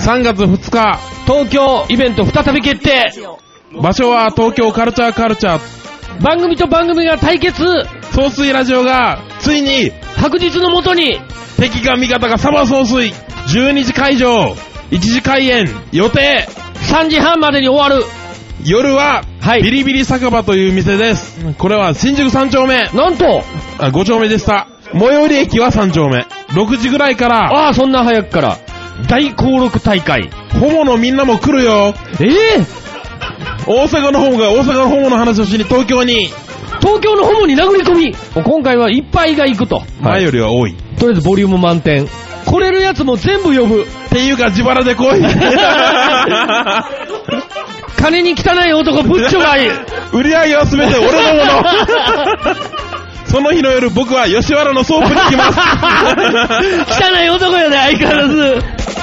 3月2日、 東京イベント再び決定。 場所は東京カルチャー。 番組と番組が対決。 総水ラジオがついに白日のもとに。 敵か味方かサバ総水。12時会場、1時開演予定。 3時半までに終わる。 夜は、ビリビリ酒場という店です。これは新宿3丁目。 なんと 5丁目でした。最寄り駅は3丁目。6時ぐらいから。 ああ、そんな早くから。大登録大会。 ホモのみんなも来るよ。大阪のホモの話をしに東京のホモに殴り込み。 今回はいっぱいが行くと。 前よりは多い。 とりあえずボリューム満点。来れるやつも全部呼ぶ。 っていうか自腹で来い。 金に汚い男ブッチョがいい。 売り上げは全て俺のもの。その日の夜僕は吉原のソープに行きます。 汚い男やで相変わらず。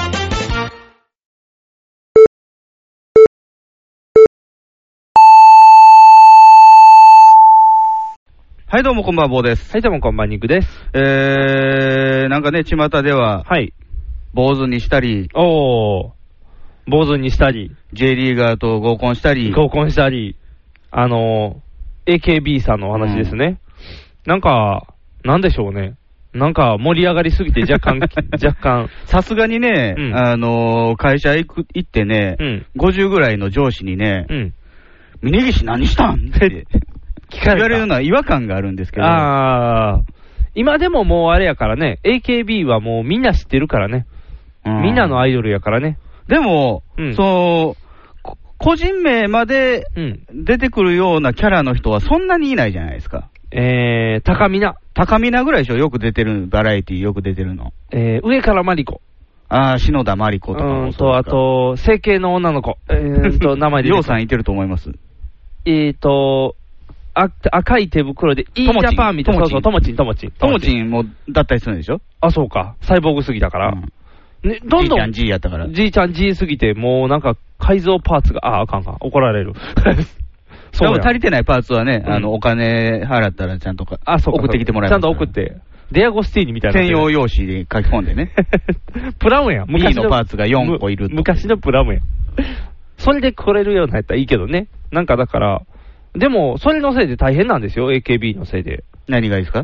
はいどうもこんばんは、坊です。 はいどうもこんばんは、肉です。 なんかね、巷では、 はい。 坊主にしたり、 坊主にしたり、 J リーガーと合コンしたり、 AKB さんのお話ですね。なんか、なんでしょうね。なんか盛り上がりすぎて若干。 さすがにね、会社行ってね、50ぐらいの上司にね、峯岸何したんって聞かれるのは違和感があるんですけど。 今でももうあれやからね、AKB はもうみんな知ってるからね。みんなのアイドルやからね。 でも、個人名まで出てくるようなキャラの人はそんなにいないじゃないですか。 高見なぐらいでしょ、よく出てる、バラエティよく出てるの。 上からマリコ。 篠田マリコとかもそう。 あと、整形の女の子。名前で。 りょうさんいてると思います。 赤い手袋で、イージャパンみたいな。そうそう、ともちんもだったりするんでしょ。 あ、そうか。サイボーグすぎだから。ね、どんどん。 じいちゃん G やったから。 じいちゃん G すぎて、もうなんか改造パーツが、あかん。怒られる。 そう足りてないパーツはね、お金払ったらちゃんと送ってきてもらえます。 ちゃんと送って。デアゴスティーニみたいな。 専用用紙で書き込んでね。 プラムやん。 昔のパーツが4個いる。 昔のプラムやん。それで来れるようになったらいいけどね。なんかだから、でも、それのせいで大変なんですよ、AKB のせいで。 何がですか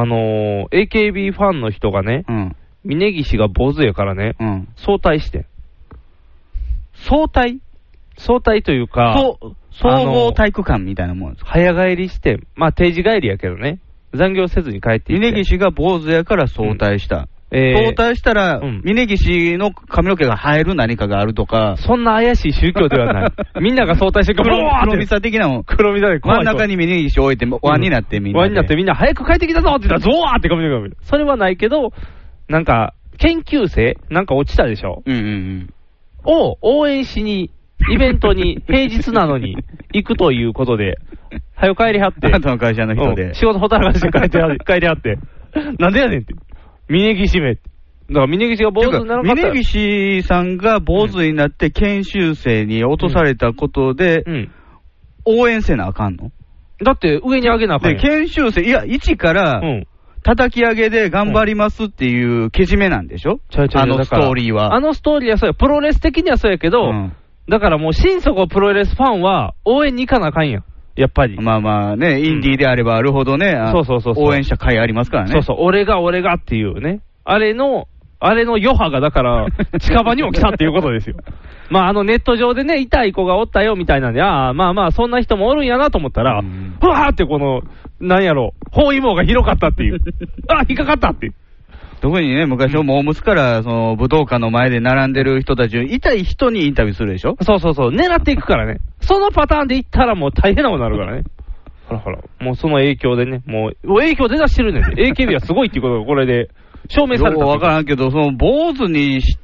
？AKB ファンの人がね、峯岸が坊主やからね、早退して。早退というか、 総合体育館みたいなもんですか？ 早帰りして、まあ定時帰りやけどね、残業せずに帰っていって。 峯岸が坊主やから早退した。早退したら、峯岸の髪の毛が生える何かがあるとか。 そんな怪しい宗教ではない。みんなが早退してくる。 黒みさ的なもん。 黒みさで真ん中に峯岸置いて、輪になってみんな。 輪になってみんな早く帰ってきたぞって言ったら、ゾワーって髪の毛が見る。それはないけど、なんか、研究生なんか落ちたでしょ。を応援しに、イベントに平日なのに行くということで、早く帰りはって。 あなたの会社の人で。 仕事ほったらかして帰りはって。なんでやねんって。峯岸めって。だから峯岸が坊主にならなかったら。 峯岸さんが坊主になって研修生に落とされたことで、応援せなあかんの？ だって上に上げなあかん。 で、研修生、いや、一から、叩き上げで頑張りますっていうけじめなんでしょ？あのストーリーは。 あのストーリーはそうや。プロレス的にはそうやけど、だからもう心底プロレスファンは応援に行かなあかんやん。やっぱり。 まあまあね、インディーであればあるほどね、応援者会ありますからね。 そうそう、俺がっていうね。あれの余波がだから、近場にも来たっていうことですよ。まあネット上でね、痛い子がおったよみたいなんで、まあそんな人もおるんやなと思ったら、ふわーってなんやろ、包囲網が広かったっていう。引っかかったっていう。 特にね、昔のモームスから、武道館の前で並んでる人たち、痛い人にインタビューするでしょ？ そう、狙っていくからね。そのパターンでいったらもう大変なことになるからね。ほら、もうその影響でね、もう影響出だしてるねんで、AKB はすごいっていうことがこれで証明された。 わからんけど、坊主にして、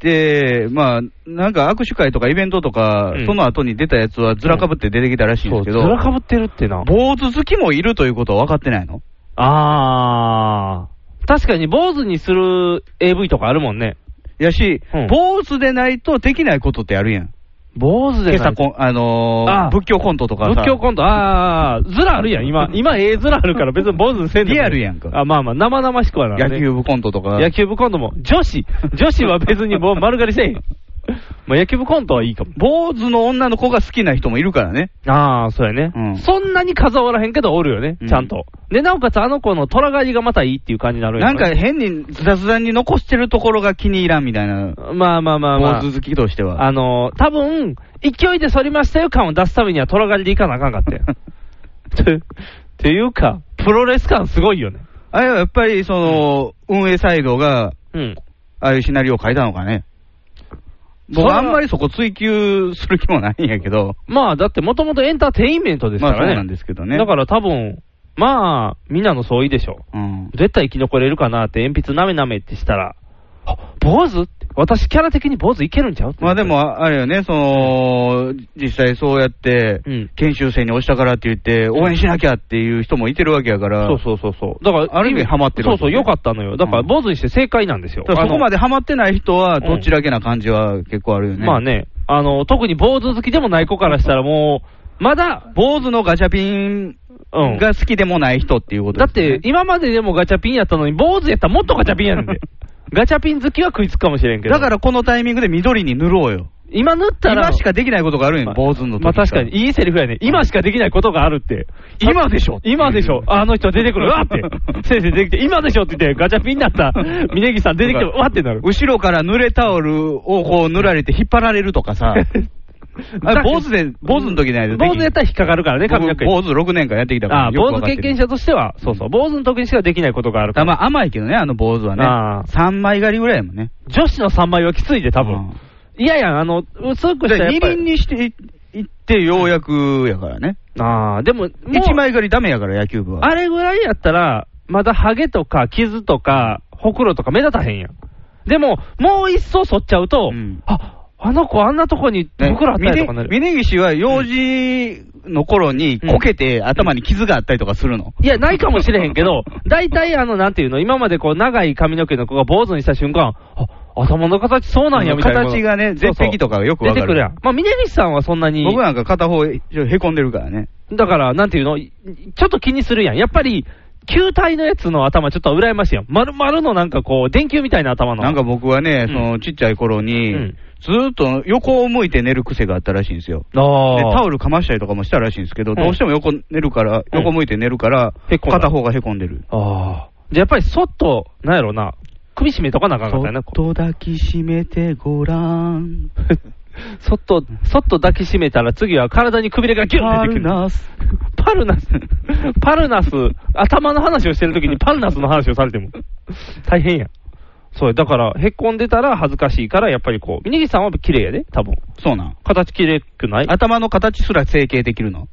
まあ、なんか握手会とかイベントとか、その後に出たやつはずらかぶって出てきたらしいんですけど、 ずらかぶってるってな。 坊主好きもいるということは分かってないの？ 確かに坊主にする AV とかあるもんね。 やし、坊主でないとできないことってあるやん。 坊主でないと。仏教コントとかさ。 仏教コント、ずらあるやん。今ずらあるから別に坊主せんでも。 リアルやんか。 まあ、生々しくはなるね。 野球部コントとか。 野球部コントも。女子は別にもう丸刈りせえへん。 まあ野球部コントはいいかも。 坊主の女の子が好きな人もいるからね。 ああ、そうやね。そんなに数はおらへんけどおるよね、ちゃんと。で、なおかつあの子の虎狩りがまたいいっていう感じになるよね。 なんか変にズタズタに残してるところが気に入らんみたいな。 まあ。 坊主好きとしては。 多分、勢いで反りましたよ感を出すためには虎狩りでいかなあかんかったよ。っていうか、プロレス感すごいよね。 あれはやっぱり、運営サイドが、ああいうシナリオを書いたのかね。僕あんまりそこ追求する気もないんやけど。 まあ、だってもともとエンターテインメントですからね。 まあそうなんですけどね。 だから多分、まあ、みんなの相違でしょ。絶対生き残れるかなって鉛筆なめなめってしたら、坊主って私キャラ的に坊主いけるんちゃう？ まあでも、あれよね、実際そうやって、研修生に押したからって言って、応援しなきゃっていう人もいてるわけやから。 そう。だから、 ある意味ハマってる、 そう、よかったのよ。だから、坊主にして正解なんですよ。 そこまでハマってない人は、どっちだけな感じは結構あるよね。 まあね、特に坊主好きでもない子からしたらもう、まだ、 坊主のガチャピン、が好きでもない人っていうことですね。 だって、今まででもガチャピンやったのに、坊主やったらもっとガチャピンやねんで。ガチャピン好きは食いつくかもしれんけど。 だからこのタイミングで緑に塗ろうよ。 今塗ったら。 今しかできないことがあるんや、坊主の時。 まあ確かに、いいセリフやね。今しかできないことがあるって。 今でしょ。 あの人出てくる。わって。先生出てきて、今でしょって言って、ガチャピンだった峯岸さん出てきて、わってなる。 後ろから濡れタオルをこう塗られて引っ張られるとかさ。坊主の時ないで。 坊主やったら引っかかるからね、髪の毛。 坊主6年間やってきたから。 坊主経験者としては、そう、坊主の時にしかできないことがあるから。 まあ甘いけどね、坊主はね。3枚狩りぐらいやもんね。 女子の3枚はきついで、多分。いや、薄くしたら。 二輪にしていってようやくやからね。 でも、 1枚狩りダメやから、野球部は。 あれぐらいやったら、まだハゲとか傷とか、ほくろとか目立たへんやん。でも、もう一層剃っちゃうと、あの子あんなとこに袋あったりとかなる。 峯岸は幼児の頃にこけて頭に傷があったりとかするの？ いや、ないかもしれへんけど、大体なんていうの、今までこう長い髪の毛の子が坊主にした瞬間、頭の形そうなんやみたいな。 形がね、絶壁とかよくわかる。 出てくるやん。まあ、峯岸さんはそんなに。 僕なんか片方へこんでるからね。 だから、なんていうの、ちょっと気にするやん。やっぱり、球体のやつの頭ちょっと羨ましいやん。丸々のなんかこう、電球みたいな頭の。 なんか僕はね、ちっちゃい頃に、ずーっと横を向いて寝る癖があったらしいんですよ。で、タオルかましたりとかもしたらしいんですけど、どうしても横向いて寝るから、片方がへこんでる。 じゃあやっぱりそっと、なんやろな、首絞めとかなあかんかったよね。 そっと抱きしめてごらん。 そっと抱きしめたら次は体にくびれがギュッて出てくる。パルナス、頭の話をしてるときにパルナスの話をされても大変やん。そう、だから、へこんでたら恥ずかしいから、やっぱりこう、峯岸さんは綺麗やで、多分。 そうなん。 形綺麗くない？ 頭の形すら整形できるの？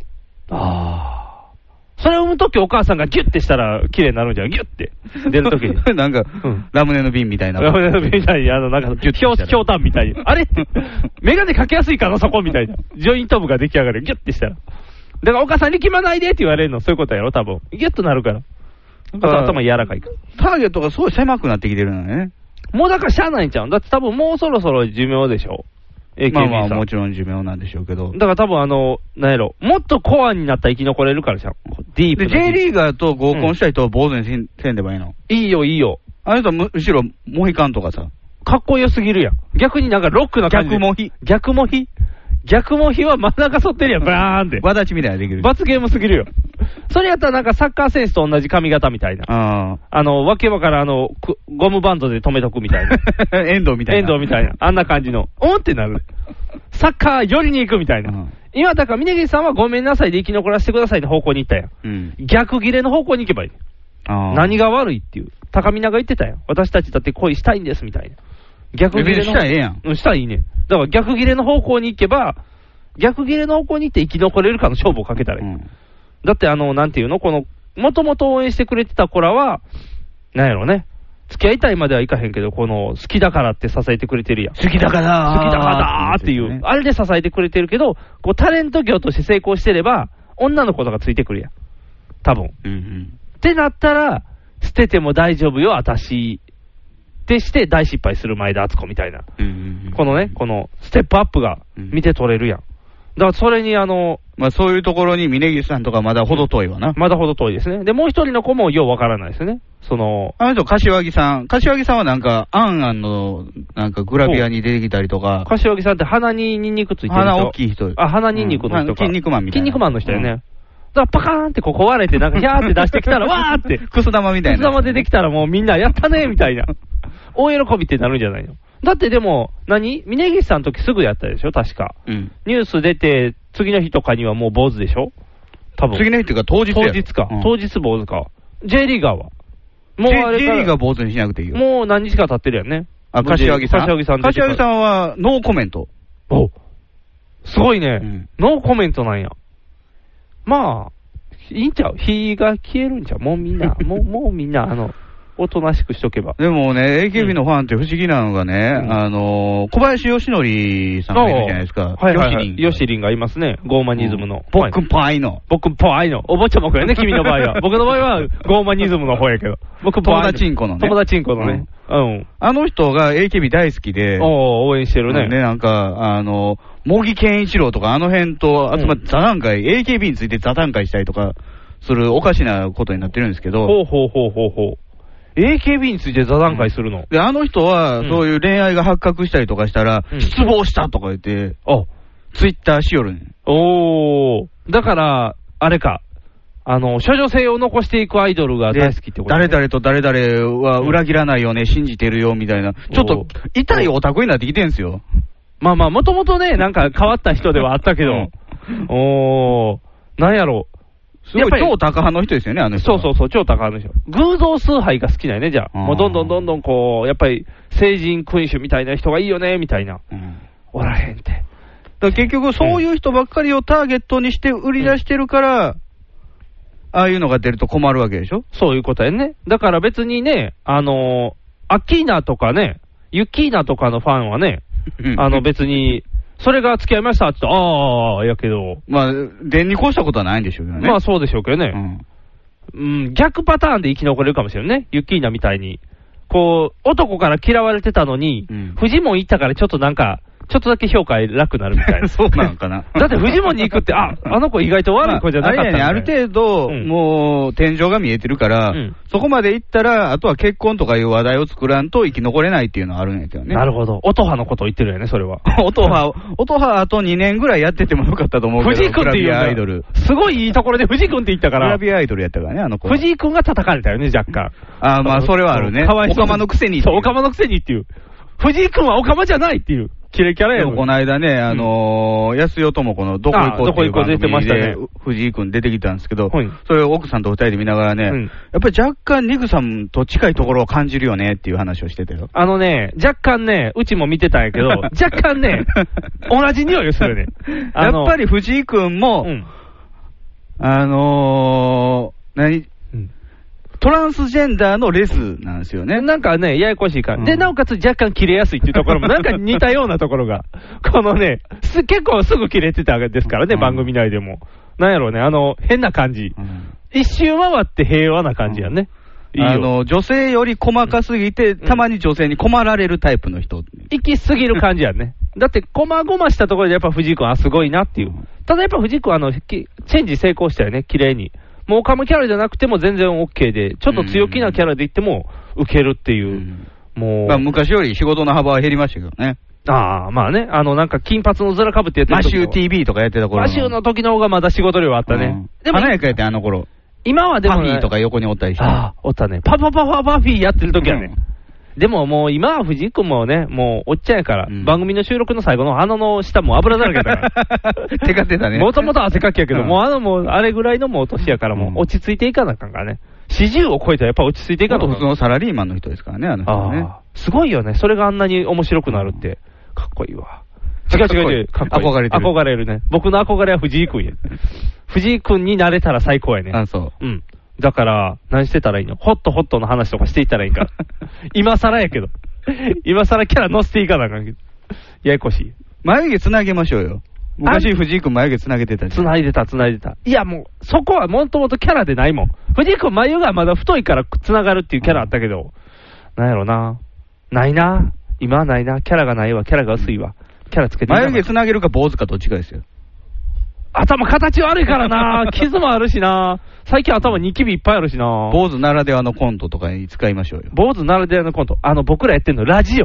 それを産むときお母さんがギュッてしたら綺麗になるんじゃん、ギュッて。出るときに。 なんか、ラムネの瓶みたいな。 ラムネの瓶みたいに、なんか、ひょうたんみたいに。あれメガネかけやすいかな、そこみたいな。ジョイント部が出来上がる、ギュッてしたら。だからお母さん力まないでって言われるの、そういうことやろ、多分。ギュッとなるから。頭柔らかいから。 ターゲットがすごい狭くなってきてるのね。 もうだからしゃあないんちゃうん。だって多分もうそろそろ寿命でしょ。 まあもちろん寿命なんでしょうけど。 だから多分なんやろ、もっとコアになったら生き残れるからじゃん。ディープで、J リーガーと合コンした人は坊主にせんでばいいの？ いいよ。 あの人は後ろ、モヒカンとかさ。 かっこよすぎるやん。逆になんかロックな感じ。逆モヒは真ん中反ってるやん、バーンって。 わだちみたいなできる。 罰ゲームすぎるよ。それやったらなんかサッカー選手と同じ髪型みたいな。わけわからゴムバンドで止めとくみたいな。 遠藤みたいな。 あんな感じの。ってなる。サッカー寄りに行くみたいな。今だから峯岸さんはごめんなさいで生き残らせてくださいって方向に行ったやん。逆ギレの方向に行けばいい。何が悪いっていう。高見菜が言ってたやん。私たちだって恋したいんですみたいな。逆ギレの。 したらええやん。 したらいいね。だから逆ギレの方向に行けば、逆ギレの方向に行って生き残れるかの勝負をかけたらいい。だってなんていうの、もともと応援してくれてた子らは、なんやろね。付き合いたいまではいかへんけど、好きだからって支えてくれてるやん。 好きだからっていう、あれで支えてくれてるけど、タレント業として成功してれば、女の子とかついてくるやん。多分。ってなったら、捨てても大丈夫よ、私。ってして大失敗する前田敦子みたいな。このステップアップが見て取れるやん。 だからそれにまあそういうところに峯岸さんとかまだほど遠いわな。 まだほど遠いですね。で、もう一人の子もようわからないですね。 あの人、柏木さんはなんか、アンアンの、なんかグラビアに出てきたりとか。 柏木さんって鼻にニンニクついてる人。 鼻大きい人。 鼻ニンニクの人か。 筋肉マンみたいな。 筋肉マンの人よね。だからパカーンってここ割れて、なんかヒャーって出してきたら、わーって。 くす玉みたいな。 くす玉出てきたらもうみんなやったねみたいな。大喜びってなるんじゃないの？だってでも、峯岸さんの時すぐやったでしょ確か。ニュース出て、次の日とかにはもう坊主でしょ多分。 次の日っていうか当日や。 当日か。当日坊主か。J リーガーは。 もうあれ J リーガー坊主にしなくていいよ。 もう何日か経ってるやんね。 柏木さんはノーコメント。 おすごいね。ノーコメントなんや。まあ、いいんちゃう？火が消えるんちゃう？もうみんな、もうみんな、おとなしくしとけば。 でもね、AKB のファンって不思議なのがね、小林よしのりさんがいるじゃないですか。 ヨシリンがいますね。ゴーマニズムの。 僕んパイの。 お坊ちゃまくやね、君の場合は。僕の場合はゴーマニズムの方やけど。 友達んこのね。 友達んこのね。 あの人が AKB 大好きで。 応援してるね。 なんか、茂木健一郎とかあの辺と集まって座談会、AKB について座談会したりとかするおかしなことになってるんですけど。 ほう。AKB について座談会するの？ で、あの人は、そういう恋愛が発覚したりとかしたら、失望したとか言って、ツイッターしよるん。 だから、あれか。処女性を残していくアイドルが大好きってことね。 誰々と誰々は裏切らないよね、信じてるよ、みたいな。ちょっと、痛いオタクになってきてんすよ。 まあ、もともとね、なんか変わった人ではあったけど。なんやろう。 すごい超タカ派の人ですよね、あの人。 そう、超タカ派の人。偶像崇拝が好きなんやね、じゃあ。もうどんどんこう、やっぱり、聖人君主みたいな人がいいよね、みたいな。おらへんって。 だ結局、そういう人ばっかりをターゲットにして売り出してるから、ああいうのが出ると困るわけでしょ？ そういうことやね。だから別にね、アッキーナとかね、ユッキーナとかのファンはね、別に、それが付き合いましたって言ったら、やけど。 まあ、伝に越したことはないんでしょうけどね。 まあそうでしょうけどね。逆パターンで生き残れるかもしれないね。ユッキーナみたいに。こう、男から嫌われてたのに、フジモン行ったからちょっとなんか、ちょっとだけ評価楽になるみたいな。 そうなのかな。 だってフジモンに行くって、あの子意外と悪い子じゃなかったみたいな。 ある程度、もう天井が見えてるから、そこまで行ったら、あとは結婚とかいう話題を作らんと生き残れないっていうのはあるんやけどね。 なるほど。音羽のことを言ってるよね、それは。 音羽あと2年ぐらいやっててもよかったと思うけど。 藤井君っていうアイドル。すごいいいところで藤井君って言ったから。 グラビアアイドルやったからね、あの子。 藤井君が叩かれたよね、若干。 まあそれはあるね。オカマのくせに。 そう、オカマのくせにっていう。藤井君はオカマじゃないっていう。キレキャラやろ。 この間ね、安代智子のどこ行こうっていう番組で、藤井君出てきたんですけど、それを奥さんと二人で見ながらね、やっぱり若干ニグさんと近いところを感じるよねっていう話をしてたよ。 若干ね、うちも見てたんやけど、若干ね、同じ匂いをするね。 やっぱり藤井君も、トランスジェンダーのレスなんですよね。 なんかね、ややこしいから。で、なおかつ若干切れやすいっていうところも、なんか似たようなところが、このね、結構すぐ切れてたわけですからね、番組内でも。なんやろうね、変な感じ。一周回って平和な感じやね。 女性より細かすぎて、たまに女性に困られるタイプの人。 行き過ぎる感じやね。だって、細々したところでやっぱ藤井君、すごいなっていう。ただやっぱ藤井君チェンジ成功したよね、綺麗に。もうオカマキャラじゃなくても全然 OK で、ちょっと強気なキャラでいっても受けるっていう。もう。 昔より仕事の幅は減りましたけどね。 まあね、なんか金髪のずらかぶってやってる。マシュー TV とかやってた頃。 マシューの時の方がまだ仕事量あったね。 でも華やかやってあの頃。 今はでも、 パフィーとか横におったりして。 おったね。パフィーやってる時はね。でももう今は藤井君もね、もうおっちゃんやから、番組の収録の最後の鼻の下も油だらけだから。 手が出たね。 もともと汗かきやけど、もうあれぐらいのもう年やからもう落ち着いていかなあかんからね。40を超えたらやっぱ落ち着いていかなあかん。 普通のサラリーマンの人ですからね、あの人ね。 すごいよね。それがあんなに面白くなるって。かっこいいわ。違う。かっこいい。憧れるね。僕の憧れは藤井君や。藤井君になれたら最高やね。 そう。 だから、何してたらいいの？ホットの話とかしていったらいいか。今更やけど。今更キャラ乗せていかなあかんけど。ややこしい。 眉毛つなげましょうよ。昔藤井君眉毛つなげてたじゃん。 つないでた。いやもう、そこはもともとキャラでないもん。藤井君眉がまだ太いからつながるっていうキャラあったけど、なんやろな。ないな。今はないな。キャラがないわ。キャラが薄いわ。キャラつけて眉毛つなげるか坊主かどっちかですよ。 頭形悪いからな、傷もあるしな、最近頭ニキビいっぱいあるしな。 坊主ならではのコントとかに使いましょうよ。 坊主ならではのコント。僕らやってんのラジオ。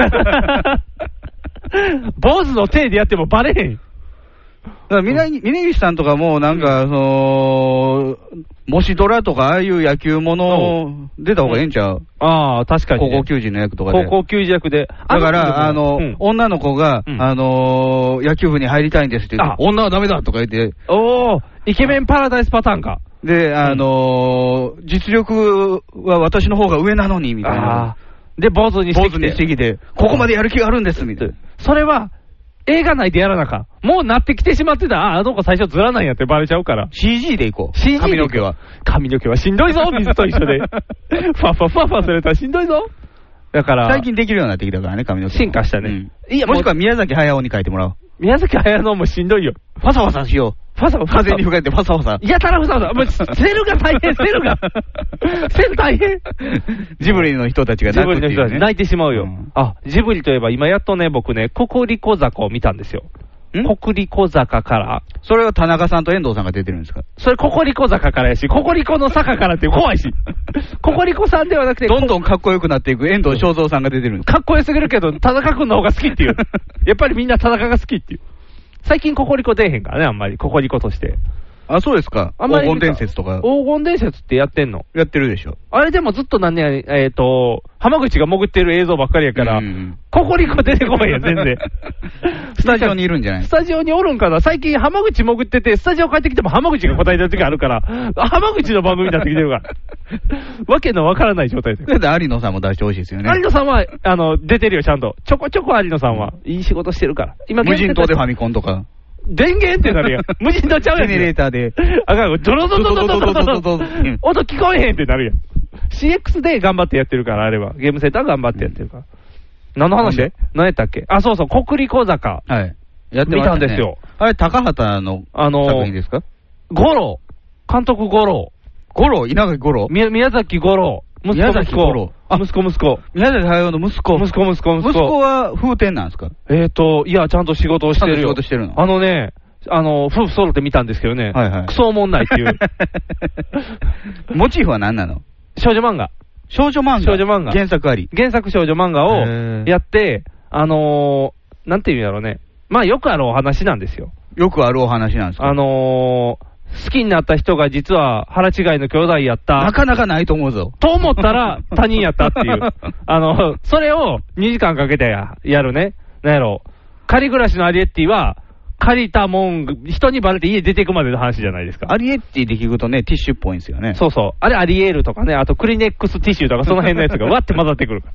坊主の手でやってもバレへん。 だから峯岸さんとかも、なんか、もしドラとか、ああいう野球もの出た方がええんちゃう？ ああ、確かに、ね。 高校球児の役とかで。 高校球児役で。 だから、女の子が、野球部に入りたいんですって言って、女はダメだとか言って。 おー、イケメンパラダイスパターンか。 で、実力は私の方が上なのに、みたいな。 で、坊主にしてきて、ここまでやる気があるんです、みたいな。 それは、映画内でやらなか。もうなってきてしまってた。あの子最初ずらないんやってバレちゃうから。 CG でいこう。 CG 髪の毛は。 髪の毛はしんどいぞ、水と一緒で。ファファされたらしんどいぞ。だから。 最近できるようになってきたからね、髪の毛。 進化したね。 いや、もしくは宮崎駿に書いてもらおう。 宮崎駿もしんどいよ。 ファサファサしよう。風に吹かれてファサファサ。 やたらファサファサ。セルが大変、セル大変。 ジブリの人たちが泣くっていうね。ジブリの人たち泣いてしまうよ。ジブリといえば今やっとね、僕ね、ココリコ坂を見たんですよ。ココリコ坂から。 それは田中さんと遠藤さんが出てるんですか？ それココリコ坂からやし、ココリコの坂からって怖いし。ココリコさんではなくて、 どんどんかっこよくなっていく遠藤正造さんが出てるんですか？かっこよすぎるけど、田中君の方が好きっていう。やっぱりみんな田中が好きっていう。最近ココリコ出えへんからね、あんまり。ココリコとして。 あ、そうですか。黄金伝説とか。 黄金伝説ってやってんの？ やってるでしょ。 あれでもずっと何年、浜口が潜ってる映像ばっかりやから、ココリコ出てこないやん、全然。 スタジオにいるんじゃない？ スタジオにおるんかな？最近浜口潜ってて、スタジオ帰ってきても浜口が答えてる時あるから、浜口の番組になってきてるから。わけのわからない状態です。 だって有野さんも出してほしいですよね。 有野さんは、出てるよ、ちゃんと。ちょこちょこ有野さんは、いい仕事してるから。 今、無人島でファミコンとか。 電源ってなるやん。無人島ちゃうやん。 ジェネレーターで。 あかん、ドロドロドロドロドロ音聞こえへんってなるやん。CX で頑張ってやってるから、あれは。ゲームセンター頑張ってやってるから。何の話で？何やったっけ？あ、そうそう、コクリコ坂。 はい。やって見たんですよ。 あれ、高畑の作品ですか？ 五郎。監督五郎。 五郎？稲垣五郎？ 宮崎五郎。 宮崎五郎。 息子。 宮崎駿の息子。 息子は風天なんですか？ いや、ちゃんと仕事をしてるよ。 仕事してるの？ 夫婦揃って見たんですけどね。 はいはい。 クソおもんないっていう。 モチーフは何なの？ 少女漫画。 原作あり。 原作少女漫画をやって、なんていうんやろうね。まあ、よくあるお話なんですよ。 よくあるお話なんですか？ 好きになった人が実は腹違いの兄弟やった。 なかなかないと思うぞ。 と思ったら他人やったっていう。それを2時間かけてやるね。なんやろ。仮暮らしのアリエッティは、借りたもん、人にバレて家出ていくまでの話じゃないですか。 アリエッティで聞くとね、ティッシュっぽいんですよね。 そうそう。あれアリエールとかね、あとクリネックスティッシュとかその辺のやつがわって混ざってくるから。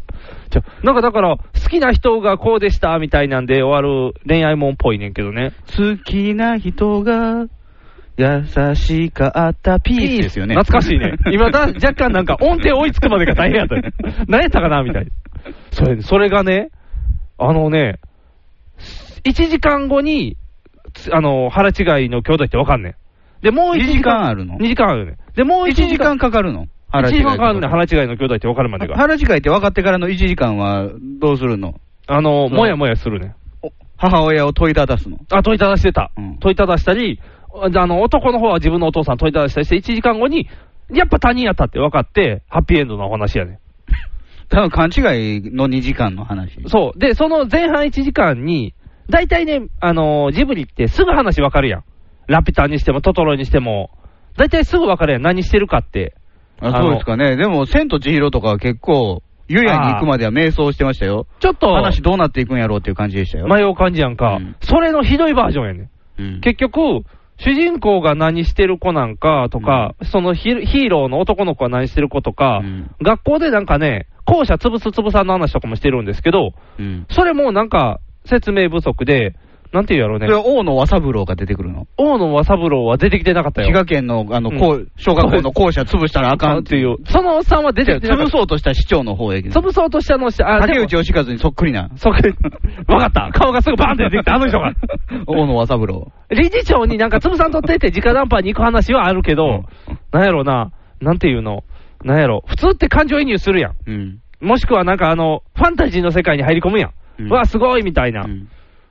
なんかだから、好きな人がこうでしたみたいなんで終わる恋愛もんっぽいねんけどね。 好きな人が、優しかったピースですよね。 懐かしいね。今若干なんか音程追いつくまでが大変やった。何やったかなみたいな。それがね、1時間後に、腹違いの兄弟ってわかんねん。で、もう1時間あるの？ 2時間あるね。で、もう1時間かかるの ？1時間かかるね、腹違いの兄弟ってわかるまでが。 腹違いって分かってからの1時間はどうするの？ もやもやするね。 母親を問いただすの？ 問いただしてた。問いただしたり、男の方は自分のお父さん問いただしたりして、1時間後に、やっぱ他人やったって分かって、ハッピーエンドのお話やね。 多分勘違いの2時間の話。 そう。で、その前半1時間に、大体ね、ジブリってすぐ話分かるやん。ラピュタにしてもトトロにしても、大体すぐ分かるやん。何してるかって。 そうですかね。でも、千と千尋とかは結構、湯屋に行くまでは迷走してましたよ。 ちょっと、 話どうなっていくんやろうっていう感じでしたよ。 迷う感じやんか。それのひどいバージョンやね。結局、主人公が何してる子なんかとか、そのヒーローの男の子が何してる子とか、学校でなんかね、校舎潰さんの話とかもしてるんですけど、それもなんか説明不足で、なんていうやろうね。 それは大野和三郎が出てくるの？ 大野和三郎は出てきてなかったよ。 滋賀県の小学校の校舎潰したらあかんっていう。 そのおっさんは出てきてなかった。 潰そうとした市長の方へ。 潰そうとしたの竹内義和にそっくりな。 わかった。顔がすぐバーンって出てきた、あの人が。 大野和三郎。 理事長になんか潰さんとってって直談判に行く話はあるけど、なんやろな、なんていうの、なんやろ、普通って感情移入するやん。もしくはなんかファンタジーの世界に入り込むやん。わ、すごいみたいな。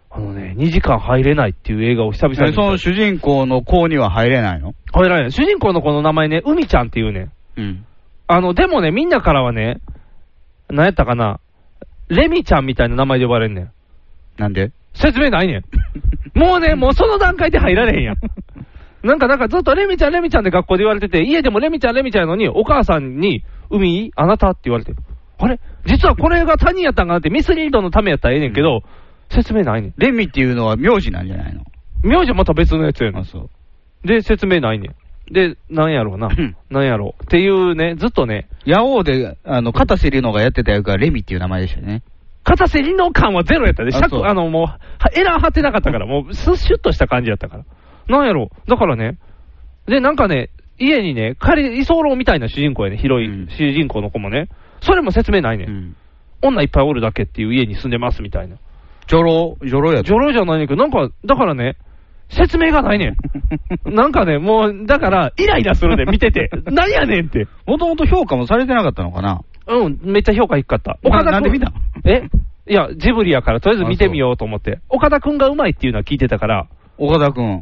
2時間入れないっていう映画を久々に。 その主人公の子には入れないの？ 入らない。主人公の子の名前ね、海ちゃんっていうね。 うん。 でもね、みんなからはね、何やったかな、レミちゃんみたいな名前で呼ばれんねん。 なんで？ 説明ないねん。もうその段階で入られへんやん。なんかずっとレミちゃんで学校で言われてて、家でもレミちゃんやのに、お母さんに、海、あなたって言われて、あれ実はこれが他人やったんかなって、ミスリードのためやったらええねんけど、説明ないねん。 レミっていうのは名字なんじゃないの？ 名字はまた別のやつやねん。 あ、そう。 で、説明ないねん。で、なんやろうな。なんやろう。っていうね、ずっとね。 ヤオウで、片瀬里乃がやってた役がレミっていう名前でしたね。 片瀬里乃感はゼロやったで。もう、エラー張ってなかったから、もう、シュッとした感じやったから。なんやろ。だからね。で、なんかね、家にね、居候みたいな主人公やね。広い主人公の子もね。それも説明ないね。女いっぱいおるだけっていう家に住んでますみたいな。 女郎やった。 女郎じゃないねんけど、なんか、だからね、説明がないねん。なんかね、もう、だから、イライラするねん、見てて。何やねんって。 もともと評価もされてなかったのかな？ うん、めっちゃ評価低かった。 なんで見た？ いや、ジブリやから、とりあえず見てみようと思って。岡田くんがうまいっていうのは聞いてたから。 岡田くん。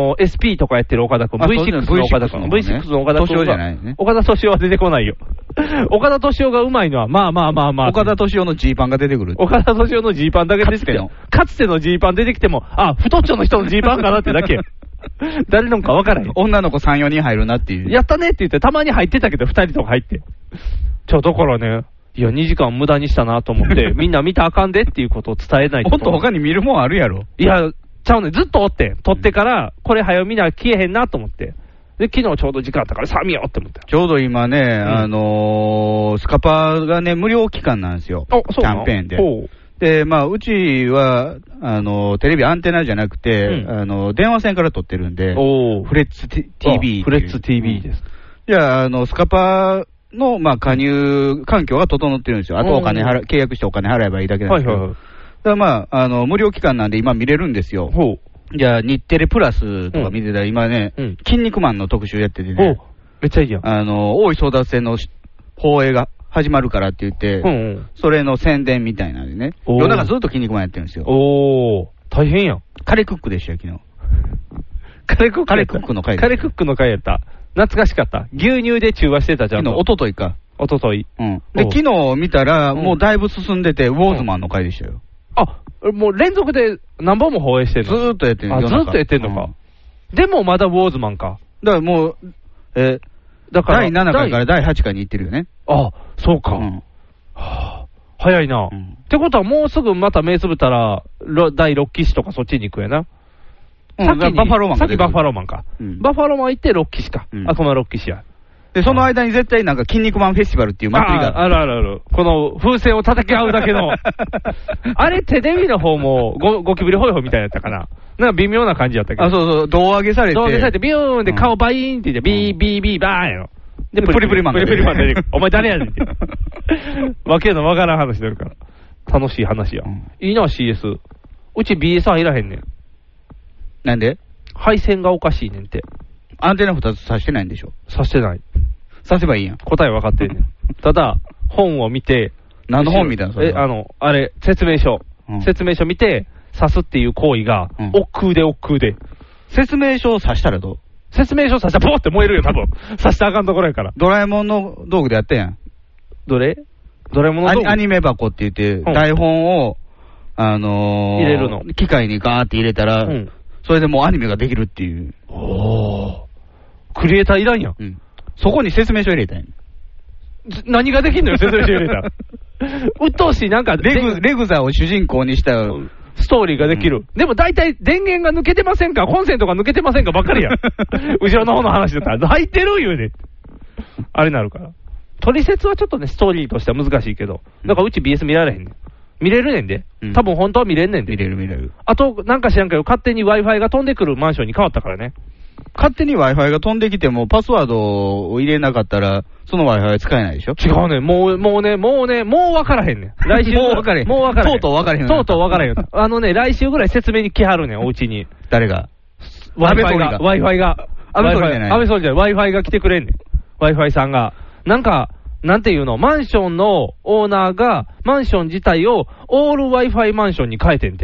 SP とかやってる岡田くん。V6 の岡田くん。V6 の岡田くん。 敏夫じゃないね。 岡田敏夫は出てこないよ。岡田敏夫がうまいのは、まあ。 岡田敏夫のジーパンが出てくる。 岡田敏夫のジーパンだけ出てきても。かつてのジーパン出てきても、太っちょの人のジーパンかなってだけ。誰のか分からへん。 女の子3、4人入るなっていう。 やったねって言って、たまに入ってたけど、2人とか入って。だからね、いや、2時間無駄にしたなと思って、みんな見たらあかんでっていうことを伝えないと。 もっと他に見るもんあるやろ。 いや、ちゃうね、ずっとおって、撮ってから、これ早見な消えへんなと思って。で、昨日ちょうど時間あったからさあ見ようって思って。 ちょうど今ね、スカパーがね、無料期間なんですよ。キャンペーンで。で、うちは、テレビアンテナじゃなくて、電話線から撮ってるんで、フレッツ TV。 フレッツ TV です。 じゃあ、スカパーの、加入環境が整ってるんですよ。あと契約してお金払えばいいだけなんですけど。だから無料期間なんで今見れるんですよ。じゃあ、日テレプラスとか見てたら、今ね、筋肉マンの特集やっててね、 めっちゃいいやん。 大井争奪戦の放映が始まるからって言って、それの宣伝みたいなんでね、夜中ずっと筋肉マンやってるんですよ。 大変やん。 カレークックでしたよ、昨日。 カレークックの回やった。懐かしかった。牛乳で中和してたじゃん。 おとといか。 おととい。 で、昨日見たら、もうだいぶ進んでて、ウォーズマンの回でしたよ。 もう連続で何本も放映してるの？ ずーっとやってるの。 ずーっとやってんのか。でもまだウォーズマンか。 だからもう、だから第7回から第8回に行ってるよね。 そうか。早いな。ってことはもうすぐまた目つぶったら、第6騎士とかそっちに行くやな。 さっきバファローマンさっきバファローマンか。バファローマン行って6騎士か。この6騎士や。 で、その間に絶対なんか筋肉マンフェスティバルっていう祭りがある。この風船を叩き合うだけの。あれ、テレビの方もゴキブリホイホイみたいだったかな。なんか微妙な感じだったけど。 そう、胴上げされて、 ビューンで顔バイーンって言って、ビーバーンやろ。 で、プリプリマン出てくる。お前誰やねんって。わけのわからん話出るから。楽しい話や。いいな、CS。うち BS 入らへんねん。 なんで？ 配線がおかしいねんって。 アンテナ2つ挿してないんでしょ？ 挿してない。 挿せばいいやん。 答え分かってんねん。ただ、本を見て。 何の本見たの？それあれ、説明書。説明書見て、挿すっていう行為が、億劫で。 説明書を挿したらどう？ 説明書挿したらポーって燃えるよ、多分。挿したらあかんところやから。 ドラえもんの道具でやったやん。 ドラえもんの道具？ アニメ箱って言って、台本を、 入れるの。 機械にガーって入れたら、それでもうアニメができるっていう。 クリエイターいらんやん。 そこに説明書入れたんや。 何ができんのよ、説明書入れたら。うっとうしい、なんかレグザを主人公にしたストーリーができる。でも大体電源が抜けてませんか、コンセントが抜けてませんかばっかりやん。後ろの方の話だったら、入ってる言うで。あれなるから。取説はちょっとね、ストーリーとしては難しいけど、だからうち BS 見られへんねん。見れるねんで。多分本当は見れんねんで。 見れる。 あと、なんか知らんけど、勝手に Wi-Fi が飛んでくるマンションに変わったからね。 勝手に Wi-Fi が飛んできても、パスワードを入れなかったら、その Wi-Fi は使えないでしょ？ 違うねん。もう分からへんねん。来週。 もう分からへん。とうとう分からへん。 とうとう分からへん。来週ぐらい説明に来はるねん、お家に。 誰が？ Wi-Fi が。Wi-Fi が。 安倍総理じゃない。 安倍総理じゃない。Wi-Fi が来てくれんねん。Wi-Fi さんが。なんか、なんていうの、マンションのオーナーが、マンション自体をオール Wi-Fi マンションに変えてんて。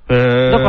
だから、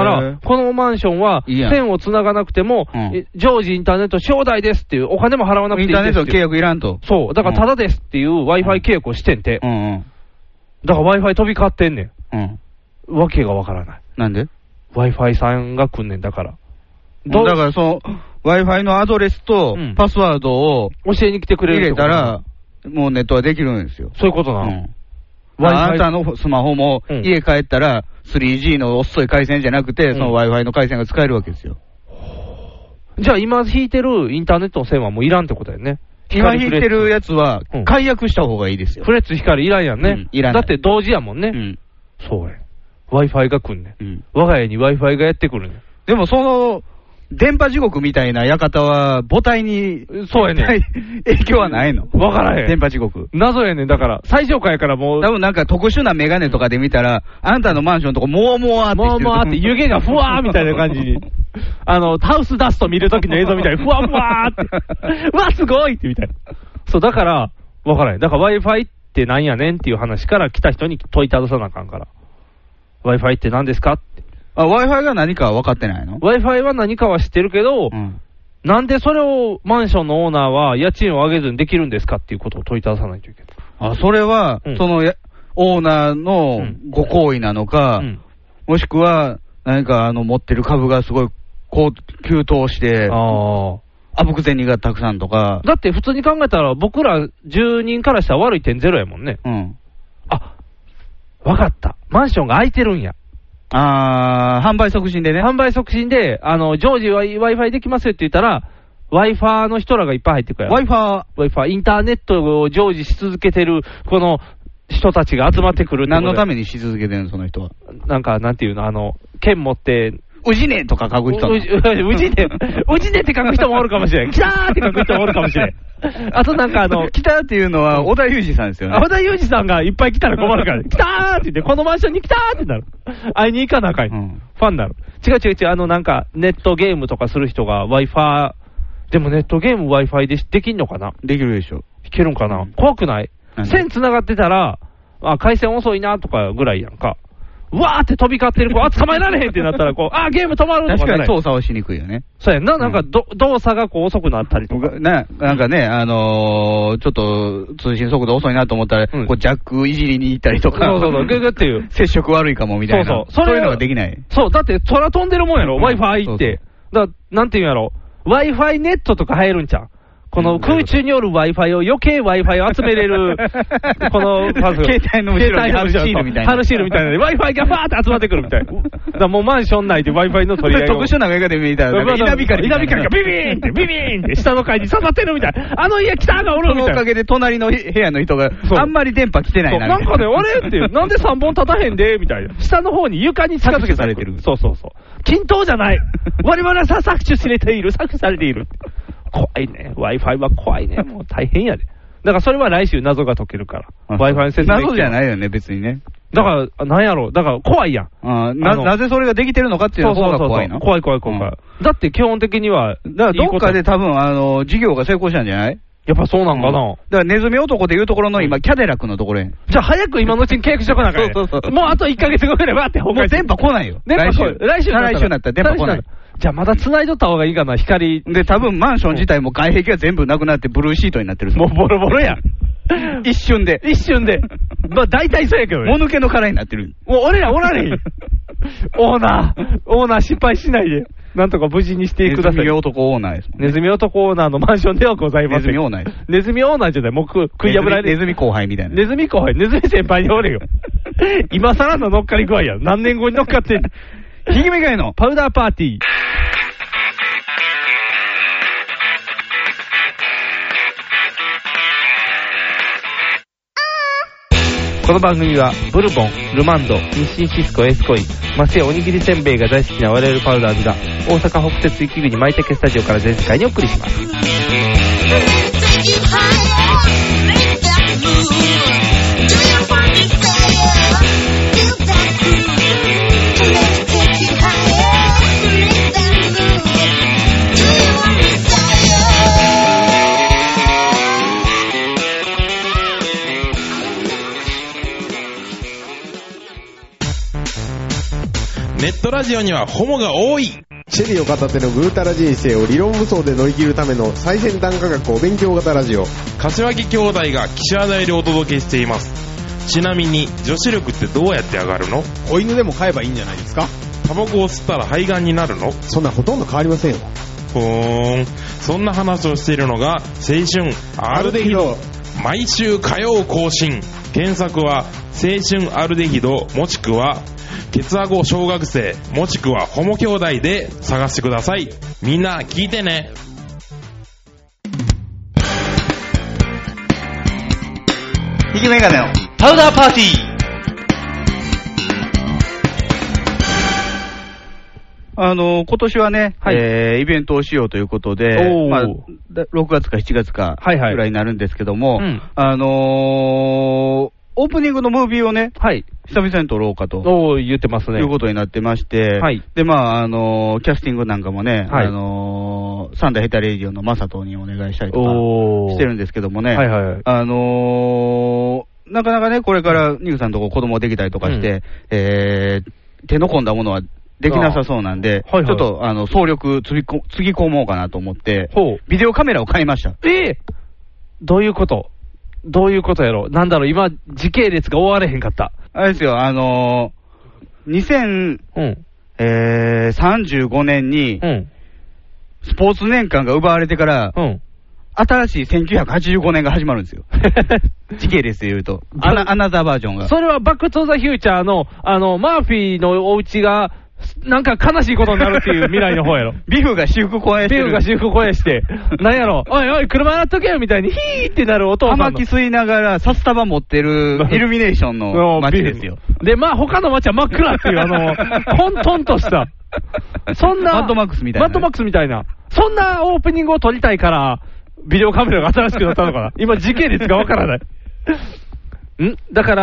このマンションは、線を繋がなくても、常時インターネット招待ですっていう、お金も払わなくていいですっていう。 インターネット契約いらんと。 そう。だから、タダですっていう Wi-Fi 契約をしてんて。だから Wi-Fi 飛び交ってんねん。わけがわからない。 なんで ?Wi-Fi さんが来んねんだから。 だからその、Wi-Fi のアドレスとパスワードを教えに来てくれる。 入れたら、もうネットはできるんですよ。 そういうことなの。 あなたのスマホも家帰ったら 3G の遅い回線じゃなくて、その Wi-Fi の回線が使えるわけですよ。 じゃあ今引いてるインターネットの線はもういらんってことだよね。 今引いてるやつは解約した方がいいですよ。 フレッツ光いらんやんね。 いらない。 だって同時やもんね。そうや。Wi-Fi が来んねん。我が家に Wi-Fi がやってくるねん。 でもその、電波地獄みたいな館は母体に、 そうやねん。影響はないの？ わからへん。 電波地獄。 謎やねん。だから、最上階からもう。 多分なんか特殊なメガネとかで見たら、あなたのマンションとかもわもわって。 もわもわって湯気がふわーみたいな感じに。ハウスダスト見るときの映像みたいにふわふわーって。うわ、すごいってみたいな。そう、だから、わからへん。だから Wi-Fi ってなんやねんっていう話から来た人に問いたださなあかんから。Wi-Fi って何ですかって。 Wi-Fi が何かは分かってないの？ Wi-Fi は何かは知ってるけど、なんでそれをマンションのオーナーは家賃を上げずにできるんですかっていうことを問いたださないといけない。 それは、そのオーナーのご行為なのか、もしくは何か持ってる株がすごい高級投資で、あぶく銭がたくさんとか。 だって普通に考えたら僕ら10人からしたら悪い点ゼロやもんね。わかった。マンションが空いてるんや。 販売促進でね。 販売促進で、常時は Wi-Fi できますよって言ったら、Wi-Fi の人らがいっぱい入ってくるやん。Wi-Fi、インターネットを常時し続けてる、この人たちが集まってくるって。 何のためにし続けてるの、その人は。 なんか、なんていうの、剣持って、 うじねとか書く人。 うじねって書く人もおるかもしれん。きたーって書く人もおるかもしれん。あとなんか来たっていうのは、小田裕二さんですよね。 小田裕二さんがいっぱい来たら困るから、来たーって言って、このマンションに来たーってなる。会いに行かなあかん。ファンになる。違う、なんか、ネットゲームとかする人が Wi-Fi、でもネットゲーム Wi-Fi できんのかな？ できるでしょ。 いけるんかな？怖くない？線繋がってたら、回線遅いなとかぐらいやんか。うわーって飛び交ってる子、捕まえられへんってなったら、ゲーム止まるとか。 確かに操作はしにくいよね。 そうやんな、なんか動作が遅くなったりとか。 なんかね、ちょっと通信速度遅いなと思ったら、ジャックいじりに行ったりとか。 そう、ググっていう。 接触悪いかもみたいな。そういうのができない。 そう、だって空飛んでるもんやろ、Wi-Fi って。なんていうんやろ、Wi-Fi ネットとか入るんちゃう？この空中による Wi-Fi を余計 Wi-Fi を集めれる、このパズル。 携帯の後ろに貼るシールみたいな。 貼るシールみたいなので Wi-Fi がファーって集まってくるみたいな。だからもうマンション内で Wi-Fi の取り合いを。 特殊な映画で見たら、稲光がビビーンって下の階に刺さってるみたいな。あの家来たがおるみたいな。 そのおかげで隣の部屋の人があんまり電波来てないな。 なんかね、あれって、なんで3本立たへんでみたいな。下の方に床に近づけされてる。そう。均等じゃない。我々は搾取されている。怖いね。Wi-Fi は怖いね。もう大変やで。だからそれは来週謎が解けるから。Wi-Fi 説明。 謎じゃないよね、別にね。 だから、なんやろ。だから怖いやん。 なぜそれができてるのかっていうのが怖いの？ 怖い。だって基本的には。 だからどっかで多分、事業が成功したんじゃない？ やっぱそうなんかな。 だからネズミ男でいうところの今、キャデラックのところへ。 じゃあ早く今のうちに契約しとかなきゃね。そう。もうあと1ヶ月後ぐらいわってもう電波来ないよ。来週になったら電波来ない。 じゃあまだ繋いどった方がいいかな、光。 で、多分マンション自体も外壁が全部なくなってブルーシートになってる。 もうボロボロやん。 一瞬で。 まあ大体そうやけどね。 もぬけの殻になってる。 もう俺らおられへん。オーナー失敗しないで。なんとか無事にしてください。 ネズミ男オーナーですもんね。 ネズミ男オーナーのマンションではございません。 ネズミオーナーです。 ネズミオーナーじゃない、もう食い破られる。 ネズミ後輩みたいな。 ネズミ後輩、ネズミ先輩におれよ。今更の乗っかり具合や。何年後に乗っかってんの。 ひげめがいのパウダーパーティー。この番組はブルボン、ルマンド、日清シスコ、エースコイン、松屋おにぎりせんべいが大好きな我々パウダーズが大阪北節雪国マイテケスタジオから全世界にお送りします。 ネットラジオにはホモが多い。 シェリーを片手のぐうたら人生を理論武装で乗り切るための最先端科学お勉強型ラジオ。 柏木兄弟が岸和田よりお届けしています。ちなみに女子力ってどうやって上がるの？ 子犬でも飼えばいいんじゃないですか？ タバコを吸ったら肺がんになるの？ そんなほとんど変わりませんよ。 そんな話をしているのが青春アルデヒド。毎週火曜更新。検索は青春アルデヒドもしくはケツアゴ小学生もしくはホモ兄弟で探してください。みんな聞いてね。 引きメガネのパウダーパーティー。 今年はね、 はいイベントをしようということで、まあ、6月か7月かぐらいになるんですけども、オープニングのムービーをね、 はい、 久々に撮ろうかと。 言ってますね。 いうことになってまして、はい、で、まあ、キャスティングなんかもね、はい、サンダーヘタレイディオのマサトにお願いしたりとかしてるんですけどもね、はいはい、なかなかね、これからニグさんのとこ子供できたりとかして、手の込んだものはできなさそうなんで、はいはい、ちょっと総力つぎ込もうかなと思って、ビデオカメラを買いました。 どういうことやろ？なんだろう、今、時系列が終われへんかった。 あれですよ、2035年に、スポーツ年間が奪われてから、新しい1985年が始まるんですよ。時系列で言うと。アナザーバージョンが。 それはバックトゥーザフューチャーの、マーフィーのお家が、なんか悲しいことになるっていう未来の方やろ。 ビフが私服声してる。 なんやろ。おいおい、車洗っとけよみたいに、ヒーってなるお父さんの。 葉巻吸いながら、札束持ってるイルミネーションの街ですよ。 で、まあ他の街は真っ暗っていう、混沌とした。そんな。 マッドマックスみたいな。 そんなオープニングを撮りたいから、ビデオカメラが新しくなったのかな。今時系列がわからない。だから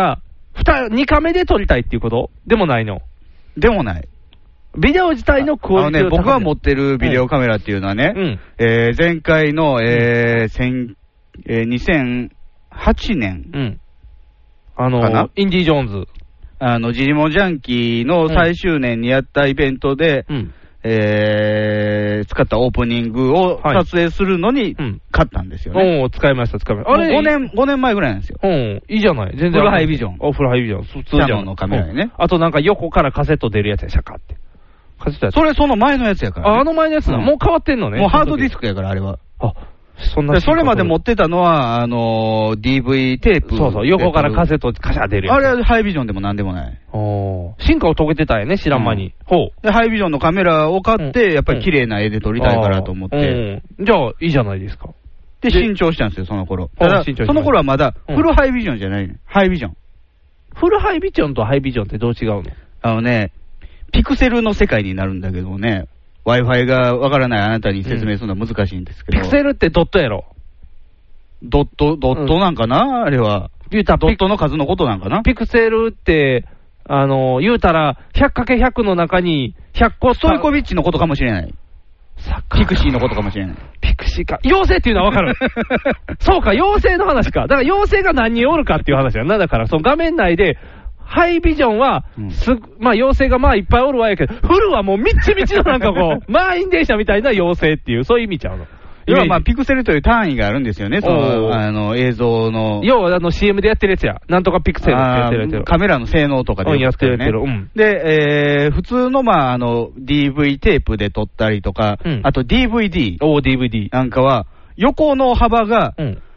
、2カメで撮りたいっていうことでもないの？ でもない。 ビデオ自体のクオリティを僕が持ってるビデオカメラっていうのはね、前回の、2008年かな、インディ・ジョーンズ。 ジジモジャンキーの最終年にやったイベントで、使ったオープニングを撮影するのに買ったんですよね。 使いました。あれ5年前ぐらいなんですよ。 いいじゃない。全然。 フルハイビジョン。 フルハイビジョン。普通じゃん。キャノンのカメラでね。 あとなんか横からカセット出るやつや、シャカって。 それその前のやつやから、 ね。前のやつだ。もう変わってんのね。 もうハードディスクやから、あれは。 そんな。 それまで持ってたのは、DV テープ。 そう、横からカセットカシャ出るやつ。 あれはハイビジョンでもなんでもない。 進化を遂げてたんやね、知らん間に。 で、ハイビジョンのカメラを買って、やっぱり綺麗な絵で撮りたいからと思って。 じゃあ、いいじゃないですか。 で、新調したんですよ、その頃。ただ、その頃はまだ、フルハイビジョンじゃないね。ハイビジョン。 フルハイビジョンとハイビジョンってどう違うの？ ピクセルの世界になるんだけどね、Wi-Fi がわからないあなたに説明するのは難しいんですけど。 ピクセルってドットやろ？ ドットなんかな、あれは。ドットの数のことなんかな。 ピクセルって、言うたら、100×100 の中に100個。 ストイコビッチのことかもしれない。ピクシーのことかもしれない。 ピクシーか。妖精っていうのはわかる。そうか、妖精の話か。だから妖精が何人おるかっていう話やな。だから、その画面内で、ハイビジョンは、まあ妖精がまあいっぱいおるわやけど、フルはもうみっちみちのなんかこう、満員電車みたいな妖精っていう、そういう意味ちゃうの。 要はまあピクセルという単位があるんですよね、その、映像の。 要はCM でやってるやつや。なんとかピクセルってやってるやつ。 カメラの性能とかでやってる。 で、普通のまあDV テープで撮ったりとか、あと DVD。なんかは、横の幅が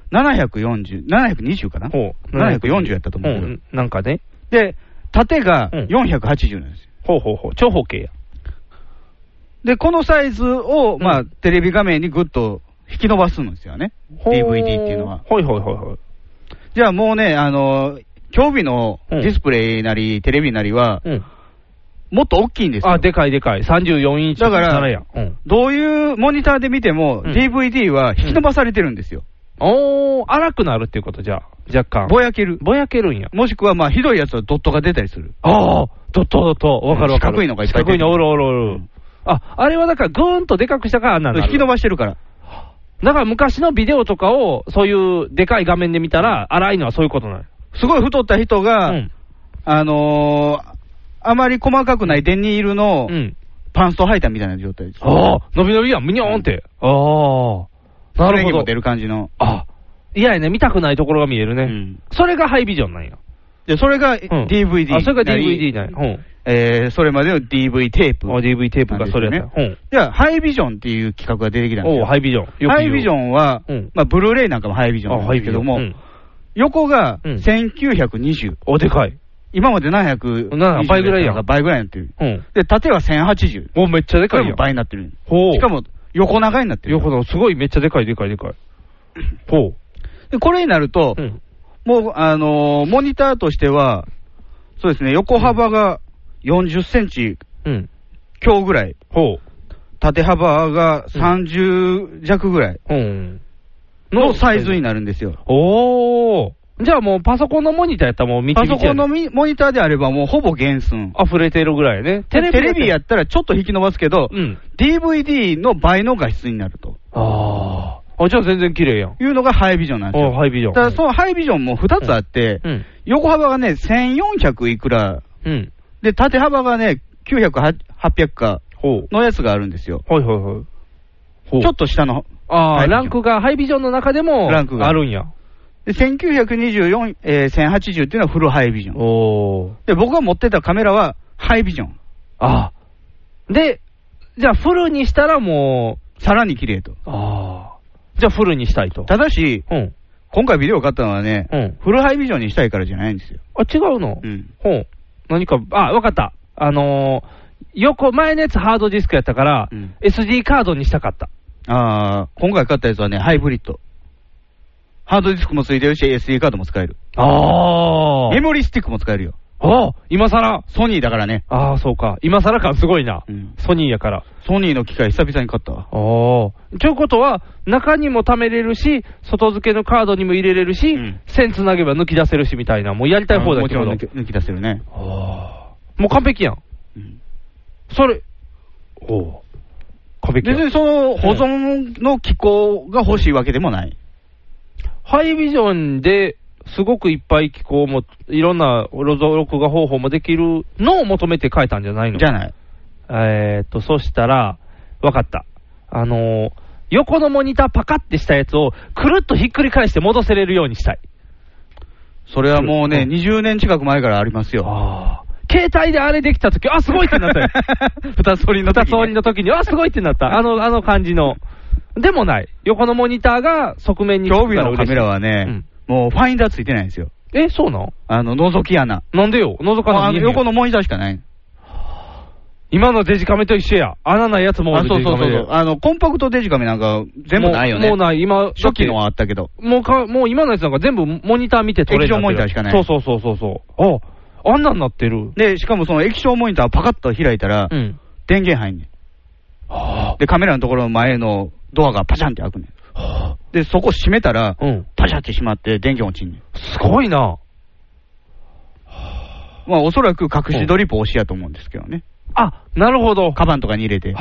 720かな ?740 やったと思うけど。 なんかね。 で、縦が480なんですよ。 長方形や。 で、このサイズを、まあ、テレビ画面にぐっと引き伸ばすんですよね。DVD っていうのは。じゃあもうね、競技のディスプレイなり、テレビなりは、もっと大きいんですよ。 でかい。34インチだから、どういうモニターで見ても、DVD は引き伸ばされてるんですよ。 荒くなるっていうことじゃあ、若干。 ぼやけるんや。 もしくは、まあ、ひどいやつはドットが出たりする。 ドット。わかる。 四角いのがいっぱい出てる。 四角いのおる。あれはだからぐーんとでかくしたからなんだ。 引き伸ばしてるから。 だから昔のビデオとかを、そういうでかい画面で見たら、荒いのはそういうことなの。 すごい太った人が、ああまり細かくないデニールのパンスト履いたみたいな状態です。 ああ、伸び伸びやん、むにょーんって。ああ、なるほど。 出る感じの。 あ、嫌やね、見たくないところが見えるね。それがハイビジョンなんや。 で、それが DVD。 あ、それが DVD なんや。 それまでの DV テープ。 DV テープがそれやった。 じゃあ、ハイビジョンっていう企画が出てきたんですよ。 ハイビジョン。 ハイビジョンは、まあ、ブルーレイなんかもハイビジョンなんですけども、横が1920。 でかい。 今まで720。 倍ぐらいやん。 倍ぐらいになってる。で、縦は1080。 めっちゃでかいやん。 倍になってる。しかも、横長になってる。 横長、すごいめっちゃでかい。で、 これになると、もう、モニターとしては、そうですね、横幅が40センチ強ぐらい。縦幅が30弱ぐらい。のサイズになるんですよ。 じゃあもうパソコンのモニターやったらもう見てみて。 パソコンのモニターであればもうほぼ原寸。 溢れてるぐらいね。 テレビやったらちょっと引き伸ばすけど、DVD の倍の画質になると。 じゃあ全然綺麗やん。 いうのがハイビジョンなんですよ。 ハイビジョン。 ただそのハイビジョンも2つあって、横幅がね、1400いくら。で、縦幅がね、900、800かのやつがあるんですよ。ちょっと下の。 ランクがハイビジョンの中でもあるんや。 で、1924、1080っていうのはフルハイビジョン。で、僕が持ってたカメラはハイビジョン。 で、じゃあフルにしたらもう、さらに綺麗と。 じゃあフルにしたいと。 ただし、今回ビデオ買ったのはね、フルハイビジョンにしたいからじゃないんですよ。 違うの？何か、わかった。前のやつハードディスクやったから、SD カードにしたかった。 今回買ったやつはね、ハイブリッド。ハードディスクもついてるし、SD カードも使える。メモリースティックも使えるよ。 今更ソニーだからね。 そうか。今更感すごいな。ソニーやから。 ソニーの機械久々に買ったわ。 ということは、中にも貯めれるし、外付けのカードにも入れれるし、線つなげば抜き出せるしみたいな、もうやりたい方だけど。 もちろん抜き出せるね。 もう完璧やん。それ、完璧やん。 別にその保存の機構が欲しいわけでもない。 ハイビジョンですごくいっぱい機構も、いろんな録画方法もできるのを求めて変えたんじゃないの？ じゃない。 そしたら、わかった。横のモニターパカってしたやつを、くるっとひっくり返して戻せれるようにしたい。 それはもうね、20年近く前からありますよ。 携帯であれできたとき、すごいってなったよ。 二つ折りの時に、すごいってなった。あの感じの。でもない。横のモニターが側面につくから嬉しい。 今日のカメラはね、もうファインダーついてないんですよ。 そうなの？ 覗き穴。 なんでよ？覗かない。 横のモニターしかない。 今のデジカメと一緒や。穴ないやつもそう。コンパクトデジカメなんか全部ないよね。 もうない。今、 初期のはあったけど。 もう今のやつなんか全部モニター見て撮れる。 液晶モニターしかない。 そう。あんなんなってる。 で、しかもその液晶モニターパカッと開いたら、電源入んねん。で、カメラのところの前のドアがパチャンって開くねん。で、そこ閉めたら、パチャって閉まって電源落ちんねん。 すごいな。 おそらく隠し撮り防止やと思うんですけどね。 なるほど。 カバンとかに入れて。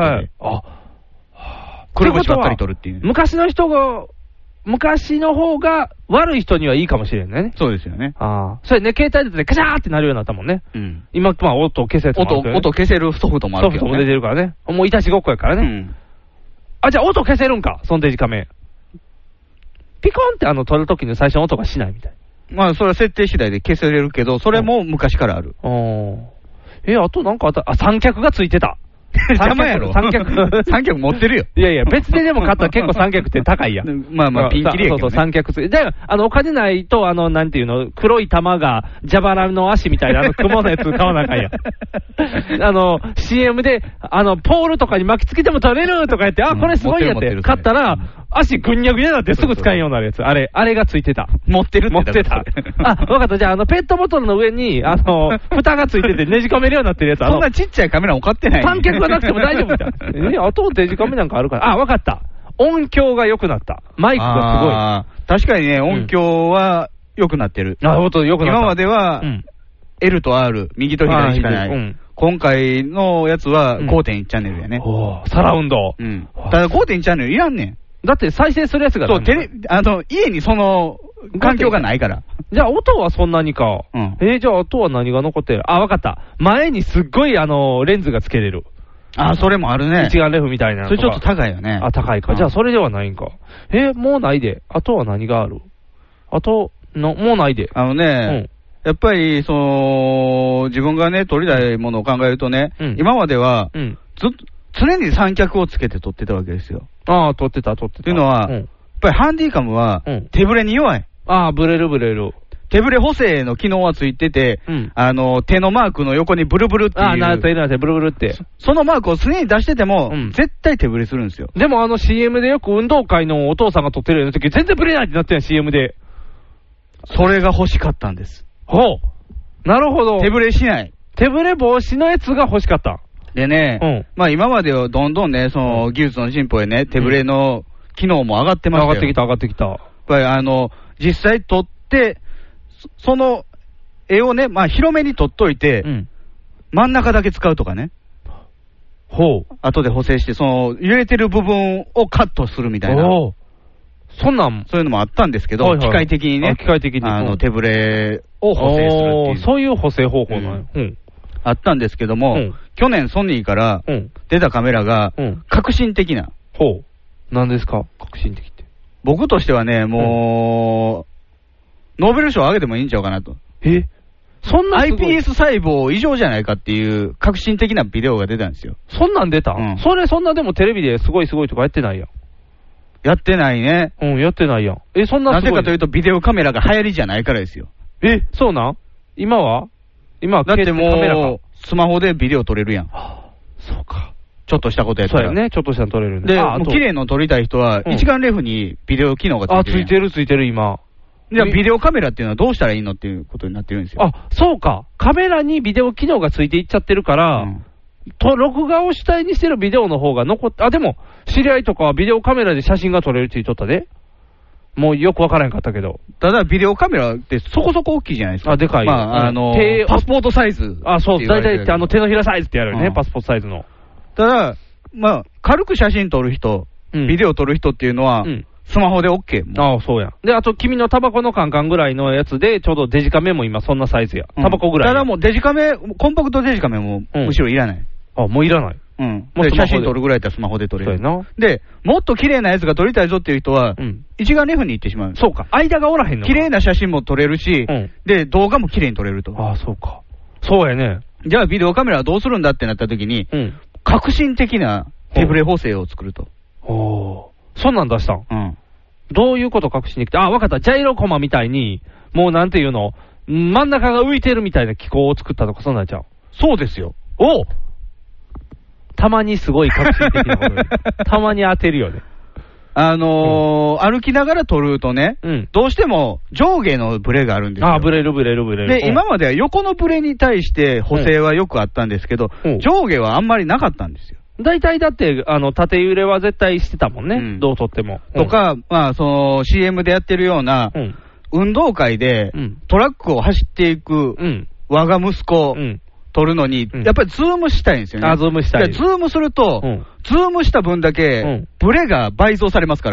くるぶしばっかり撮るっていう。 昔の方が悪い人にはいいかもしれんね。 そうですよね。 それね、携帯でカチャーってなるようになったもんね。今、音を消せるやつもあるけどね。 音消せるソフトもあるけどね。 ソフトも出てるからね。もういたちごっこやからね。じゃあ音消せるんか、そのデジカメ。ピコンって撮るときの最初の音がしないみたい。 それは設定次第で消せれるけど、それも昔からある。 あとなんか三脚がついてた。 邪魔やろ。三脚持ってるよ。 いや、別でも買ったら結構三脚って高いやん。 ピンキリやけどね。 三脚ついて。お金ないと、なんていうの、黒い玉が蛇腹の足みたいな、雲のやつ買わなあかんやん。CM で、ポールとかに巻きつけても取れるとか言って、これすごいやって、買ったら、足ぐんにゃぐにゃになってすぐ使えんようになるやつ。あれがついてた。 持ってた。 わかった。じゃあ、ペットボトルの上に、蓋がついててねじ込めるようになってるやつ。 そんなちっちゃいカメラも買ってない。 三脚がなくても大丈夫みたいな。あとデジカメなんかあるから。わかった。音響が良くなった。マイクがすごい。確かにね、音響は良くなってる。 良くなった。 今までは、L と R、右と左しかない。今回のやつは 5.1 チャンネルやね。 サラウンド。 ただ 5.1 チャンネルいらんねん。 だって再生するやつがそう、家にその環境がないから。 じゃあ音はそんなにか。 うん。 じゃあ音は何が残ってる？わかった。前にすっごいレンズがつけれる。 それもあるね。 一眼レフみたいなのとか。 それちょっと高いよね。 高いか。じゃあそれではないんか。もうないで。あとは何がある？もうないで。 やっぱり、自分がね、撮りたいものを考えるとね、今までは、常に三脚をつけて撮ってたわけですよ。 撮ってた。というのは、やっぱりハンディカムは、手ぶれに弱い。 ブレる。 手ぶれ補正の機能はついてて、手のマークの横にブルブルっていう。 なるほど、ブルブルって。 そのマークを常に出してても、絶対手ぶれするんですよ。 でもCM でよく運動会のお父さんが撮ってるような時、全然ブレないってなってるやん、CM で。 それが欲しかったんです。 なるほど。 手ぶれしない。 手ぶれ防止のやつが欲しかった。 でね、今まではどんどんね、技術の進歩でね、手ぶれの機能も上がってましたよ。 上がってきた。やっぱり実際撮って、その絵をね、広めに撮っといて、真ん中だけ使うとかね。後で補正して、揺れてる部分をカットするみたいな。そういうのもあったんですけど、機械的にね。手ぶれを補正するっていう。 そういう補正方法なんや。 あったんですけども、去年ソニーから出たカメラが、革新的な。 何ですか革新的って。 僕としてはね、もう、ノーベル賞あげてもいいんちゃうかなと。 そんな iPS 細胞異常じゃないかっていう革新的なビデオが出たんですよ。 そんなん出た？そんなでもテレビですごいとかやってないやん。 やってないね。 やってないやん。そんななぜかというと、ビデオカメラが流行りじゃないからですよ。 そうなん？今はだってもう、スマホでビデオ撮れるやん。 そうか。 ちょっとしたことやったら。 そうやね、ちょっとしたの撮れるね。 で、綺麗の撮りたい人は、一眼レフにビデオ機能がついてる。 ついてる、今。 じゃあ、ビデオカメラっていうのはどうしたらいいのっていうことになってるんですよ。 そうか。カメラにビデオ機能がついていっちゃってるから、録画を主体にしてるビデオの方が残って、でも、知り合いとかはビデオカメラで写真が撮れるって言っとったで。もうよくわからへんかったけど。 ただ、ビデオカメラってそこそこ大きいじゃないですか。 でかい。 パスポートサイズ。 そう、大体手のひらサイズってやるよね、パスポートサイズの。 ただ、軽く写真撮る人、ビデオ撮る人っていうのは、スマホで OK。 そうや。で、あと、君のタバコのカンカンぐらいのやつで、ちょうどデジカメも今そんなサイズや。タバコぐらい。 ただもうデジカメ、コンパクトデジカメもむしろいらない。 もういらない。 写真撮るぐらいだったらスマホで撮れる。で、もっと綺麗なやつが撮りたいぞっていう人は、一眼レフに行ってしまう。 そうか。間がおらへんのか。 綺麗な写真も撮れるし、で、動画も綺麗に撮れると。 そうか。そうやね。 じゃあ、ビデオカメラはどうするんだってなった時に、革新的な手ぶれ補正を作ると。 そんなん出したん？どういうこと革新的？わかった。ジャイロコマみたいに、もうなんていうの、真ん中が浮いてるみたいな機構を作ったとか、そんなんちゃう？ そうですよ。 たまにすごい革新的なことでたまに当てるよね。 歩きながら撮るとね、どうしても上下のブレがあるんですよ。 ブレる。 で、今までは横のブレに対して補正はよくあったんですけど、上下はあんまりなかったんですよ。 大体だって、縦揺れは絶対してたもんね。どう撮っても。 とか、CM でやってるような、運動会でトラックを走っていく我が息子、撮るのに、やっぱりズームしたいんですよね。 ズームしたい。 ズームすると、ズームした分だけ、ブレが倍増されますから。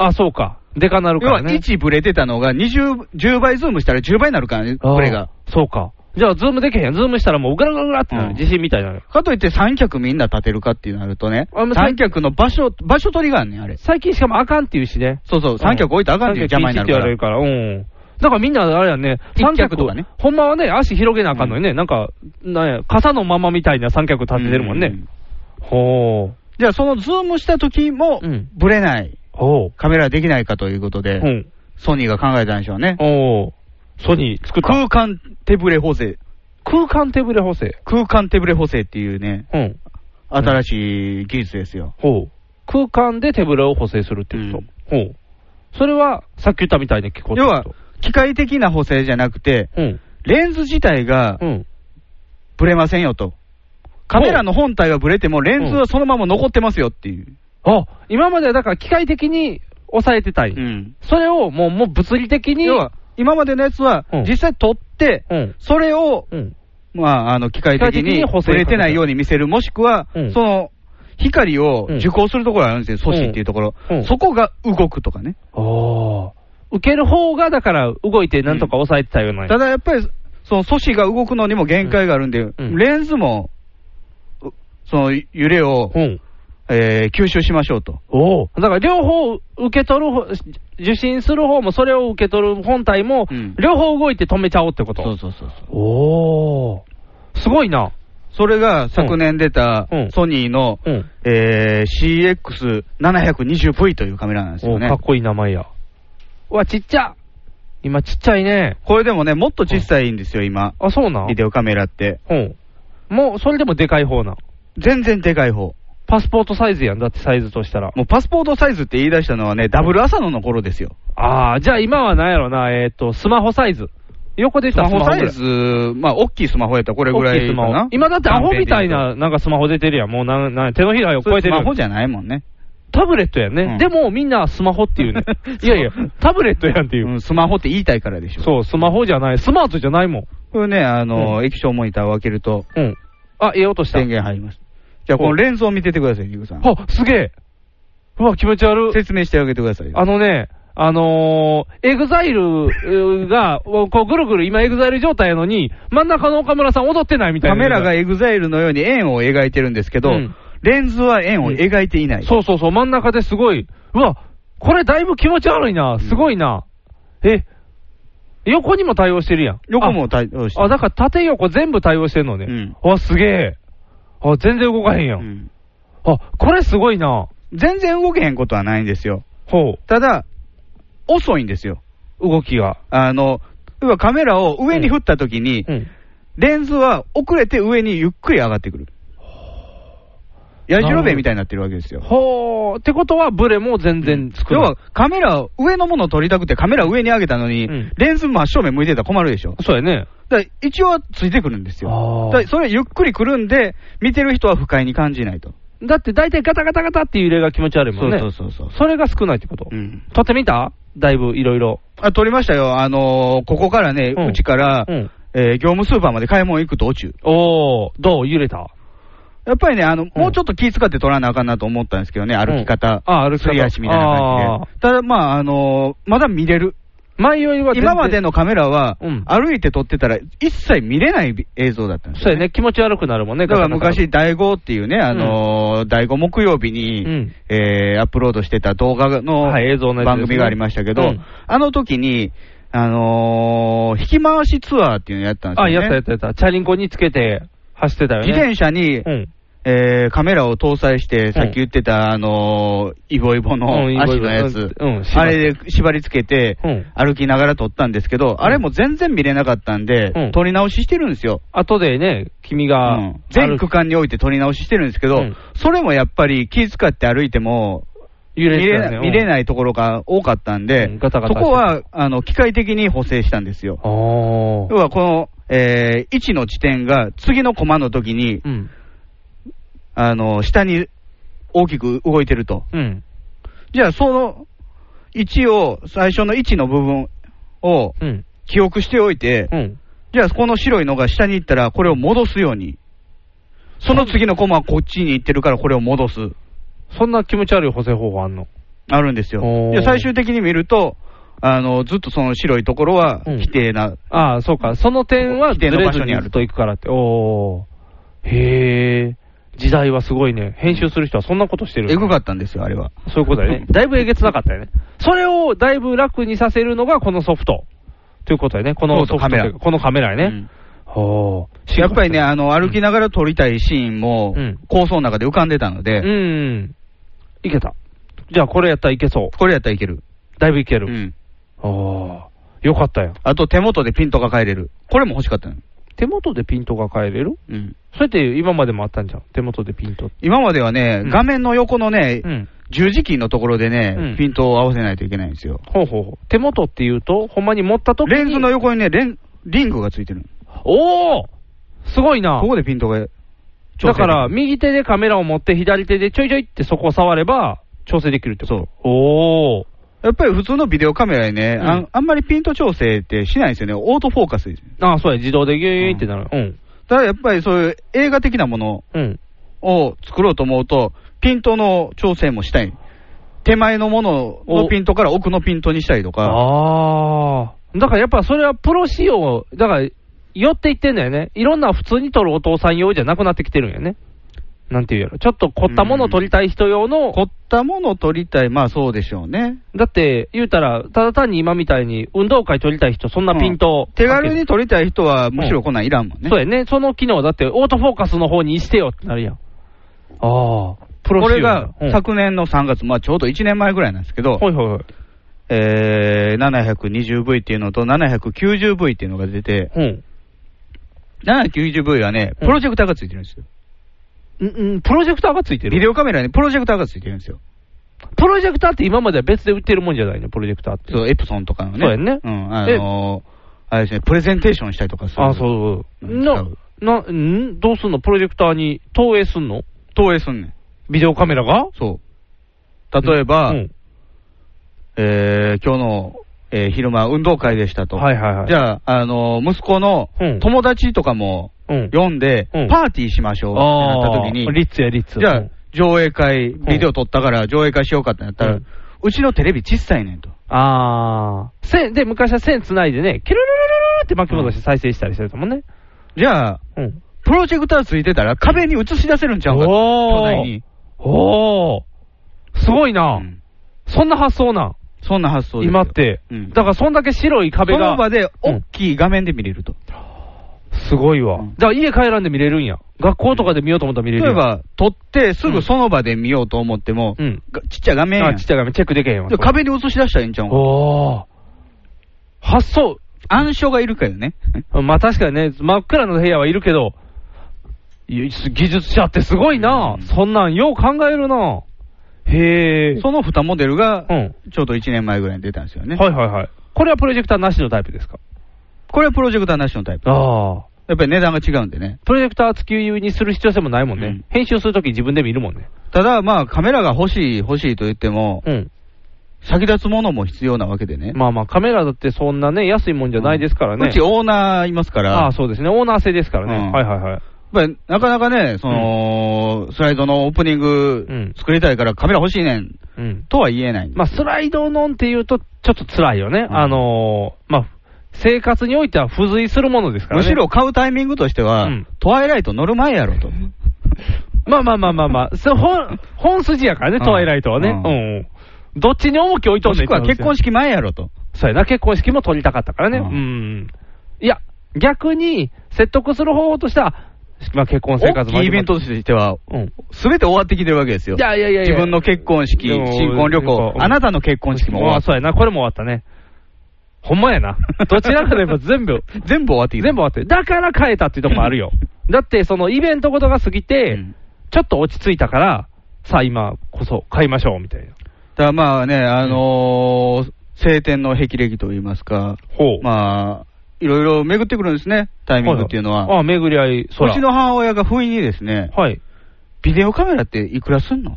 そうか。でかなるからね。 要は1ブレてたのが10倍ズームしたら10倍になるからね、ブレが。 そうか。じゃあ、ズームできへん。ズームしたらもう、ぐらぐらぐらってなる。地震みたいなる。 かといって三脚みんな立てるかってなるとね、三脚の場所取りがあんねん、あれ。 最近しかもあかんっていうしね。 そう、三脚置いてあかんっていう邪魔になるから。 だからみんなあれやね、三脚とかね。ほんまはね、足広げなあかんのにね、傘のままみたいな三脚立ててるもんね。 じゃあ、そのズームした時も、ブレない。カメラできないかということで、ソニーが考えたんでしょうね。 ソニー作った。 空間手ブレ補正。 空間手ブレ補正。 空間手ブレ補正っていうね、新しい技術ですよ。 空間で手ブレを補正するっていうこと。それは、さっき言ったみたいに聞こえた。 要は、機械的な補正じゃなくて、レンズ自体が、ブレませんよと。カメラの本体はブレても、レンズはそのまま残ってますよっていう。 今まではだから機械的に抑えてたい。それをもう物理的に。 要は、今までのやつは、実際撮って、それを、機械的にブレてないように見せる、もしくは、その、光を受光するところがあるんですよ、素子っていうところ。そこが動くとかね。 受ける方が、だから動いてなんとか抑えてたような。 ただやっぱり、その素子が動くのにも限界があるんで、レンズも、その揺れを、吸収しましょうと。 だから両方受け取る方、受信する方もそれを受け取る本体も、両方動いて止めちゃおうってこと。 そう。 すごいな。 それが昨年出たソニーの、CX720V というカメラなんですよね。 かっこいい名前や。うわ、ちっちゃ。今ちっちゃいね。 これでもね、もっと小さいんですよ、今。 あ、そうなん？ ビデオカメラって。 もう、それでもでかい方な。 全然でかい方。 パスポートサイズやん。だってサイズとしたら。 もうパスポートサイズって言い出したのはね、ダブル浅野の頃ですよ。 じゃあ今は何やろな、スマホサイズ。横で言ったらスマホサイズ、まあ、大きいスマホやったらこれぐらいかな。 今だってアホみたいな、なんかスマホ出てるやん。もう手のひらを超えてる。 スマホじゃないもんね。 タブレットやんね。でもみんなスマホっていうね。いやいや、タブレットやんっていう。 スマホって言いたいからでしょ。 そう、スマホじゃない。スマートじゃないもん。 これね、液晶モニターを開けると。 音した。 電源入ります。じゃあ、このレンズを見ててください、リグさん。 すげえ。うわ、気持ち悪い。 説明してあげてください。 エグザイルが、こうぐるぐる今エグザイル状態やのに、真ん中の岡村さん踊ってないみたいな。 カメラがエグザイルのように円を描いてるんですけど、レンズは円を描いていない。 そう、真ん中ですごい。うわ、これだいぶ気持ち悪いな。すごいな。横にも対応してるやん。 横も対応してる。 だから縦横全部対応してるのね。すげえ。全然動かへんやん。これすごいな。 全然動けへんことはないんですよ。ただ、遅いんですよ。 動きが。 要はカメラを上に振ったときに、レンズは遅れて上にゆっくり上がってくる。矢印弁みたいになってるわけですよ。 ってことはブレも全然少ない。 要はカメラ、上のものを撮りたくてカメラ上に上げたのに、レンズ真正面向いてたら困るでしょ。 そうやね。 だから一応ついてくるんですよ。だからそれゆっくり来るんで、見てる人は不快に感じないと。 だって大体ガタガタガタっていう揺れが気持ち悪いもんね。 そう。 それが少ないってこと。撮ってみた？だいぶいろいろ。 撮りましたよ。ここからね、うちから、業務スーパーまで買い物行く途中。 どう揺れた？ やっぱりね、もうちょっと気使って撮らなあかんなと思ったんですけどね、歩き方。すり足みたいな感じで。ただ、まあ、まだ見れる。今までのカメラは、歩いて撮ってたら一切見れない映像だったんですよ、ね。 そうやね、気持ち悪くなるもんね。 だから昔、第5っていうね、第5木曜日に、アップロードしてた動画の番組がありましたけど、あの時に、引き回しツアーっていうのをやったんですよね。 やった。チャリンコにつけて走ってたよね。 自転車に、カメラを搭載して、さっき言ってた、イボイボの足のやつ、あれで縛り付けて、歩きながら撮ったんですけど、あれも全然見れなかったんで、撮り直ししてるんですよ。 後でね、君が、 全区間において撮り直ししてるんですけど、それもやっぱり気遣って歩いても、見れないところが多かったんで、そこは、機械的に補正したんですよ。要は、この、位置の地点が次のコマの時に、下に大きく動いてると。じゃあ、その位置を、最初の位置の部分を記憶しておいて、じゃあ、この白いのが下に行ったら、これを戻すように。その次のコマはこっちに行ってるから、これを戻す。 そんな気持ち悪い補正方法あんの？ あるんですよ。で、最終的に見ると、ずっとその白いところは規定な。 そうか。その点はずれずにずっと行くからって。へー。時代はすごいね。編集する人はそんなことしてる。 エグかったんですよ、あれは。 そういうことだよね。だいぶえげつなかったよね。それをだいぶ楽にさせるのがこのソフト。ということだよね。このソフト。このカメラやね。 やっぱりね、歩きながら撮りたいシーンも、構想の中で浮かんでたので。 いけた。じゃあこれやったらいけそう。 これやったらいける。 だいぶいける。よかったよ。 あと手元でピントが変えれる。これも欲しかったの。 手元でピントが変えれる？それって今までもあったんじゃん。手元でピント。 今まではね、画面の横のね、十字キーのところでね、ピントを合わせないといけないんですよ。 手元っていうと、ほんまに持ったときに。 レンズの横にね、リングがついてる。 すごいな。 ここでピントが。 だから、右手でカメラを持って左手でちょいちょいってそこを触れば、調整できるってこと。 やっぱり普通のビデオカメラにね、あんまりピント調整ってしないんですよね。オートフォーカスです。 そうや、自動でギューってなる。 ただやっぱりそういう映画的なものを作ろうと思うと、ピントの調整もしたい。 手前のもののピントから奥のピントにしたりとか。 だからやっぱそれはプロ仕様、だから寄っていってんだよね。いろんな普通に撮るお父さん用じゃなくなってきてるんやね。なんていうやろ。ちょっと凝ったものを撮りたい人用の。 凝ったものを撮りたい。まあそうでしょうね。 だって言うたら、ただ単に今みたいに運動会撮りたい人、そんなピント、 手軽に撮りたい人はむしろこんなんいらんもんね。 そうやね。その機能だってオートフォーカスの方にしてよってなるやん。プロ仕様。 これが昨年の3月、まあちょうど1年前ぐらいなんですけど、720V っていうのと 790V っていうのが出て、790V はね、プロジェクターがついてるんですよ。 プロジェクターがついてる？ ビデオカメラにプロジェクターがついてるんですよ。 プロジェクターって今までは別で売ってるもんじゃないの、プロジェクターって。 そう、エプソンとかのね。 そうやね。 あれですね、プレゼンテーションしたりとかする。 そう。どうすんの？プロジェクターに投影すんの？ 投影すんねん。 ビデオカメラが？ そう。例えば、今日の、昼間運動会でしたと。じゃあ、息子の友達とかも呼んで、パーティーしましょうってなった時に、 リッツ。 じゃあ、上映会、ビデオ撮ったから上映会しようかってなったら、うちのテレビ小さいねんと。 で、昔は線繋いでね、キュルルルルルって巻き戻して再生したりしてたもんね。 じゃあ、プロジェクターついてたら壁に映し出せるんちゃうか、巨大に。 すごいな。そんな発想な。 そんな発想です。 今って。だからそんだけ白い壁が。 その場で大きい画面で見れると。 すごいわ。じゃあ家帰らんで見れるんや。学校とかで見ようと思ったら見れる。 例えば、撮ってすぐその場で見ようと思っても、ちっちゃい画面やん。 ちっちゃい画面チェックできへんわ。 壁に映し出したらいいんちゃうんか。 発想。 暗所がいるからね。 まあ確かにね、真っ暗の部屋はいるけど、技術者ってすごいな。そんなんよう考えるな。へえ。 その2モデルが、ちょうど1年前ぐらいに出たんですよね。 これはプロジェクターなしのタイプですか？ これはプロジェクターなしのタイプ。やっぱり値段が違うんでね。 プロジェクター付きにする必要性もないもんね。編集するとき自分で見るもんね。 ただ、まあ、カメラが欲しいと言っても、先立つものも必要なわけでね。 まあカメラだってそんなね、安いもんじゃないですからね。 うちオーナーいますから。 そうですね。オーナー制ですからね。 やっぱりなかなかね、スライドのオープニング作りたいからカメラ欲しいねん、とは言えないんで。 まあ、スライドのんっていうと、ちょっと辛いよね。生活においては付随するものですからね。 むしろ買うタイミングとしては、トワイライト乗る前やろと。 本筋やからね、トワイライトはね。どっちに重き置いとんねん。 もしくは結婚式前やろと。 そうやな、結婚式も取りたかったからね。いや、逆に説得する方法としては、結婚生活も。 大きいイベントとしては、すべて終わってきてるわけですよ。自分の結婚式、新婚旅行、あなたの結婚式も終わった。 そうやな、これも終わったね。ほんまやな。どちらかといえば全部終わってきて。全部終わって。だから変えたっていうとこもあるよ。だって、そのイベントごとが過ぎて、ちょっと落ち着いたから、さあ今こそ買いましょうみたいな。 だからまあね、晴天の霹靂といいますか、まあ、いろいろ巡ってくるんですね、タイミングっていうのは。 巡り合い、 うちの母親が不意にですね、ビデオカメラっていくらすんの？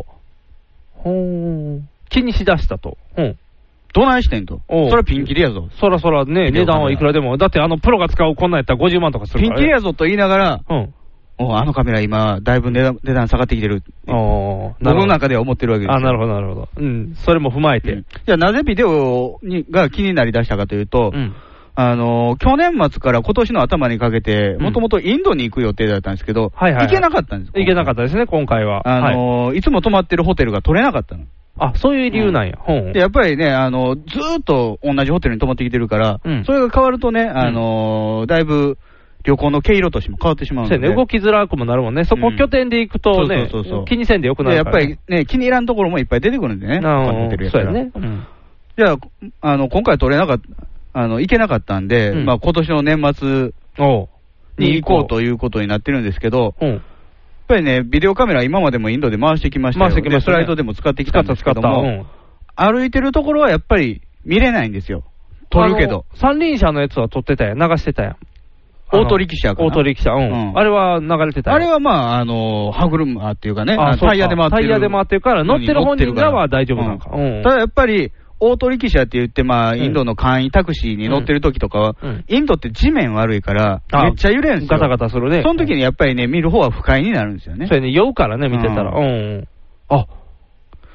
気にしだしたと。 どないしてんと。それはピンキリやぞ。 そらね、値段はいくらでも。だってプロが使うこんなんやったら50万とかするから、 ピンキリやぞと言いながら、あのカメラ今、だいぶ値段下がってきてる。僕の中では思ってるわけですよ。 なるほど。それも踏まえて。 じゃあなぜビデオが気になりだしたかというと、去年末から今年の頭にかけて、もともとインドに行く予定だったんですけど、行けなかったんです。 行けなかったですね、今回は。 いつも泊まってるホテルが取れなかったの。 そういう理由なんや。 で、やっぱりね、ずーっと同じホテルに泊まってきてるから、それが変わるとね、だいぶ旅行の毛色としても変わってしまうので。 動きづらくもなるもんね。そこ拠点で行くとね、気にせんでよくなるから。 やっぱりね、気に入らんところもいっぱい出てくるんでね、ホテルやったら。そうやね。じゃあ、今回取れなかった、行けなかったんで、まあ今年の年末に行こうということになってるんですけど、やっぱりね、ビデオカメラ今までもインドで回してきましたよ。スライドでも使ってきたんですけども、歩いてるところはやっぱり見れないんですよ。撮るけど。 三輪車のやつは撮ってたやん、流してたやん。 オート力車かな。 オート力車、あれは流れてたあれはまあ、歯車っていうかね、タイヤで回ってる。 タイヤで回ってるから、乗ってる本人らは大丈夫なんか。 ただやっぱり、オート力車って言って、まあ、インドの簡易タクシーに乗ってる時とかは、インドって地面悪いから、めっちゃ揺れるんですよ。 ガタガタするね。 その時にやっぱりね、見る方は不快になるんですよね。 それね、酔うからね、見てたら。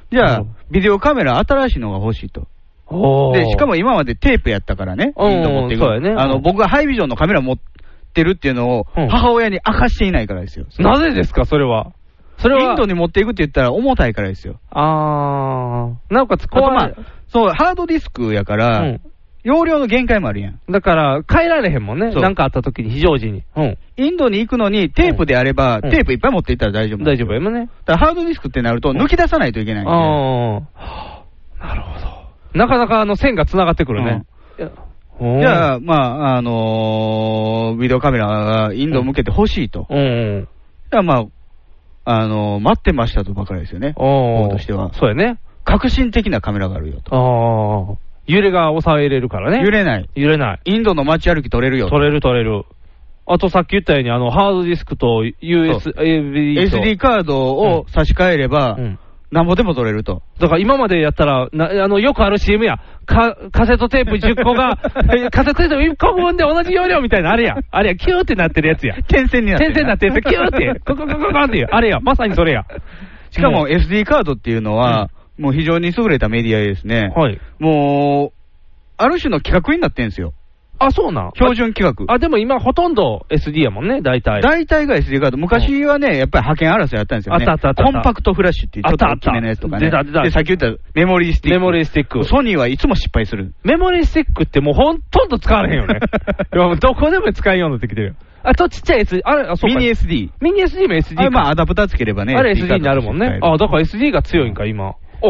じゃあ、ビデオカメラ新しいのが欲しいと。で、しかも今までテープやったからね、インド持っていく。 そうやね。 僕がハイビジョンのカメラ持ってるっていうのを、母親に明かしていないからですよ。 なぜですか、それは。 インドに持っていくって言ったら重たいからですよ。 なおかつ怖い。 そう、ハードディスクやから、容量の限界もあるやん。 だから、変えられへんもんね。なんかあった時に、非常時に。 インドに行くのに、テープであれば、テープいっぱい持っていったら大丈夫。 大丈夫やもんね。 だからハードディスクってなると、抜き出さないといけないんで。 なるほど。なかなか線が繋がってくるね。 じゃあ、まあ、ビデオカメラがインド向けて欲しいと。じゃあ、まあ、待ってましたとばかりですよね。方としては。 そうやね。 革新的なカメラがあるよと。 揺れが抑えれるからね。 揺れない。 揺れない。 インドの街歩き撮れるよ。 撮れる。あとさっき言ったように、ハードディスクと SD カードを差し替えれば、なんぼでも撮れると。 だから今までやったら、よくある CM や。カセットテープ10個が、カセットテープ1個分で同じ容量みたいな、あれや、キューってなってるやつや。 点線になってる。 点線になってるやつ、キューって、コココココンっていう、あれや、まさにそれや。 しかも SD カードっていうのは、もう非常に優れたメディアですね。もう、ある種の企画になってるんですよ。 あ、そうなん標準規格。 でも今ほとんど SD やもんね、大体。 大体が SD カード。昔はね、やっぱり派遣争いあったんですよね。 あった。 コンパクトフラッシュっていうちょっと大きめのやつとかね。で、さっき言ったメモリースティック。ソニーはいつも失敗する。 メモリースティックってもうほとんど使われへんよね。どこでも使いようになってきてるよ。ちっちゃい SD、 ミニ SD。 ミニ SD も SD か。 まあアダプターつければね。 あれ SD になるもんね。だから SD が強いんか、今。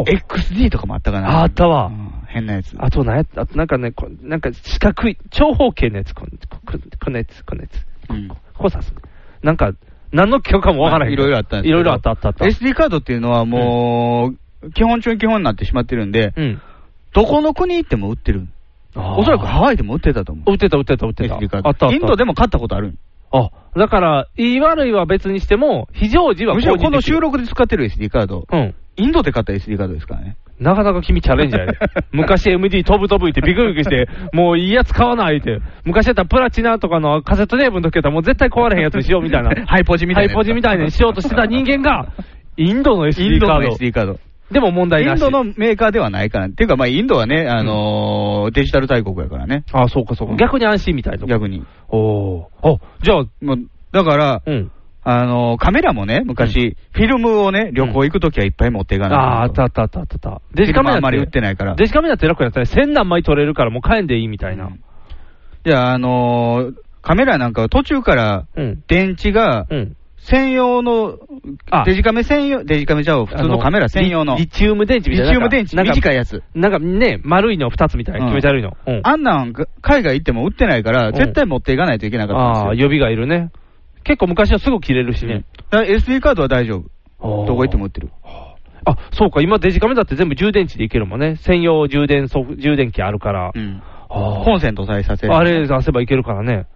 XD とかもあったかな。 あったわ。 変なやつ。 あとなんかね、なんか四角い、長方形のやつ、このやつ。こうさす。なんか、何の許可もわからへん。 いろいろあったんです。 いろいろあった。 SD カードっていうのはもう、基本中に基本になってしまってるんで、どこの国行っても売ってる。おそらくハワイでも売ってたと思う。 売ってた。 SD カード。インドでも買ったことある。 だから、いい悪いは別にしても、非常時はむしろこの収録で使ってる SD カード、インドで買った SD カードですからね。 なかなか君チャレンジャーやで。昔 MD 飛ぶってビクビクして、もういいやつ買わないって。昔やったらプラチナとかのカセットテープの時やったらもう絶対壊れへんやつにしようみたいな。 ハイポジみたいにしようとしてた人間が、インドの SD カード。でも問題なし。 インドのメーカーではないから。っていうか、まあ、インドはね、デジタル大国やからね。 そうか。逆に安心みたいな。 逆に。 じゃあ、 だから、カメラもね、昔、フィルムをね、旅行行くときはいっぱい持っていかない。 あった。 デジカメあんまり売ってないから。 デジカメだって楽やったら1000何枚撮れるからもう買えんでいいみたいな。 じゃあ、カメラなんかは途中から電池が専用の、デジカメじゃあ普通のカメラ専用の。 リチウム電池みたいな。 リチウム電池短いやつ。 なんかね、丸いの2つみたいな、気持ち悪いの。 あんなん海外行っても売ってないから、絶対持っていかないといけなかったんですよ。 予備がいるね。結構昔はすぐ切れるしね。 SD カードは大丈夫。どこ行っても売ってる。 そうか、今デジカメだって全部充電池でいけるもんね。専用充電器あるから。 コンセントさえさせる。 あれ出せばいけるからね。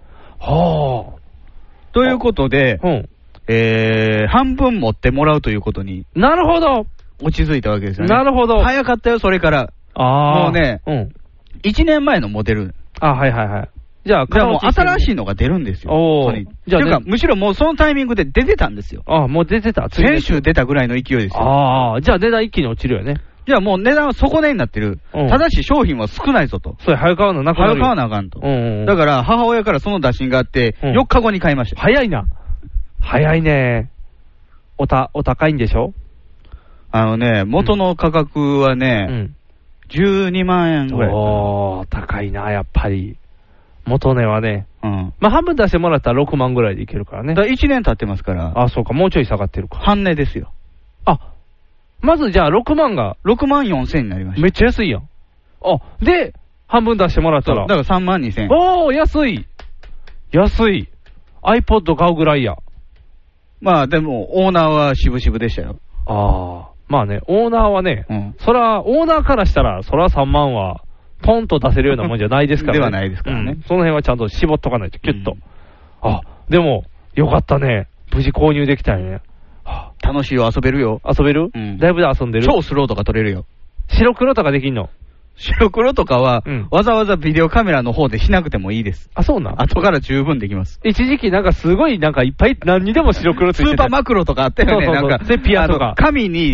ということで、半分持ってもらうということに。 なるほど。 落ち着いたわけですよね。 なるほど。 早かったよ、それから。もうね、1年前のモデル。じゃあもう新しいのが出るんですよ。じゃあ、むしろもうそのタイミングで出てたんですよ。 もう出てた。 先週出たぐらいの勢いですよ。 じゃあ値段一気に落ちるよね。 じゃあもう値段は底値になってる。ただし商品は少ないぞと。 それ早買わなあかん。 早買わなあかんと。だから母親からその打診があって、4日後に買いました。 早いな。早いね。お高いんでしょ？ 元の価格はね、12万円ぐらい。 高いな、やっぱり。元値はね。まあ半分出してもらったら6万ぐらいでいけるからね。 1年経ってますから。 そうか、もうちょい下がってるか。 半値ですよ。 まずじゃあ6万が。 6万4千になりました。 めっちゃ安いやん。で、半分出してもらったら。 だから3万2千。 安い。iPod 買うぐらいや。 まあでも、オーナーは渋々でしたよ。 まあね、オーナーはね、そら、オーナーからしたら、そら3万は、ポンと出せるようなもんじゃないですからね。 ではないですからね。 その辺はちゃんと絞っとかないと、キュッと。でも、よかったね。無事購入できたよね。 楽しいよ、遊べるよ。 遊べる？だいぶで遊んでる？ 超スローとか撮れるよ。 白黒とかできんの？ 白黒とかは、わざわざビデオカメラの方でしなくてもいいです。 そうなん？ 後から十分できます。 一時期なんかすごいなんかいっぱい何にでも白黒ついてスーパーマクロとかあったよね。なんか、 セピアとか。 紙に、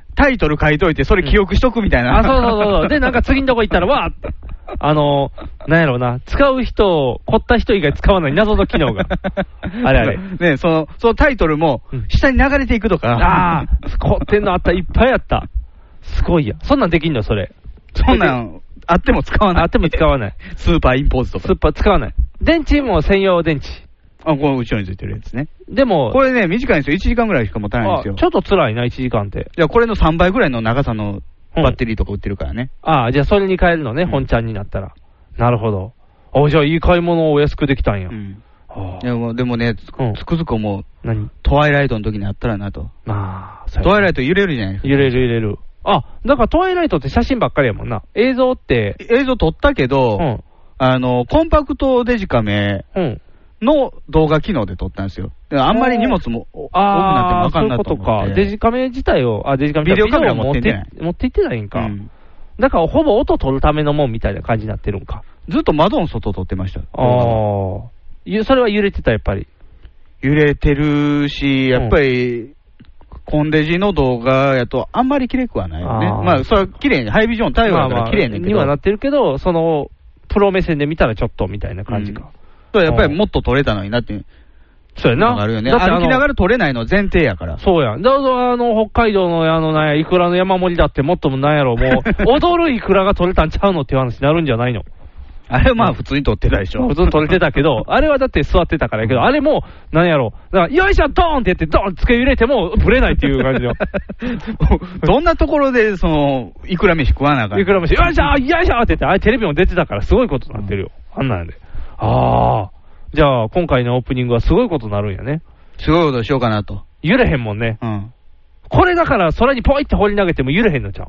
タイトル書いといて、それ記憶しとくみたいな。 あ、そうそうそう。で、なんか次のとこ行ったら、わーって。なんやろうな、使う人、凝った人以外使わない謎の機能が。あれあれ。 ね、そのタイトルも、下に流れていくとか。 ああ、凝ってんのあった、いっぱいあった。すごいや。そんなんできんの、それ。 そんなん、あっても使わない。 あっても使わない。 スーパーインポーズとか。 スーパー使わない。電池も専用電池。 あ、この後ろについてるやつね。 でも、 これね、短いんですよ。1時間ぐらいしか持たないんですよ。 ちょっと辛いな、1時間って。 いや、これの3倍ぐらいの長さのバッテリーとか売ってるからね。 ああ、じゃあそれに変えるのね、本ちゃんになったら。なるほど。じゃあいい買い物をお安くできたんや。 でもね、つくづく思う。 何？ トワイライトの時にあったらなと。 そう。 トワイライト揺れるじゃないですか。 揺れる。あ、だからトワイライトって写真ばっかりやもんな。映像撮ったけど、コンパクトデジカメの動画機能で撮ったんですよ。あんまり荷物も多くなってもあかんなと思って。そういうことか。デジカメ自体を、ビデオカメラ持って行ってないんか。だからほぼ音撮るためのもんみたいな感じになってるんか。 ずっと窓の外撮ってました。 それは揺れてた、やっぱり。 揺れてるし、やっぱり、コンデジの動画やとあんまり綺麗くはないよね。まあ、それは綺麗に、ハイビジョン対応だから綺麗ねんけど。にはなってるけど、プロ目線で見たらちょっとみたいな感じか。 やっぱりもっと撮れたのになって。 そうやな。 あるよね。歩きながら撮れないの前提やから。 そうや。だから北海道のイクラの山盛りだってもっともなんやろ、もう、踊るイクラが撮れたんちゃうのっていう話になるんじゃないの。 あれはまあ普通に撮ってたでしょ。 普通に撮れてたけど、あれはだって座ってたからやけど、あれも、なんやろ、だからよいしょ、ドーンってやって、ドーンつけ入れても、ブレないっていう感じよ。 どんなところで、イクラ飯食わなあかん。 イクラ飯、よいしょって言って、あれテレビも出てたからすごいことになってるよ。あんなんで。じゃあ、今回のオープニングはすごいことになるんやね。 すごいことしようかなと。 揺れへんもんね。これだから、空にポイって放り投げても揺れへんのちゃう。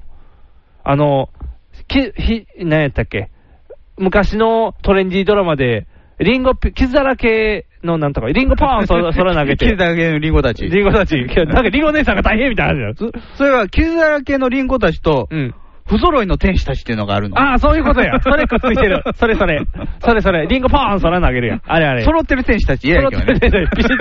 何やったっけ、昔のトレンディードラマで、傷だらけのなんとか、リンゴポーン空投げて。 傷だらけのリンゴたち。 なんかリンゴ姉さんが大変みたいな話だよ。 それは傷だらけのリンゴたちと、不揃いの天使たちっていうのがあるの。 ああ、そういうことや。それくっついてる。それ。リンゴポーン空投げるやん。あれ。 揃ってる天使たち嫌やけどね。 ピシッて言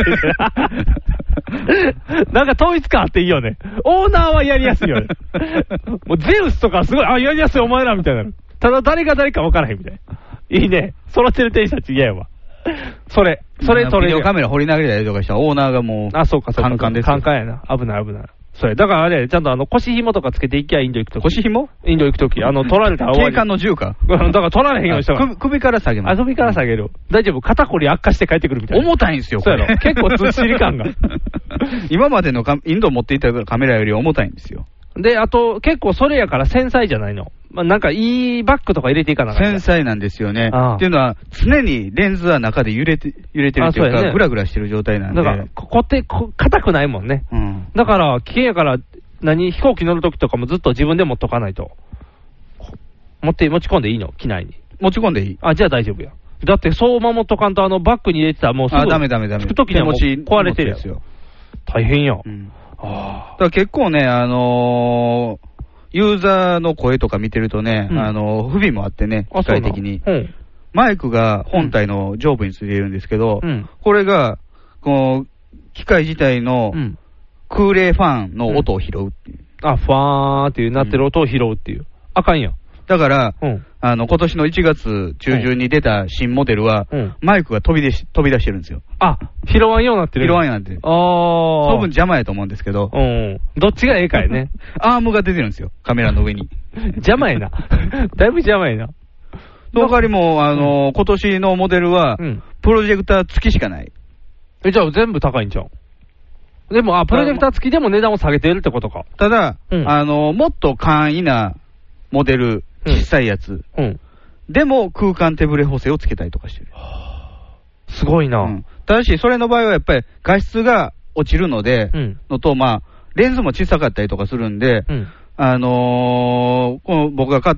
ってる。なんか統一感あっていいよね。オーナーはやりやすいよね。もうゼウスとかすごい、やりやすいお前らみたいな。ただ誰が誰か分からへんみたいな。いいね。揃ってる天使たち嫌やわ。それ。ビデオカメラ掘り投げたりとかしたらオーナーがもう、 そうか。カンカンです。カンカンやな。危ない。それ。だからあれ、ちゃんと腰紐とかつけていきゃインド行くとき。 腰紐インド行くとき。取られたら終わり。 警官の銃か。 だから取られへんようにしたから。 首から下げます。 首から下げる。大丈夫。肩こり悪化して帰ってくるみたいな。 重たいんですよ、 そうやろ。結構ずっしり感が。 今までのインド持っていたカメラより重たいんですよ。 で、あと、結構それやから繊細じゃないの。なんかいいバッグとか入れていかなかった。 繊細なんですよね。っていうのは、常にレンズは中で揺れてるっていうか、グラグラしてる状態なんで。 だから、硬くないもんね。だから、危険やから、飛行機乗るときとかもずっと自分で持っとかないと。持ち込んでいいの？機内に。 持ち込んでいい。 じゃあ大丈夫や。だって、そう守っとかんと、バッグに入れてたらもうすぐ。 ダメ。 着くときにはもう壊れてるやつよ。大変や。だから結構ね、ユーザーの声とか見てるとね、不備もあってね、機械的に。マイクが本体の上部についているんですけど、これが、機械自体の空冷ファンの音を拾うっていう。 ファーっていうなってる音を拾うっていう。あかんやん。 だから、今年の1月中旬に出た新モデルは、マイクが飛び出してるんですよ。 拾わんようになってる。 拾わんようになってる。その分邪魔やと思うんですけど。 どっちがええかやね。 アームが出てるんですよ、カメラの上に。 邪魔やな。だいぶ邪魔やな。 その代わりも、今年のモデルは、プロジェクター付きしかない。 じゃあ全部高いんちゃう？でも、プロジェクター付きでも値段を下げてるってことか。 ただ、もっと簡易なモデル、小さいやつ。でも空間手ブレ補正をつけたりとかしてる。 すごいな。 ただし、それの場合はやっぱり画質が落ちるので、レンズも小さかったりとかするんで、この僕が買った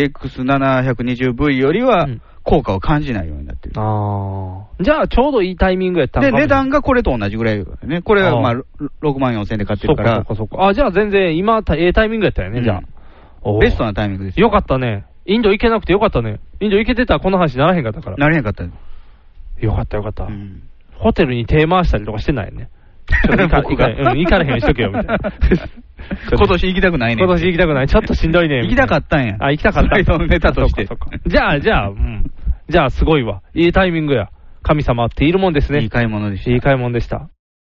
CX720V よりは、効果を感じないようになってる。 じゃあ、ちょうどいいタイミングやったんかも。 で、値段がこれと同じぐらいね。これは6万4000円で買ってるから。 そうか。じゃあ全然今、ええタイミングやったよね、じゃあ。 ベストなタイミングですよかったね。インド行けなくてよかったね。インド行けてたらこの話ならへんかったから。 ならへんかった。 よかった。ホテルに手回したりとかしてないよね。行かれへんようにしとけよ、みたいな。 今年行きたくないね。 今年行きたくない。ちょっとしんどいね。 行きたかったんや。 あ、行きたかった。 スライドのネタとして。 じゃあ、じゃあ、すごいわ。いいタイミングや。神様っているもんですね。 いい買い物でした。 いい買い物でした。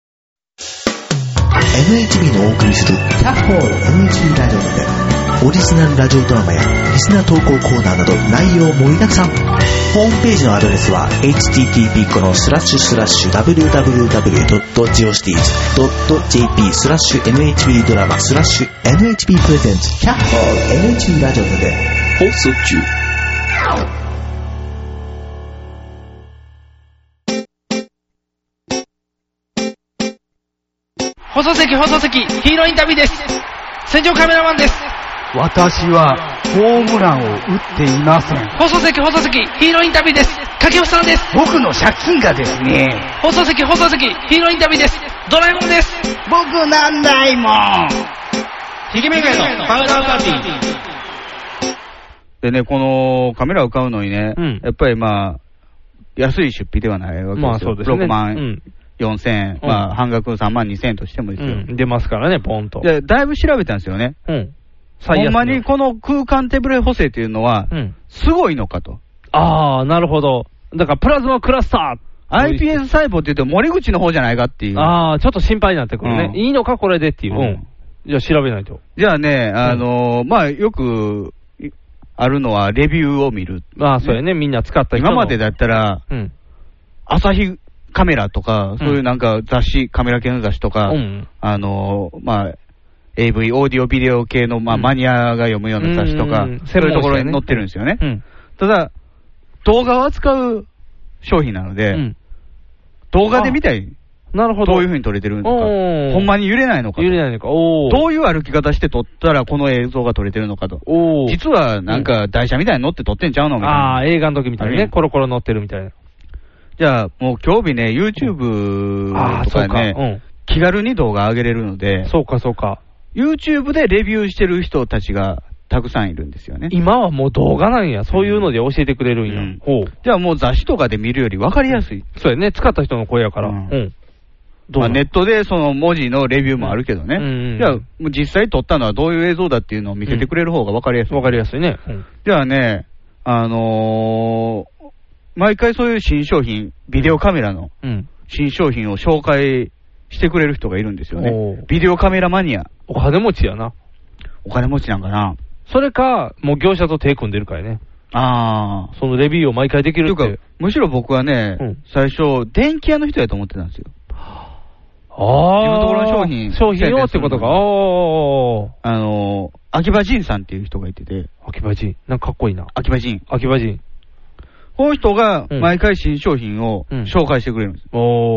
NHB のお送りするキャッホール NHB ラジオでオリジナルラジオドラマやリスナー投稿コーナーなど内容盛りだくさん。ホームページのアドレスは http://www.geocities.jp/NHB ドラマ/NHB プレゼンツキャッホール NHB ラジオで放送中。 放送席、ヒーローインタビューです。戦場カメラマンです。 私はホームランを打っていません。 放送席、ヒーローインタビューです。掛布さんです。 僕の借金がですね。 放送席、ヒーローインタビューです。ドラえもんです。 僕なんないもん。 ひげめがえのパウダーパーティー。 でね、このカメラを買うのにね、やっぱりまあ、安い出費ではないわけですよ。 まあそうですね。 6万。4000円、まあ、半額3万2000円としてもですよ。 出ますからね、ポンと。 で、だいぶ調べたんですよね。ほんまにこの空間手ブレ補正というのは、すごいのかと。 ああ、なるほど。だから、プラズマクラスター iPS 細胞って言うと森口の方じゃないかっていう。 ああ、ちょっと心配になってくるね。いいのか、これでっていう。じゃあ、調べないと。 じゃあね、まあ、よく、あるのは、レビューを見る。 ああ、そうやね。みんな使った人今までだったら、朝日カメラとか、そういうなんか雑誌、カメラ系の雑誌とか、まあ、AV、オーディオビデオ系の、まあ、マニアが読むような雑誌とか、そういうところに載ってるんですよね。ただ、動画を扱う商品なので、動画で見たい。 なるほど。 どういう風に撮れてるのか。ほんまに揺れないのか。 揺れないのか。 どういう歩き方して撮ったらこの映像が撮れてるのかと。実はなんか台車みたいに乗って撮ってんちゃうのみたいな。 ああ、映画の時みたいにね、コロコロ乗ってるみたいな。 じゃあ、もう今日日ね、YouTube とかね、気軽に動画上げれるので、 そうかそうか。 YouTube でレビューしてる人たちがたくさんいるんですよね。 今はもう動画なんや。そういうので教えてくれるんや。 じゃあもう雑誌とかで見るより分かりやすい。 そうやね。使った人の声やから。まあ、ネットでその文字のレビューもあるけどね。じゃあ、もう実際撮ったのはどういう映像だっていうのを見せてくれる方が分かりやすい。 分かりやすいね。 じゃあね、毎回そういう新商品、ビデオカメラの新商品を紹介してくれる人がいるんですよね。ビデオカメラマニア。 お金持ちやな。 お金持ちなんかな。 それか、もう業者と手組んでるからね。 ああ。 そのレビューを毎回できるって。 というか、むしろ僕はね、最初、電気屋の人やと思ってたんですよ。 ああ。 自分のところの商品をってことか。 秋葉仁さんっていう人がいてて。 秋葉仁。なんかかっこいいな。 秋葉仁。 秋葉仁。 この人が毎回新商品を紹介してくれるんです。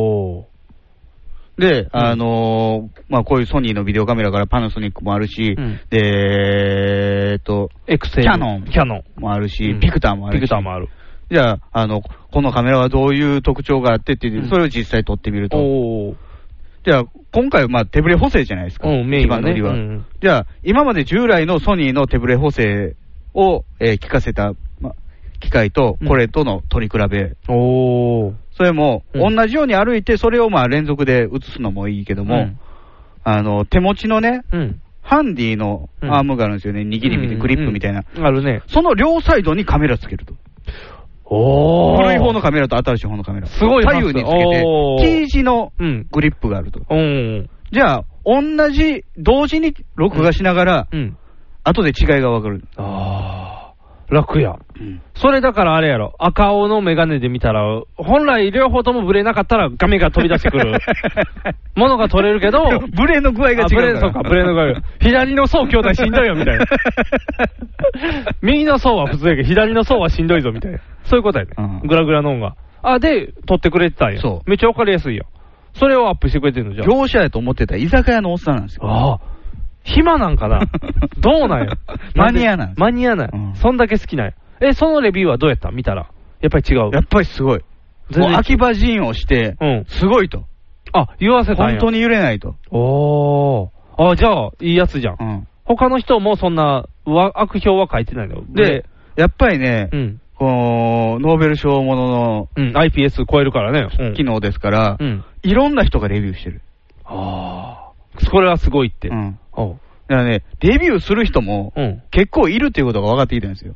で、まあ、こういうソニーのビデオカメラからパナソニックもあるし、で、キャノンもあるし、ピクターもあるし。じゃあ、このカメラはどういう特徴があってって言って、それを実際撮ってみると。じゃあ、今回はまあ手ブレ補正じゃないですか。一番乗りは。じゃあ、今まで従来のソニーの手ブレ補正を聞かせた、機械と、これとの取り比べ。それも、同じように歩いて、それをまあ連続で映すのもいいけども、手持ちのね、ハンディのアームがあるんですよね。握りみたいな、グリップみたいな。 あるね。 その両サイドにカメラつけると。古い方のカメラと新しい方のカメラ。 すごい左右につけて、T 字のグリップがあると。じゃあ、同時に録画しながら、後で違いがわかる。 楽や。それだからあれやろ。赤青のメガネで見たら、本来両方ともブレなかったら画面が飛び出してくる。ものが取れるけど、 ブレの具合が違うから。 そうか、ブレの具合が。左の層兄弟しんどいよ、みたいな。右の層は普通やけど、左の層はしんどいぞ、みたいな。そういうことやね。グラグラの音が。で、撮ってくれてたんや。めっちゃわかりやすいよ。それをアップしてくれてるのじゃん。 業者やと思ってた居酒屋のおっさんなんですよ。 暇なんかなどうなんやマニアなんマニアなんや。そんだけ好きなんや。そのレビューはどうやった見たら。やっぱり違う。 やっぱりすごい。もう秋葉陣をして、すごいと。 言わせたんや。 本当に揺れないと。 じゃあ、いいやつじゃん。他の人もそんな悪評は書いてないの。 で、やっぱりね、このノーベル賞ものの、 iPS 超えるからね。 機能ですから、いろんな人がレビューしてる。 それはすごいって。 だからね、デビューする人も結構いるっていうことが分かってきたんですよ。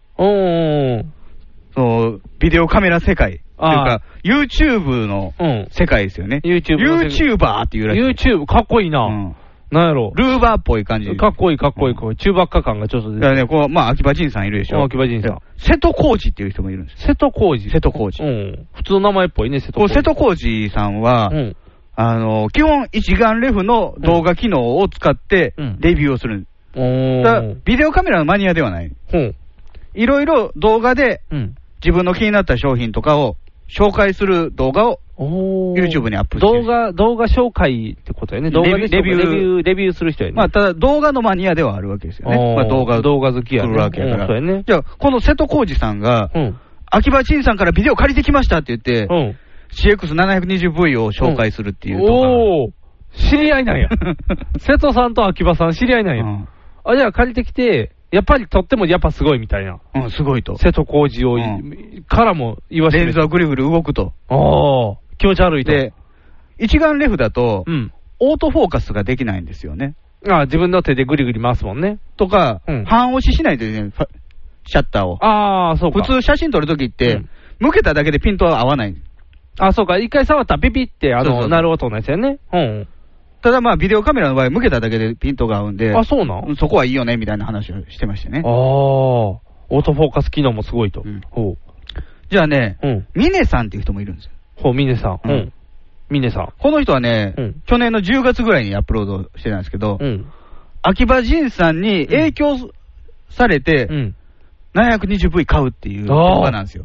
ビデオカメラ世界。というか、YouTube の世界ですよね。YouTuber っていうらしい。 YouTube、かっこいいな。なんやろ。 ルーバーっぽい感じ。 かっこいい、かっこいい。中ばっか感がちょっと出てる。 だからね、こう、まあ、秋葉仁さんいるでしょ。 秋葉仁さん。 瀬戸康史っていう人もいるんです。 瀬戸康史。 瀬戸康史。 普通の名前っぽいね、瀬戸康史。 瀬戸康史さんは、基本一眼レフの動画機能を使ってデビューをする。ビデオカメラのマニアではない。いろいろ動画で自分の気になった商品とかを紹介する動画を YouTube にアップしてる。 動画紹介ってことやね。動画でレビューする人やね。 まあ、ただ動画のマニアではあるわけですよね。まあ、動画好きやね。 するわけやから。 そうやね。 じゃあ、この瀬戸康史さんが、秋葉慎さんからビデオ借りてきましたって言って、CX720V を紹介するっていう動画。 知り合いなんや。瀬戸さんと秋葉さん知り合いなんや。じゃあ借りてきて、やっぱり撮ってもやっぱすごいみたいな。 すごいと。 瀬戸康史を、からも言わせて。 レンズはぐるぐる動くと。 気持ち悪いと。 で、一眼レフだと、オートフォーカスができないんですよね。 自分の手でぐりぐり回すもんね。 とか、半押ししないとね、シャッターを。 そうか。 普通写真撮るときって、向けただけでピントは合わない。 そうか。一回触ったらピピって鳴る音のやつやね。 ただまあ、ビデオカメラの場合、向けただけでピントが合うんで、 そうなん？ そこはいいよね、みたいな話をしてましたね。 オートフォーカス機能もすごいと。 じゃあね、ミネさんっていう人もいるんですよ。 ミネさん。ミネさん。 この人はね、去年の10月ぐらいにアップロードしてたんですけど、秋葉仁さんに影響されて、720V 買うっていう動画なんですよ。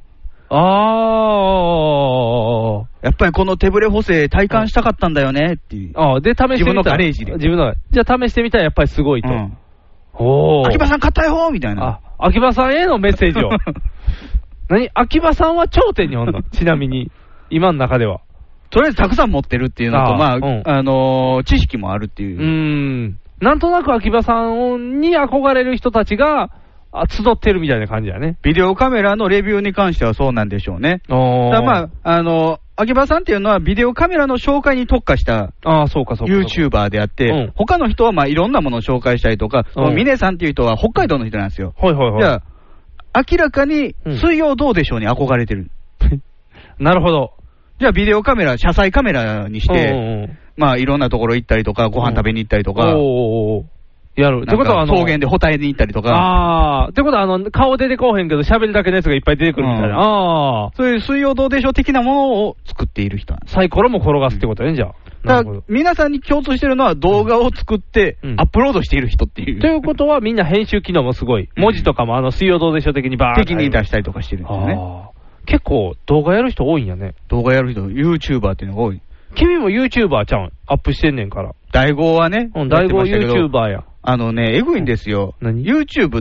やっぱりこの手ブレ補正体感したかったんだよねっていう。 で、試してみた。 自分のガレージで。 じゃあ試してみたらやっぱりすごいと。 秋葉さん買ったよみたいな。 秋葉さんへのメッセージを。秋葉さんは頂点におんのちなみに、今の中では。 とりあえずたくさん持ってるっていうのと、まあ、知識もあるっていう。 なんとなく秋葉さんに憧れる人たちが、集ってるみたいな感じだね。 ビデオカメラのレビューに関してはそうなんでしょうね。まあ、秋葉さんっていうのはビデオカメラの紹介に特化したYouTuber であって、他の人はまあいろんなものを紹介したりとか、ミネさんっていう人は北海道の人なんですよ。じゃあ、明らかに水曜どうでしょうに憧れてる。 なるほど。 じゃあビデオカメラ、車載カメラにして、まあいろんなところ行ったりとか、ご飯食べに行ったりとか、 やる。ってことは草原でホタエに行ったりとか。 ってことは顔出てこうへんけど喋るだけのやつがいっぱい出てくるみたいな。 そういう水曜どうでしょう的なものを作っている人なんです。 サイコロも転がすってことね、じゃあ。 だから皆さんに共通してるのは動画を作ってアップロードしている人っていう。 ということはみんな編集機能もすごい。文字とかも水曜どうでしょう的にバーッ的に出したりとかしてるんですよね。 結構動画やる人多いんやね。 動画やる人、YouTuber っていうのが多い。 君も YouTuber ちゃうん。アップしてんねんから。 大悟はね。 大悟 YouTuber や。 えぐいんですよ。YouTube って、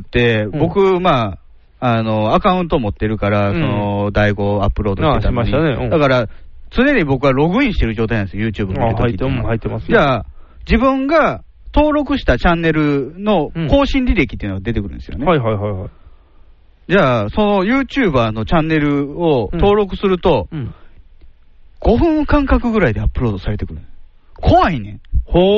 僕、まあ、アカウント持ってるから、大悟アップロードしてたのに。だから、常に僕はログインしてる状態なんですよ、YouTube 見るときって。 入ってます。 じゃあ、自分が登録したチャンネルの更新履歴っていうのが出てくるんですよね。じゃあ、その YouTuber のチャンネルを登録すると、5分間隔ぐらいでアップロードされてくる。怖いね。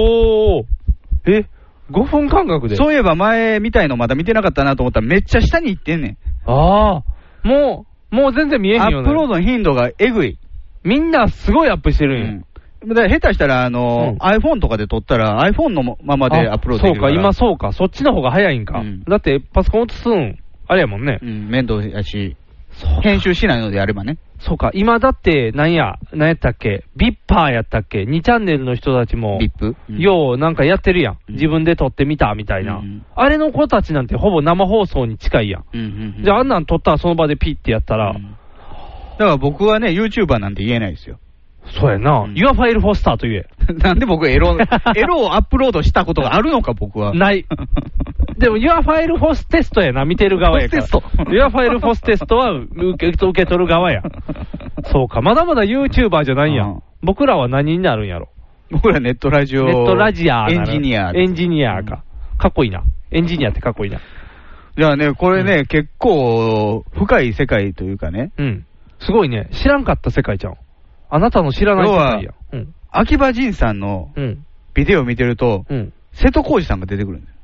5分間隔で。 そういえば前みたいのまだ見てなかったなと思ったらめっちゃ下に行ってんねん。 もう全然見えへんよね。 アップロードの頻度がえぐい。 みんなすごいアップしてるんや。 だから下手したらiPhone とかで撮ったら iPhone のままでアップロードできるから。 今そうか。そっちの方が早いんか。だってパソコン写すん、あれやもんね。 面倒やし、編集しないのであればね。 そうか、今だって、何やったっけ、ビッパーやったっけ、2チャンネルの人たちも、 ビップ、 ようなんかやってるやん。自分で撮ってみたみたいな。あれの子たちなんてほぼ生放送に近いやん。じゃああんなん撮ったらその場でピッてやったら。だから僕はね、YouTuber なんて言えないですよ。 そうやな。Your File Foster と言え。 なんで僕エロをアップロードしたことがあるのか、僕は。 ない。でも、Your File Foster やな、見てる側やから。Your File Foster は受け取る側や。そうか、まだまだ YouTuber じゃないんや。僕らは何になるんやろ。 僕らネットラジアー。エンジニア。 エンジニアか。かっこいいな。エンジニアってかっこいいな。 じゃあね、これね、結構深い世界というかね。 すごいね。知らんかった世界ちゃん。あなたの知らない世界や。 秋葉仁さんのビデオを見てると、瀬戸康史さんが出てくるんだよ。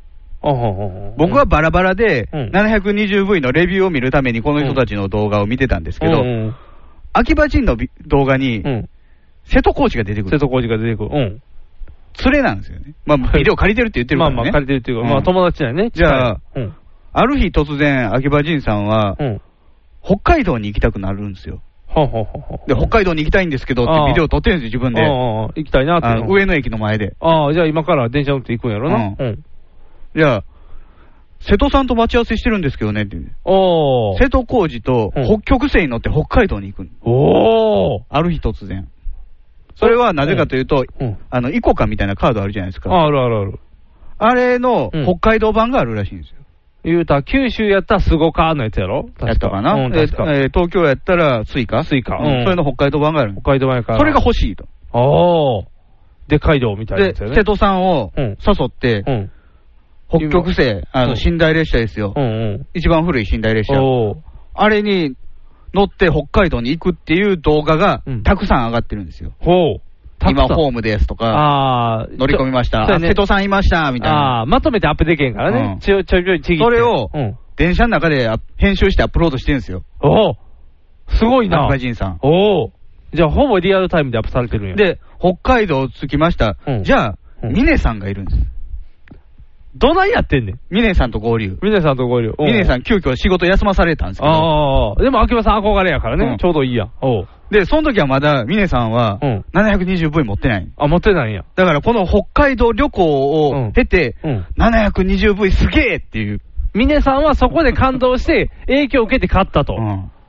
僕はバラバラで 720V のレビューを見るためにこの人たちの動画を見てたんですけど、秋葉陣の動画に瀬戸康史が出てくる。 瀬戸康史が出てくる。連れなんですよね。まあ、ビデオ借りてるって言ってるからね。 まあまあ借りてるっていうか、まあ友達だよね。 じゃあ、ある日突然、秋葉陣さんは、北海道に行きたくなるんですよ。で、北海道に行きたいんですけどってビデオ撮ってるんですよ、自分で。 行きたいなって。 上野駅の前で。 じゃあ今から電車乗って行くんやろな。 じゃあ、瀬戸さんと待ち合わせしてるんですけどねって。瀬戸康史と北極星に乗って北海道に行くある日突然。それはなぜかというと、イコカみたいなカードあるじゃないですか。 ある。 あれの北海道版があるらしいんですよ。 言うたら、九州やったらスゴカーのやつやろやったかな、東京やったらスイカそれの北海道版がある。 北海道版やから。 それが欲しいと。 でかい道みたいなやつやね。 で、瀬戸さんを誘って、北極星、寝台列車ですよ。一番古い寝台列車。あれに乗って北海道に行くっていう動画がたくさん上がってるんですよ。今ホームですとか、乗り込みました。瀬戸さんいましたみたいな。 まとめてアップできへんからね。ちょいちょいちぎって。 それを電車の中で編集してアップロードしてるんですよ。 すごいな。 秋葉陣さん。 じゃあほぼリアルタイムでアップされてるんや。 で、北海道着きました。じゃあ、峰さんがいるんです。 どないやってんねん。 峰さんと合流。 峰さんと合流。 峰さん急遽仕事休まされたんですけど。 でも秋葉さん憧れやからね。ちょうどいいや。 で、その時はまだ峰さんは 720V 持ってない。 持ってないんや。 だからこの北海道旅行を経て、720V すげえっていう。 峰さんはそこで感動して影響を受けて勝ったと。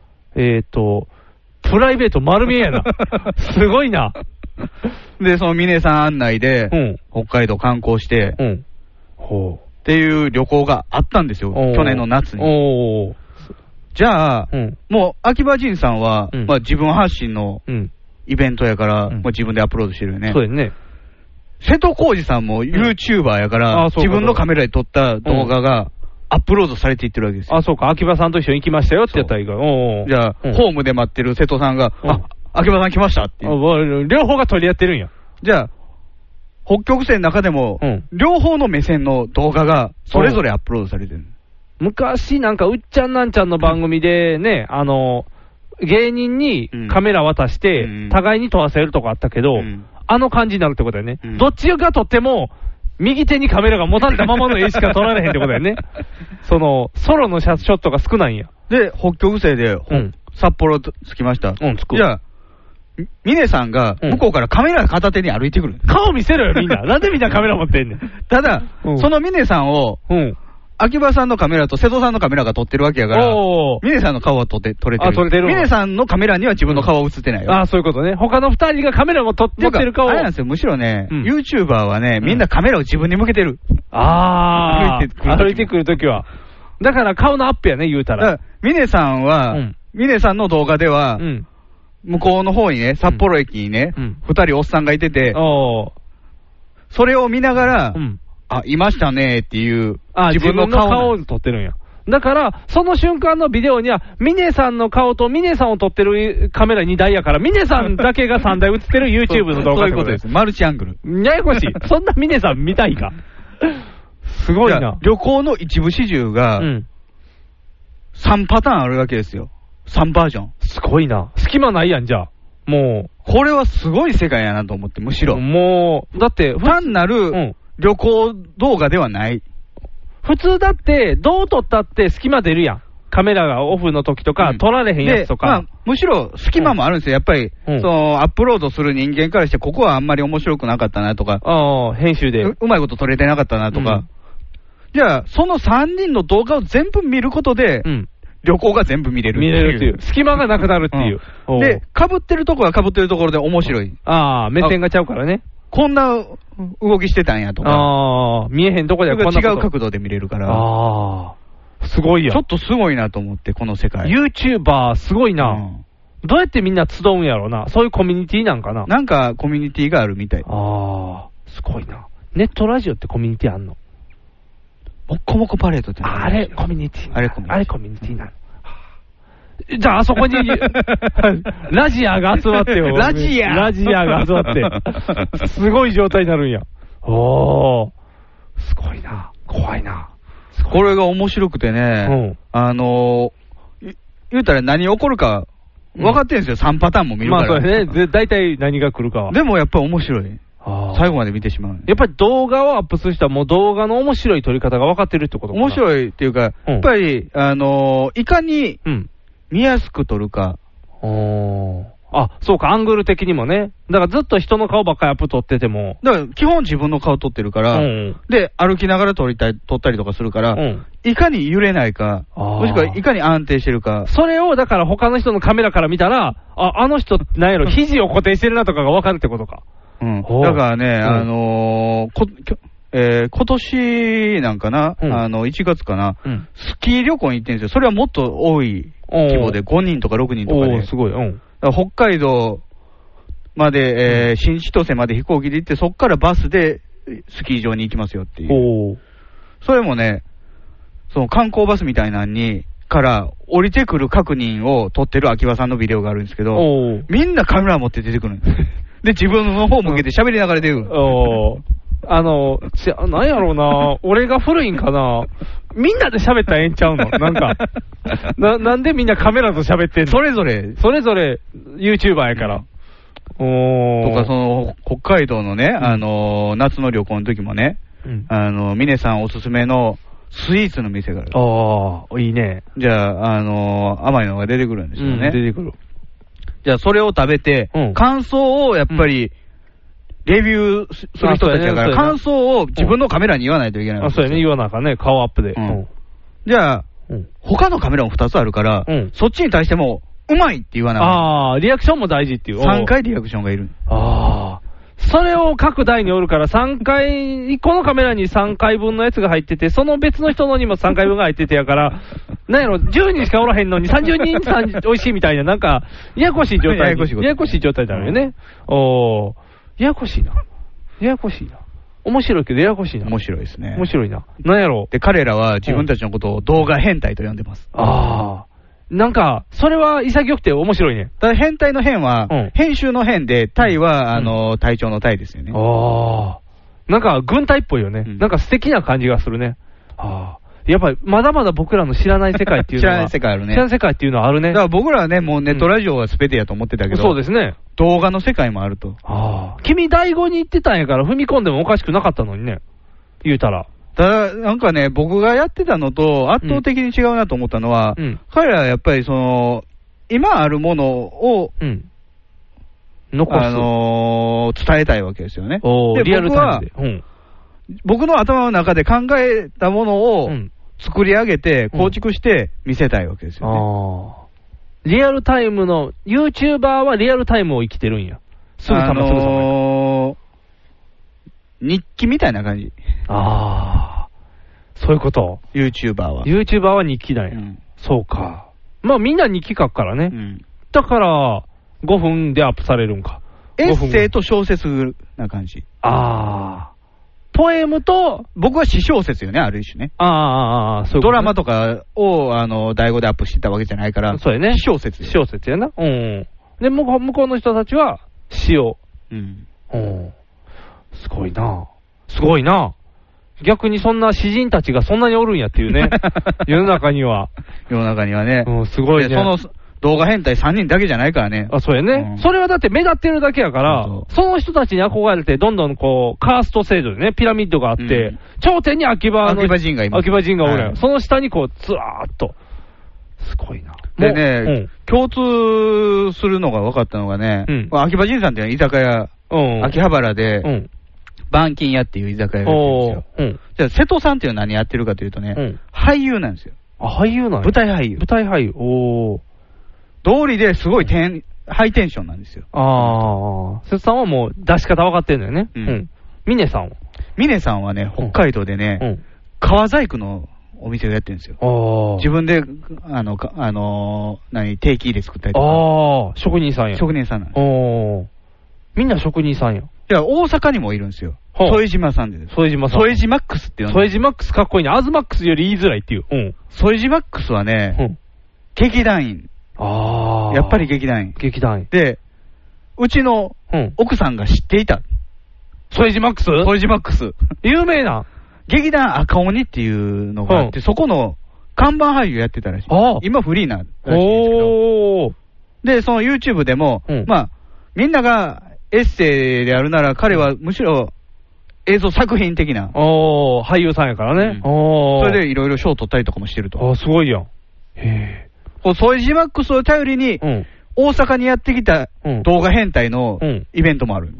プライベート丸見えやな。すごいな。 で、その峰さん案内で、北海道観光して、っていう旅行があったんですよ。去年の夏に。じゃあ、もう、秋葉陣さんは、まあ自分発信のイベントやから、もう自分でアップロードしてるよね。 そうですね。 瀬戸康史さんも YouTuber やから、自分のカメラで撮った動画がアップロードされていってるわけですよ。 そうか。秋葉さんと一緒に行きましたよってやったらいいから。 じゃあ、ホームで待ってる瀬戸さんが、秋葉さん来ましたっていう。 両方が取り合ってるんや。 じゃあ、北極星の中でも、両方の目線の動画がそれぞれアップロードされてる。 昔なんかうっちゃんなんちゃんの番組でね、芸人にカメラ渡して、互いに撮らせるとかあったけど、あの感じになるってことだよね。どっちが撮っても、右手にカメラが持たれたままの絵しか撮られへんってことだよね。ソロのショットが少ないんや。 で、北極星で、札幌着きました。じゃあ、峰さんが向こうからカメラ片手に歩いてくる。 顔見せろよ、みんな。なんでみんなカメラ持ってんねん。 ただ、その峰さんを、秋葉さんのカメラと瀬戸さんのカメラが撮ってるわけやから、峰さんの顔は撮れてる。峰さんのカメラには自分の顔は映ってないよ。 そういうことね。他の二人がカメラも撮ってる顔を。 あれなんですよ、むしろね、YouTuber はね、みんなカメラを自分に向けてる。 歩いてくるときは。だから顔のアップやね、言うたら。 峰さんは、峰さんの動画では、向こうの方にね、札幌駅にね、二人おっさんがいてて、それを見ながら、いましたねっていう、 自分の顔を撮ってるんや。だから、その瞬間のビデオには、峰さんの顔と峰さんを撮ってるカメラ2台やから、峰さんだけが3台映ってる YouTube の動画そういうことです。マルチアングル。 ややこしい。そんな峰さん見たいか。すごいな。 旅行の一部始終が、3パターンあるわけですよ。3バージョン。 すごいな。隙間ないやん、じゃあ。もう。 これはすごい世界やなと思って、むしろ。 もう、だって、 単なる旅行動画ではない。 普通だって、どう撮ったって隙間出るやん。カメラがオフの時とか、撮られへんやつとか。 むしろ隙間もあるんですよ。やっぱり、アップロードする人間からして、ここはあんまり面白くなかったなとか。 編集で。 うまいこと撮れてなかったなとか。じゃあ、その3人の動画を全部見ることで、旅行が全部見れるっていう。隙間がなくなるっていう。 で、被ってるところは被ってるところで面白い。 目線がちゃうからね。 こんな動きしてたんやとか。 見えへんとこではこんな違う角度で見れるから。 すごいや。 ちょっとすごいなと思って、この世界。 YouTuber すごいな。どうやってみんな集うんやろうな。そういうコミュニティなんかな。 なんかコミュニティがあるみたい。 すごいな。ネットラジオってコミュニティあんの？ もっこもこパレードってあれコミュニティ。 あれコミュニティなの。じゃあ、あそこに、ラジアが集まってよ。ラジアが集まって。すごい状態になるんや。すごいな。 怖いな。 これが面白くてね、言うたら何起こるか分かってるんですよ、3パターンも見るから。 まあそうね、大体何が来るかは。 でもやっぱり面白い。最後まで見てしまう。 やっぱり動画をアップする人はもう動画の面白い撮り方が分かってるってことかな。 面白いっていうか、やっぱり、いかに見やすく撮るか。 あ、そうか、アングル的にもね。だからずっと人の顔ばっかりアップ撮ってても。 だから基本自分の顔撮ってるから、で、歩きながら撮ったりとかするから、いかに揺れないか、もしくはいかに安定してるか。 それをだから他の人のカメラから見たら、あの人、なんやろ、肘を固定してるなとかが分かるってことか。 だからね、今年なんかな、1月かな、スキー旅行に行ってるんですよ。それはもっと多い規模で、5人とか6人とかで。 すごい。 北海道まで、新千歳まで飛行機で行って、そこからバスでスキー場に行きますよっていう。それもね、その観光バスみたいなのに、から降りてくる各人を撮ってる秋葉さんのビデオがあるんですけど、みんなカメラ持って出てくるんです。で、自分の方向けて喋りながら出てくる。なんやろうな、俺が古いんかな、みんなで喋ったらええんちゃうのなんか、なんでみんなカメラと喋ってんのそれぞれ YouTuber やから。とか、その、北海道のね、夏の旅行の時もね、峰さんおすすめのスイーツの店がある。 いいね。 じゃあ、甘いのが出てくるんですよね。 出てくる。 じゃあ、それを食べて、感想をやっぱり、レビューする人たちだから、感想を自分のカメラに言わないといけない。 そうやね、言わなあかんね、顔アップで。 じゃあ、他のカメラも2つあるから、そっちに対しても、うまいって言わない。 リアクションも大事っていう。 3回リアクションがいる。 それを各台におるから、3回、1個のカメラに3回分のやつが入ってて、その別の人のにも3回分が入っててやから、なんやろ、10人しかおらへんのに30人美味しいみたいな、なんか、ややこしい状態。ややこしい状態だよね。ややこしいな。ややこしいな。面白いけどややこしいな。 面白いですね。 面白いな。なんやろ。 で、彼らは自分たちのことを動画変態と呼んでます。 なんか、それは潔くて面白いね。 ただ変態の変は、編集の変で、隊は、隊長の隊ですよね。 なんか、軍隊っぽいよね。なんか素敵な感じがするね。やっぱり、まだまだ僕らの知らない世界っていうのは。 知らない世界あるね。 知らない世界っていうのはあるね。 だから僕らはね、もうネットラジオは全てやと思ってたけど。 そうですね。 動画の世界もあると。 君、第5に行ってたんやから、踏み込んでもおかしくなかったのにね。言うたら。 ただ、なんかね、僕がやってたのと圧倒的に違うなと思ったのは、彼らはやっぱりその、今あるものを、残す。伝えたいわけですよね。で、 リアルタイムで。 僕の頭の中で考えたものを作り上げて、構築して見せたいわけですよね。リアルタイムの、YouTuber はリアルタイムを生きてるんや。すぐさま。 日記みたいな感じ。 そういうこと。 YouTuber は。 YouTuber は日記だよ。そうか。まあみんな日記書くからね。だから、5分でアップされるんか。 エッセイと小説な感じ。 ポエムと、 僕は詩小説よね、ある種ね。 そういうドラマとかを、第5でアップしてたわけじゃないから、 そうやね。 詩小説。 詩小説やな。で、向こうの人たちは詩を。すごいな。すごいな。逆にそんな詩人たちがそんなにおるんやっていうね。世の中には。 世の中にはね。 すごいね。 その動画変態3人だけじゃないからね。 そうやね。それはだって目立ってるだけやから、その人たちに憧れて、どんどんこう、カースト制度でね、ピラミッドがあって、頂点に秋葉人がいます。 秋葉人がおる。その下にこう、ずーっと。すごいな。 でね、共通するのが分かったのがね、秋葉人さんっていうのは居酒屋、秋葉原で、板金屋っていう居酒屋がやってるんですよ。じゃあ、瀬戸さんっていうのは何やってるかというとね、俳優なんですよ。 俳優なんや。 舞台俳優。 舞台俳優。 道理ですごいハイテンションなんですよ。 瀬戸さんはもう出し方分かってんのよね。峰さんは峰さんはね、北海道でね、革細工のお店をやってるんですよ。自分で、定期入れ作ったりとか。 職人さんや。 職人さんなんです。 みんな職人さんや。 いや、大阪にもいるんですよ。副島さんで。 副島さん。 副島マックスっていうの。 副島マックスかっこいいね。アズマックスより言いづらいっていう。 副島マックスはね、劇団員。やっぱり劇団員。 劇団員。 で、うちの奥さんが知っていた。 副島マックス？ 副島マックス。 有名な。 劇団赤鬼っていうのがあって、そこの看板俳優やってたらしい。今フリーなんらしいんですけど。で、その YouTube でも、まあ、みんながエッセイであるなら、彼はむしろ映像作品的な。 俳優さんやからね。 それでいろいろ賞を取ったりとかもしてると。 すごいやん。へぇ。ソイジマックスを頼りに、大阪にやってきた動画変態のイベントもある。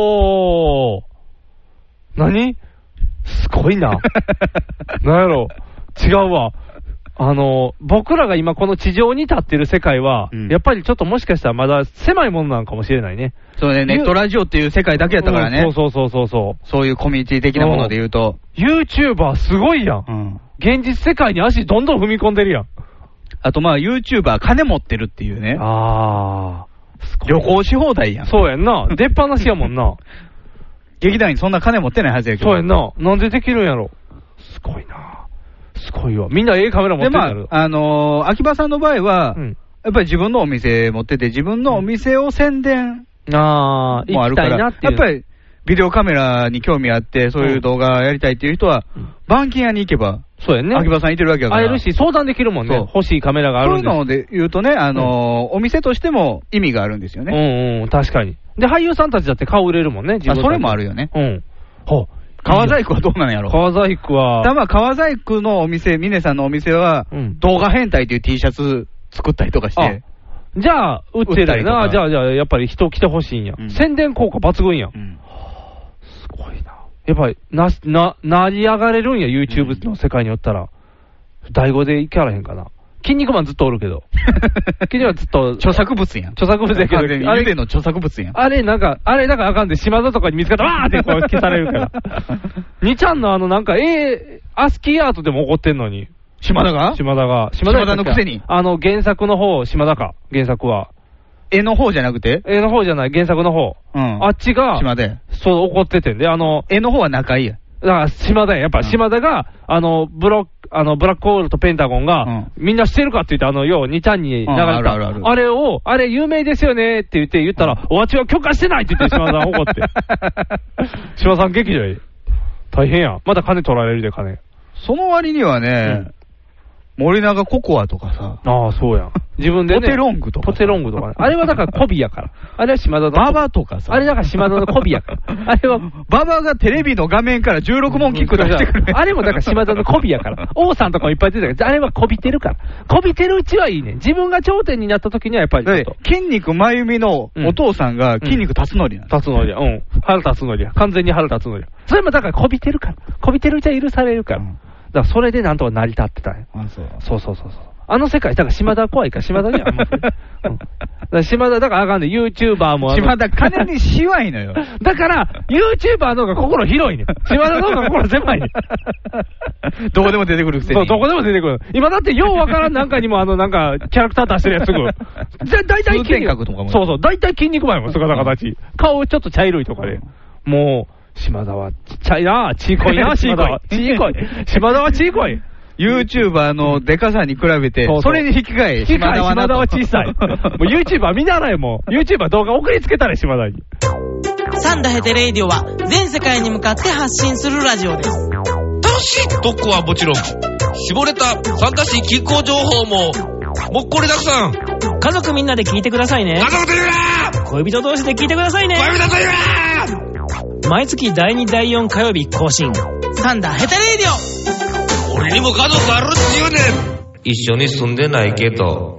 何すごいな。なんやろ。違うわ。僕らが今この地上に立ってる世界は、やっぱりちょっともしかしたらまだ狭いものなのかもしれないね。 そうね、ネットラジオっていう世界だけやったからね。 そう。 そういうコミュニティ的なもので言うと。 YouTuber すごいやん。現実世界に足どんどん踏み込んでるやん。 あとまあ YouTuber 金持ってるっていうね。旅行し放題やん。 そうやんな。出っ放しやもんな。 劇団にそんな金持ってないはずやけど。 そうやんな。なんでできるんやろ。すごいな。すごいわ。みんなカメラ持ってるんだろ。 で、まあ、秋葉さんの場合は、やっぱり自分のお店持ってて、自分のお店を宣伝もあるから、やっぱりビデオカメラに興味あって、そういう動画やりたいっていう人は、板金屋に行けば、 そうやね。 秋葉さんいてるわけだから。 会えるし、相談できるもんね。欲しいカメラがあるんです。 そういうので言うとね、お店としても意味があるんですよね。 確かに。で、俳優さんたちだって顔売れるもんね、自分それもあるよね。 革細工はどうなんやろ。 革細工は。 革細工のお店、峰さんのお店は、動画変態っていう T シャツ作ったりとかして。 じゃあ、売ってるな。じゃあ、やっぱり人来てほしいんや。宣伝効果抜群や。すごいな。やっぱり、成り上がれるんや、YouTube の世界におったら。第5でいかれへんかな。筋肉マンずっとおるけど。筋肉マンずっと。 著作物やん。 著作物やけど。 あれの著作物やん。 あれなんかあかんで、島田とかに見つかったら、わーってこう消されるから。2ちゃんのなんか、アスキーアートでも怒ってんのに。 島田のくせに。 原作の方、島田か。原作は。 絵の方じゃなくて？ 絵の方じゃない、原作の方。あっちが、 島田。 そう、怒っててんで、 絵の方は仲いいや。 だから、島田や。やっぱ、島田が、ブラックホールとペンタゴンが、みんな知ってるかって言って、要は2ちゃんに流れた。あれ有名ですよねって言ったら、おわちは許可してないって言って、島田怒って。島さん劇場大変や。まだ金取られるで、金。 その割にはね、森永ココアとかさ。 そうや。自分でね。 ポテロングとかね。あれはだからコビやから。あれは島田の。 ババとかさ。 あれだから島田のコビやから。あれは。 ババがテレビの画面から16問キック出してくる。 あれもだから島田のコビやから。王さんとかもいっぱい出てるけど、あれはこびてるから。こびてるうちはいいね。自分が頂点になった時にはやっぱり。 筋肉まゆみのお父さんが筋肉辰則なん辰則や。腹立つのりや。完全に腹立つのりや。それもだからこびてるから。こびてるうちは許されるから。だからそれでなんとか成り立ってたね。そう。あの世界、だから島田怖いから、島田にはあんまり。島田、だからあかんねん、YouTuber も。 島田、金にしわいのよ。 だから、YouTuber の方が心広いねん。島田の方が心狭いねん。 どこでも出てくるくせに。 そう、どこでも出てくる。今だって、ようわからんなんかにも、なんか、キャラクター出してるやつすぐ。だいたい筋肉。そう、だいたい筋肉マンも、姿形。顔ちょっと茶色いとかで。もう、島田はちっちゃいな、ちいこいな、島田は。島田はちいこい。 YouTuber のデカさに比べて、それに引き換え、 島田は小さい。もう YouTuber 見習えもう。YouTuber 動画送りつけたら島田に。 サンダヘテレイディオは全世界に向かって発信するラジオです。 楽しい特攻はもちろん、絞れた参加し気候情報もっこりたくさん。 家族みんなで聞いてくださいね。 家族と言うな。 恋人同士で聞いてくださいね。 恋人と言うな。毎月第2第4火曜日更新。サンダヘテレイディオ。 俺にも家族あるっちゅうねん。一緒に住んでないけど。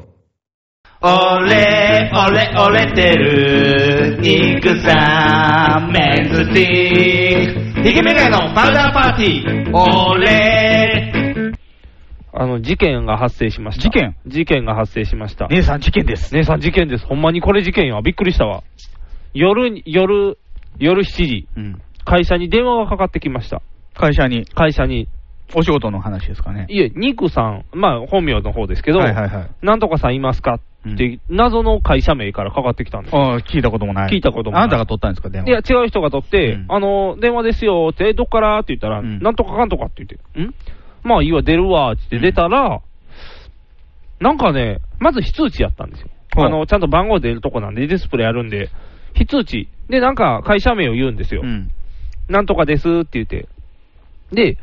俺てる肉さんメンズティーヒゲメガネのパウダーパーティー。 事件が発生しました。事件が発生しました。 姉さん事件です。 姉さん事件です。ほんまにこれ事件や。びっくりしたわ。夜7時、会社に電話がかかってきました。 会社に。 お仕事の話ですかね。 いえ、肉さん、まあ本名の方ですけど、なんとかさんいますかって、謎の会社名からかかってきたんです。 聞いたこともない。あなたが取ったんですか、電話。 いや、違う人が取って、電話ですよって、どっからって言ったら、なんとかかんとかって言って、まあいいわ、出るわって出たら、なんかね、まず非通知やったんですよ。ちゃんと番号出るとこなんで、ディスプレイやるんで、非通知。で、なんか会社名を言うんですよ。なんとかですって言って。で、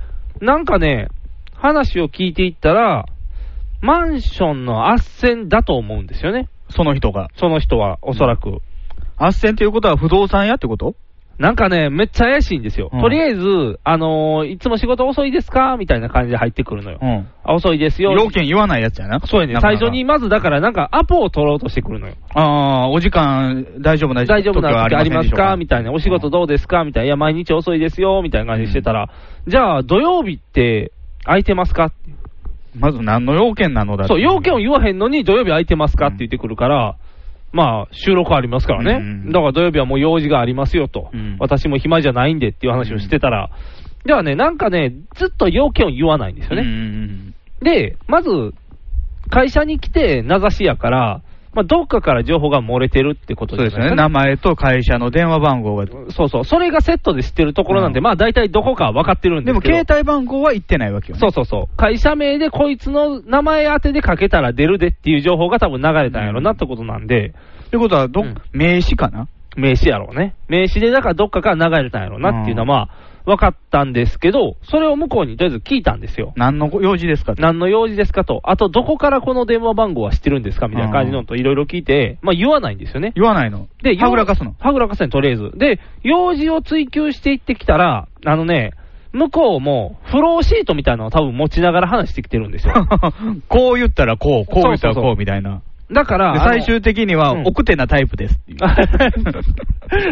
なんかね、話を聞いていったら、マンションの斡旋だと思うんですよね。 その人が。 その人は、おそらく。 斡旋ということは不動産屋ってこと？ なんかね、めっちゃ怪しいんですよ。とりあえず、いつも仕事遅いですかみたいな感じで入ってくるのよ。遅いですよ。 要件言わないやつやな。 そうやね。最初に、まずだからなんかアポを取ろうとしてくるのよ。 お時間大丈夫な時大丈夫な時ありますかみたいな。お仕事どうですかみたいな。いや、毎日遅いですよ。みたいな感じでしてたら、じゃあ土曜日って空いてますかって。 まず何の要件なのだって。 そう、要件を言わへんのに土曜日空いてますかって言ってくるから、まあ、収録ありますからね。だから土曜日はもう用事がありますよと。私も暇じゃないんでっていう話をしてたら、ではね、なんかね、ずっと要件を言わないんですよね。で、まず、会社に来て名指しやから、まあ、どっかから情報が漏れてるってことですよね。 そうですね。名前と会社の電話番号が。 そうそう。それがセットで知ってるところなんで、まあ大体どこか分かってるんですけど。 でも携帯番号は言ってないわけよね。 そうそうそう。会社名でこいつの名前当てでかけたら出るでっていう情報が多分流れたんやろなってことなんで。 ってことは名刺かな？ 名刺やろうね。名刺でだからどっかから流れたんやろうなっていうのはまあ分かったんですけど、それを向こうにとりあえず聞いたんですよ。 何の用事ですか？ 何の用事ですかと。あとどこからこの電話番号は知ってるんですかみたいな感じのといろいろ聞いて、まあ言わないんですよね。 言わないの？ で、 はぐらかすの？ はぐらかせんとりあえず。で、用事を追求していってきたら、向こうもフローシートみたいなのを多分持ちながら話してきてるんですよ。 こう言ったらこう、こう言ったらこうみたいな。 だから、 最終的には、奥手なタイプですっていう。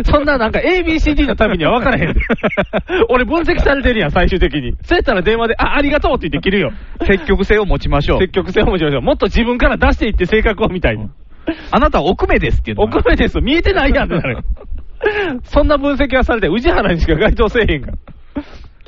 そんななんか ABCD のためには分からへんで。俺分析されてるやん、最終的に。そうやったら電話で、ありがとうって言って切るよ。 積極性を持ちましょう。 積極性を持ちましょう。もっと自分から出していって性格をみたいな。 あなたは奥目ですっていうの。 奥目です。見えてないやんってなる。そんな分析はされて、宇治原にしか該当せえへんから。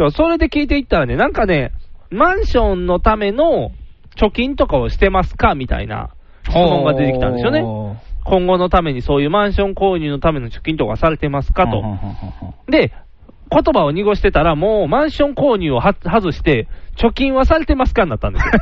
それで聞いていったらね、なんかね、マンションのための貯金とかをしてますかみたいな。質問が出てきたんですよね。今後のためにそういうマンション購入のための貯金とかされてますかと。で、言葉を濁してたらもうマンション購入を外して貯金はされてますかになったんですよ。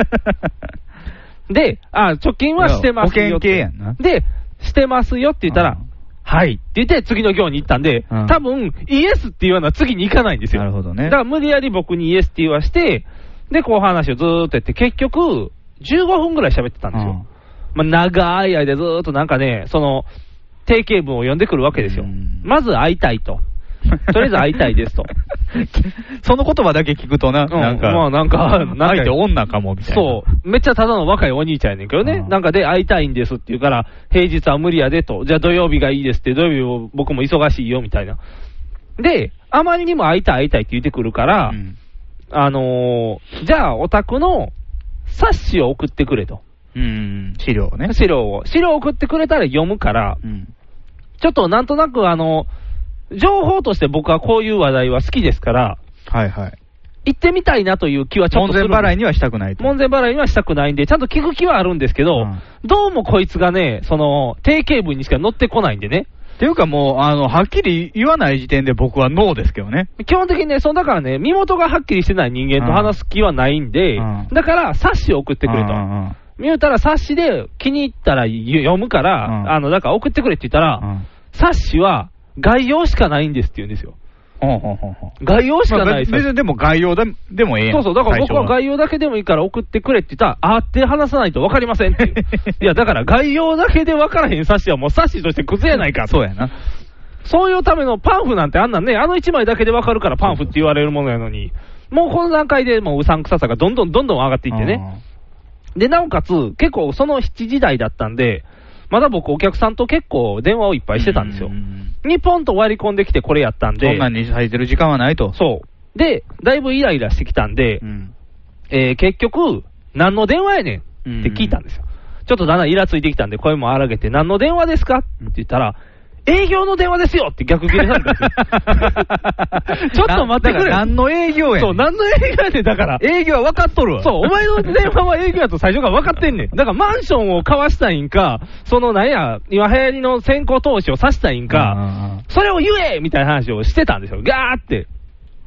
で、貯金はしてますよ。 保険系やんな。 で、してますよって言ったら、はいって言って次の行に行ったんで、多分イエスっていうのは次に行かないんですよ。 なるほどね。 だから無理やり僕にイエスって言わして、で、こう話をずーっとやって結局15分ぐらい喋ってたんですよ。まあ、長い間ずーっとなんかね、その、定型文を読んでくるわけですよ。まず会いたいと。とりあえず会いたいですと。 その言葉だけ聞くとな、なんか、 まあなんか、 相手女かもみたいな。 そう。めっちゃただの若いお兄ちゃんやねんけどね。なんかで会いたいんですって言うから、平日は無理やでと。じゃあ土曜日がいいですって、土曜日僕も忙しいよみたいな。で、あまりにも会いたいって言ってくるから、じゃあお宅の冊子を送ってくれと。 資料をね。 資料を送ってくれたら読むから、ちょっとなんとなく情報として僕はこういう話題は好きですから、 はいはい。 行ってみたいなという気はちょっとする。 門前払いにはしたくないと。 門前払いにはしたくないんで、ちゃんと聞く気はあるんですけど、どうもこいつがね、その、定型文にしか載ってこないんでね。 っていうかもう、はっきり言わない時点で僕はノーですけどね。 基本的にね、だからね、身元がはっきりしてない人間と話す気はないんで、だから冊子を送ってくれと。言うたら冊子で気に入ったら読むから、だから送ってくれって言ったら、冊子は概要しかないんですって言うんですよ。概要しかないです。 別にでも概要でもええやん。 そう、だから僕は概要だけでもいいから送ってくれって言ったら、会って話さないと分かりませんっていう。いや、だから概要だけで分からへん冊子はもう冊子としてクズやないか。 そうやな。 そういうためのパンフなんてあんなんね、1枚だけで分かるからパンフって言われるものやのに、もうこの段階でもううさんくささがどんどん上がっていってね。で、なおかつ、結構その7時台だったんで、まだ僕お客さんと結構電話をいっぱいしてたんですよ。にポンと割り込んできてこれやったんで。 そんなに入ってる時間はないと。 そう。で、だいぶイライラしてきたんで、結局、何の電話やねんって聞いたんですよ。ちょっとだんだんイラついてきたんで声も荒げて、何の電話ですかって言ったら、営業の電話ですよって逆切れされたんですよ。ちょっと待ってくれ。 何の営業やねん。 そう、何の営業やねんだから。 営業は分かっとるわ。 そう、お前の電話は営業やと最初から分かってんねん。だからマンションを買わしたいんか、今流行りの先行投資をさしたいんか、それを言えみたいな話をしてたんですよ。ガーって。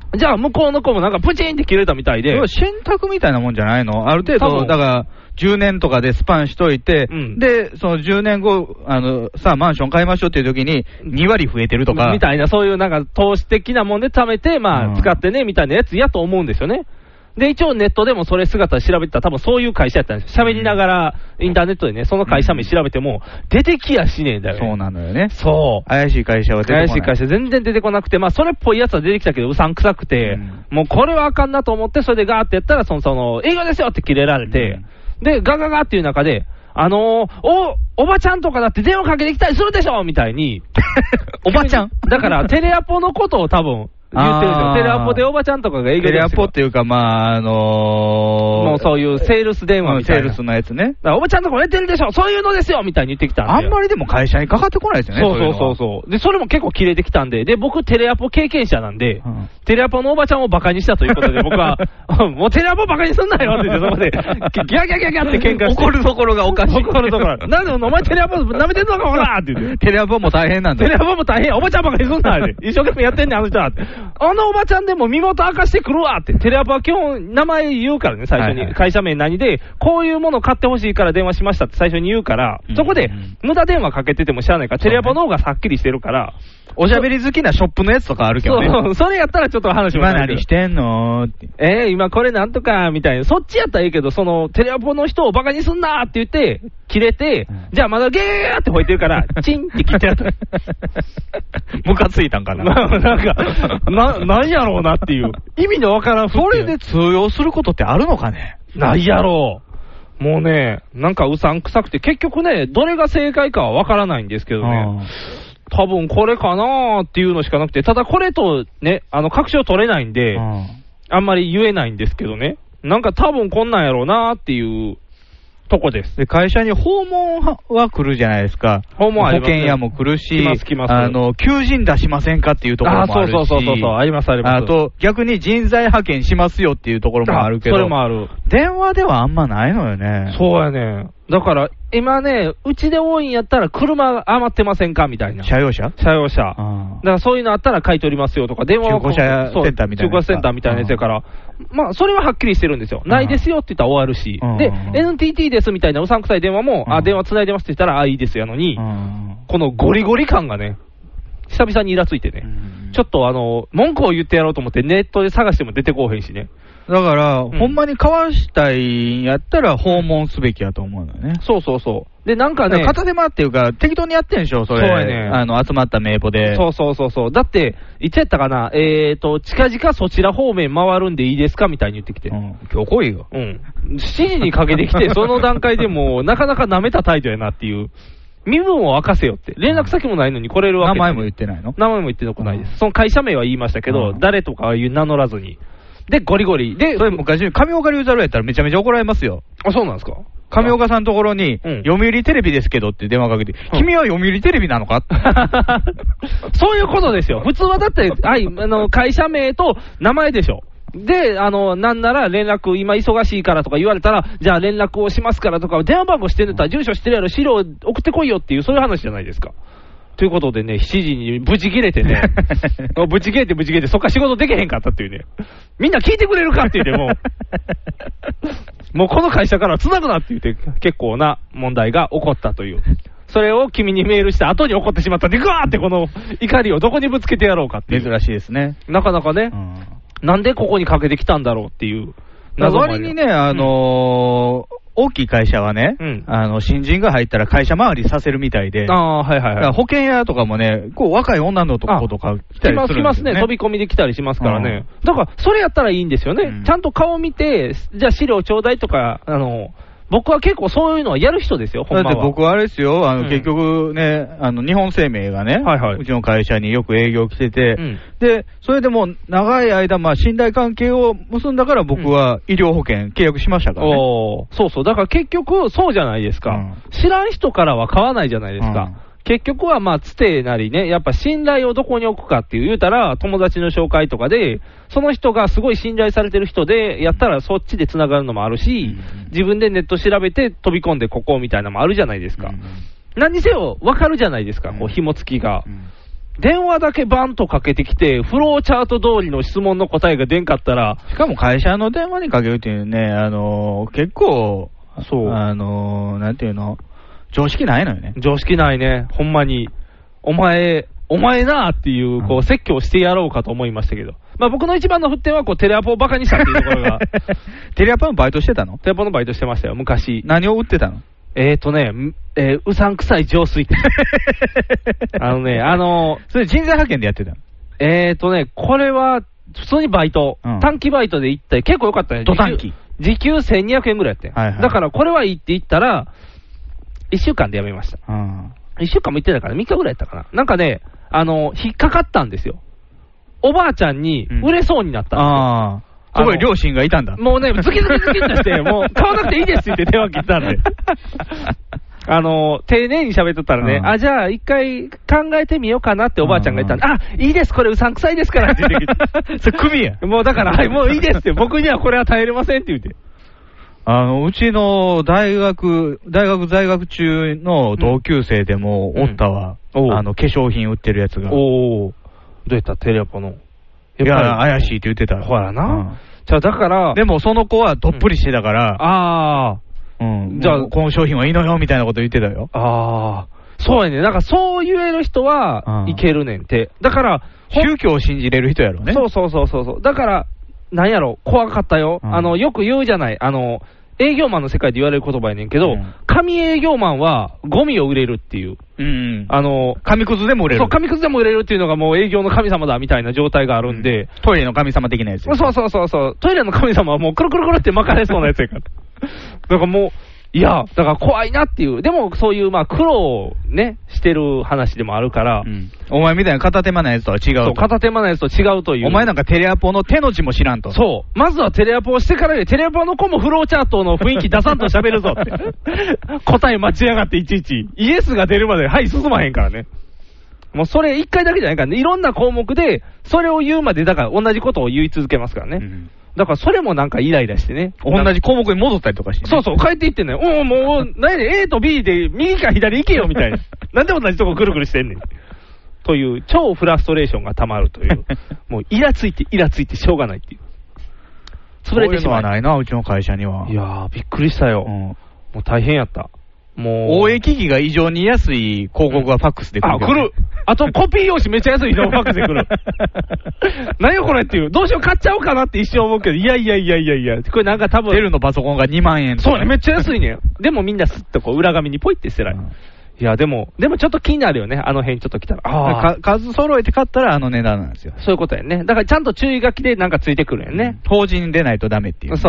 じゃあ向こうの子もなんかプチンって切れたみたいで。 信託みたいなもんじゃないの？ある程度、だから10年とかでスパンしといて、で、その10年後、さあマンション買いましょうっていう時に2割増えてるとか。 みたいな、そういうなんか投資的なもんで貯めて、まあ使ってね、みたいなやつやと思うんですよね。で、一応ネットでもそれ姿調べてたら多分そういう会社やったんですよ。喋りながらインターネットでね、その会社名調べても出てきやしねえんだよね。 そうなのよね。 そう。 怪しい会社は出てこない。 怪しい会社全然出てこなくて、まあそれっぽいやつは出てきたけどうさんくさくて、もうこれはあかんなと思って、それでガーってやったら、その営業ですよって切れられて、で、ガガガっていう中で、おばちゃんとかだって電話かけてきたりするでしょみたいに。 おばちゃんだからテレアポのことを多分、言ってるんですよ。テレアポでおばちゃんとかが営業でテレアポっていうか、まあ、 もうそういうセールス電話みたいな。 セールスのやつね。 おばちゃんとか寝てるでしょそういうのですよみたいに言ってきたんで。 あんまりでも会社にかかってこないですよね。 そう。で、それも結構切れてきたんで、で、僕テレアポ経験者なんで、テレアポのおばちゃんをバカにしたということで、僕は、もうテレアポバカにすんなよって言って、そこで、ギャギャギャギャって喧嘩して。 怒るところがおかしい。 怒るところ。なんでお前テレアポ舐めてんのかほらって言って。 テレアポも大変なんだ。 テレアポも大変。おばちゃんバカにすんなって。一生懸命やってんねん、あの人はって。あのおばちゃんでも身元明かしてくるわって。テレアポは基本名前言うからね、最初に。会社名何で、こういうもの買ってほしいから電話しましたって最初に言うから、そこで無駄電話かけててもしゃあないから、テレアポの方がさっきりしてるから、 おしゃべり好きなショップのやつとかあるけどね。 そう、それやったらちょっと話も今何してんのって。 今これなんとか、みたいな。そっちやったらいいけど、その、テレアポの人をバカにすんなって言って、切れて、じゃあまだゲーって吠えてるから、チンって切ってやった。 ムカついたんかな。 なんか、なんやろうなっていう。意味のわからん。 それで通用することってあるのかね？ ないやろう。もうね、なんかうさんくさくて、結局ね、どれが正解かはわからないんですけどね。多分これかなーっていうのしかなくて、ただこれとね、確証取れないんで、あんまり言えないんですけどね。なんか多分こんなんやろうなーっていうとこです。 で、会社に訪問は来るじゃないですか。 訪問ありますね。 保険屋も来るし、 来ます。 求人出しませんかっていうところもあるし。 そう、あります。 あと、逆に人材派遣しますよっていうところもあるけど。 それもある。 電話ではあんまないのよね。 そうやね。だから、今ね、うちで多いんやったら車余ってませんかみたいな。 車用車。 だからそういうのあったら買い取りますよとか、電話中古車センターみたいな。 中古車センターみたいなやつやから、まあ、それははっきりしてるんですよ。ないですよって言ったら終わるし。で、NTT ですみたいなうさんくさい電話も、電話つないでますって言ったら、いいですやのに、このゴリゴリ感がね、久々にイラついてね、ちょっと文句を言ってやろうと思ってネットで探しても出てこうへんしね。 だから、ほんまに交わしたいんやったら訪問すべきやと思うのよね。 そう。で、なんかね。 片手間っていうか、適当にやってんでしょ、それ。 そうやね。 集まった名簿で。 そう。だって、いつやったかな、近々そちら方面回るんでいいですかみたいに言ってきて。 今日来いよ。 7時にかけてきて、その段階でもう、なかなか舐めた態度やなっていう。身分を明かせよって。連絡先もないのに来れるわけ。 名前も言ってないの？ 名前も言ってなくないです。その会社名は言いましたけど、誰とかは名乗らずに。で、ゴリゴリ。で、 それ昔、上岡龍太郎やったらめちゃめちゃ怒られますよ。 あ、そうなんですか？ 上岡さんのところに、読売テレビですけどって電話かけて、君は読売テレビなのかそういうことですよ。普通はだって、会社名と名前でしょ。で、なんなら連絡、今忙しいからとか言われたら、じゃあ連絡をしますからとか、電話番号してんだったら住所してるやろ、資料送ってこいよっていう、そういう話じゃないですか。ということでね、7時にブチ切れてね、ブチ切れて、そっから仕事できへんかったっていうね、みんな聞いてくれるかって言ってもうこの会社から繋ぐなって言って、結構な問題が起こったという。それを君にメールした後に起こってしまったんで、ぐわーってこの怒りをどこにぶつけてやろうかっていう。 珍しいですね。 なかなかね、なんでここにかけてきたんだろうっていう。 割にね、大きい会社はね、新人が入ったら会社回りさせるみたいで、保険屋とかもね、若い女の子とか来たりするんですよね。来ますね、 飛び込みで来たりしますからね。だから、それやったらいいんですよね。ちゃんと顔見て、じゃあ資料ちょうだいとか、僕は結構そういうのはやる人ですよ、ほんまは。 だって僕はあれですよ、結局ね、日本生命がね、うちの会社によく営業来てて、で、それでも長い間、信頼関係を結んだから僕は医療保険契約しましたからね。 そう。だから結局、そうじゃないですか。知らん人からは買わないじゃないですか。結局はつてなりね、やっぱ信頼をどこに置くかっていう、言うたら、友達の紹介とかで、その人がすごい信頼されてる人で、やったらそっちで繋がるのもあるし、自分でネット調べて飛び込んでここみたいなのもあるじゃないですか。何にせよ分かるじゃないですか、紐付きが。 電話だけバンとかけてきて、フローチャート通りの質問の答えが出んかったら。 しかも会社の電話にかけるっていうね、結構、 そう。 なんていうの、常識ないのよね。 常識ないね。ほんまに。お前なーっていう、こう、説教してやろうかと思いましたけど。まあ僕の一番の沸点は、こう、テレアポをバカにしたっていうところが。 テレアポのバイトしてたの？ テレアポのバイトしてましたよ、昔。 何を売ってたの？ うさんくさい浄水器。 それ人材派遣でやってたの？ これは、普通にバイト。短期バイトで行った結構良かったね。 ド短期。 時給1200円ぐらいやって。だから、これはいいって言ったら、1週間で辞めました。1週間も行ってたから、3日ぐらいやったかな。なんかね、引っかかったんですよ。おばあちゃんに売れそうになったんですよ。 すごい両親がいたんだ。 もうね、ズキズキズキっとして、もう買わなくていいですって言って電話切ったんで。丁寧に喋っとったらね、じゃあ一回考えてみようかなっておばあちゃんが言ったんで、いいです、これうさんくさいですからって言ってきて。 それ組や。 もうだから、はい、もういいですって、僕にはこれは耐えれませんって言って。 うちの大学在学中の同級生でもおったわ。化粧品売ってるやつが。 どうやったテレアポの。 いや、怪しいって言ってた。 ほらな。じゃあだから。 でもその子はどっぷりしてたから。じゃあこの商品はいいのよみたいなこと言ってたよ。 そうやね。だからそう言える人はいけるねんて。だから、 宗教を信じれる人やろね。 そう。だから、なんやろ、怖かったよ。よく言うじゃない。営業マンの世界で言われる言葉やねんけど、神営業マンはゴミを売れるっていう。 紙くずでも売れる。 そう、紙くずでも売れるっていうのがもう営業の神様だみたいな状態があるんで。 トイレの神様的なやつ。 そう。トイレの神様はもうくるくるくるって巻かれそうなやつやから。だからもう、だから怖いなっていう。でもそういう苦労をね、してる話でもあるから。 お前みたいな片手間なやつとは違う。 そう、片手間なやつと違うという。 お前なんかテレアポの手の字も知らんと。 そう。まずはテレアポをしてからで、テレアポの子もフローチャートの雰囲気出さんと喋るぞって。答え間違いがっていちいち。イエスが出るまで、はい、進まへんからね。もうそれ一回だけじゃないからね。いろんな項目で、それを言うまで、だから同じことを言い続けますからね。だからそれもなんかイライラしてね。 同じ項目に戻ったりとかして、 ね。そう、帰っていってんねん。もう、何やねん、A と B で右か左行けよみたいな。なんで同じとこくるくるしてんねん。という、超フラストレーションがたまるという。もうイラついてしょうがないっていう。 潰れてしまう。そういうのはないな、うちの会社には。 いやー、びっくりしたよ。もう大変やった。もう。 応援機器が異常に安い広告がファックスで来る、 来る。あとコピー用紙めっちゃ安いのファックスで来る。何よこれっていう。どうしよう買っちゃおうかなって一瞬思うけど、いや。これなんか多分。 デルのパソコンが2万円とか。 そうね、めっちゃ安いね。でもみんなスッとこう裏紙にポイって捨てられる。いや、でもちょっと気になるよね。あの辺ちょっと来たら。 数揃えて買ったらあの値段なんですよ。 そういうことやね。だからちゃんと注意書きでなんかついてくるやんね。 法人出ないとダメっていう、ね。 そう。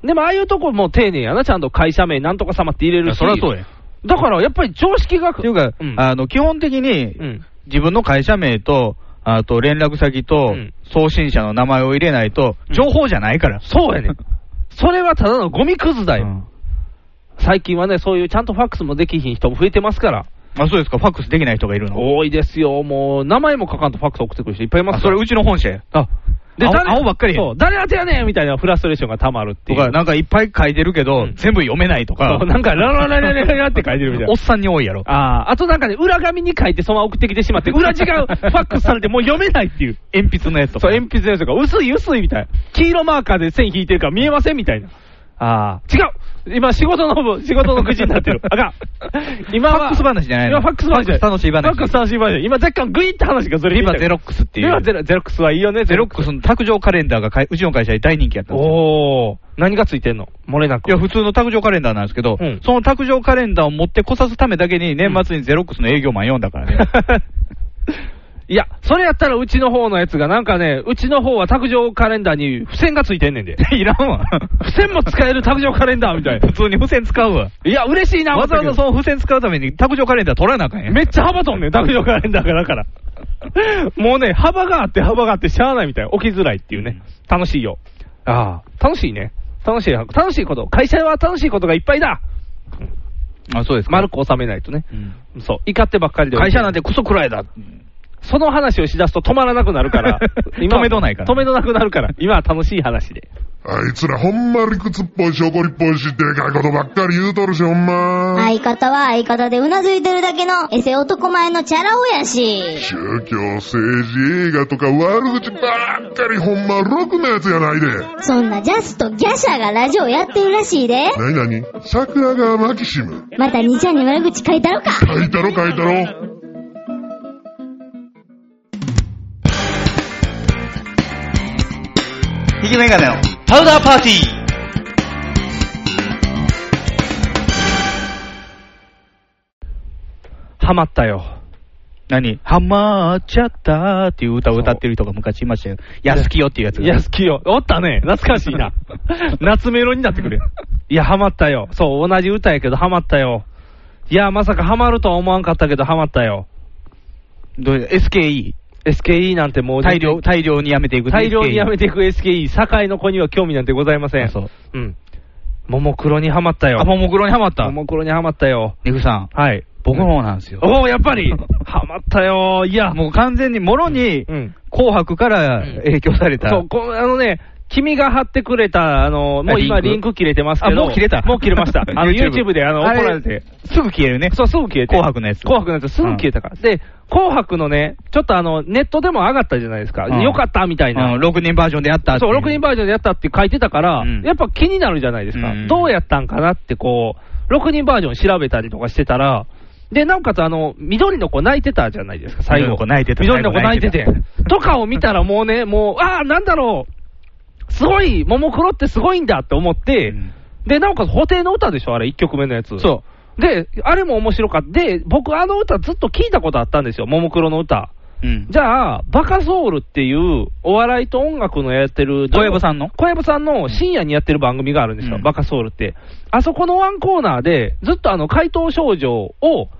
でもああいうとこも丁寧やな。ちゃんと会社名なんとか様って入れるし。 そりゃそうや。 だからやっぱり常識が。っていうか、基本的に、自分の会社名と、あと連絡先と、送信者の名前を入れないと、情報じゃないから。 そうやね。それはただのゴミくずだよ。最近はね、そういうちゃんとファックスもできひん人も増えてますから。 あ、そうですか。ファックスできない人がいるの？ 多いですよ。もう、名前も書かんとファックス送ってくる人いっぱいいますから。 それうちの本社や。 で、 青ばっかりや。 そう、誰当てやねんみたいなフラストレーションがたまるっていう。 とか、なんかいっぱい書いてるけど、全部読めないとか。 そう、なんか、ラって書いてるみたいな。 おっさんに多いやろ。 あとなんかね、裏紙に書いてそのまま送ってきてしまって、裏違うファックスされてもう読めないっていう。 鉛筆のやつとか。 そう、鉛筆のやつとか、薄いみたいな。黄色マーカーで線引いてるから見えませんみたいな。違う今仕事の口になってる。あかん。今は。 ファックス話じゃないの？ 今ファックス話じゃない。 楽しい話。 ファックス楽しい話。今若干グイって話がずれて今ゼロックスっていう。 今ゼロックスはいいよね。 ゼロックスの卓上カレンダーがうちの会社で大人気やったんですよ。 おー。何がついてんの？漏れなく。 いや、普通の卓上カレンダーなんですけど、その卓上カレンダーを持ってこさすためだけに年末にゼロックスの営業マン読んだからね。 いや、それやったらうちの方のやつがなんかね、うちの方は卓上カレンダーに付箋がついてんねんで。 いらんわ。 付箋も使える卓上カレンダーみたいな。 普通に付箋使うわ。 いや、嬉しいな。 わざわざその付箋使うために卓上カレンダー取らなあかんやん。 めっちゃ幅とんねん、卓上カレンダーがだから。もうね、幅があってしゃあないみたいな。起きづらいっていうね。楽しいよ。楽しいね。楽しいこと。会社は楽しいことがいっぱいだ。 そうですか。 丸く収めないとね。そう。怒ってばっかりで。 会社なんてクソくらいだ。 その話をしだすと止まらなくなるから。 止めどないから。 止めどなくなるから。今は楽しい話で。 あいつらほんま理屈っぽいし怒りっぽいしでかいことばっかり言うとるしほんま。 相方は相方でうなずいてるだけのエセ男前のチャラ男やし。 宗教、政治、映画とか悪口ばっかりほんまろくなやつやないで。 そんなジャスとギャシャがラジオやってるらしいで。 なになに桜川マキシム。 また2ちゃんに悪口書いたろか。 書いたろ書いたろ。 ひげメガネのパウダーパーティー。 ハマったよ。 何ハマっちゃったーっていう歌を歌ってる人が昔いましたよ。安清っていうやつが。 安清。おったね。懐かしいな。夏メロになってくれ。いや、ハマったよ。そう、同じ歌やけどハマったよ。いや、まさかハマるとは思わんかったけどハマったよ。 どういう SKE?SKE なんてもう大量にやめていく。 大量にやめていく SKE。堺の子には興味なんてございません。 そう。 うん。ももクロにハマったよ。 あ、ももクロにハマった。 ももクロにハマったよ。 ニグさん。 はい。 僕の方なんですよ。 おー、やっぱりハマったよ。いや。 もう完全にもろに、紅白から影響された。 そう、君が貼ってくれた、もう今リンク切れてますけど。 もう切れた。 もう切れました。YouTube で怒られて。 すぐ消えるね。 そう、すぐ消えて。 紅白のやつ。 紅白のやつすぐ消えたから。で、紅白のね、ちょっとネットでも上がったじゃないですか。よかったみたいな。 6人バージョンでやったって。 そう、6人バージョンでやったって書いてたから、やっぱ気になるじゃないですか。どうやったんかなってこう、6人バージョン調べたりとかしてたら、で、なおかつ緑の子泣いてたじゃないですか、最後。 緑の子泣いてた。 緑の子泣いてて。とかを見たらもうね、なんだろう。すごい、ももクロってすごいんだって思って、で、なおかつ、布袋の歌でしょ、あれ、1曲目のやつ。 そう。 で、あれも面白かった。で、僕、歌ずっと聞いたことあったんですよ、ももクロの歌。じゃあ、バカソウルっていう、お笑いと音楽のやってる、 小籔さんの深夜にやってる番組があるんですよ、バカソウルって。あそこのワンコーナーで、ずっと怪盗少女を、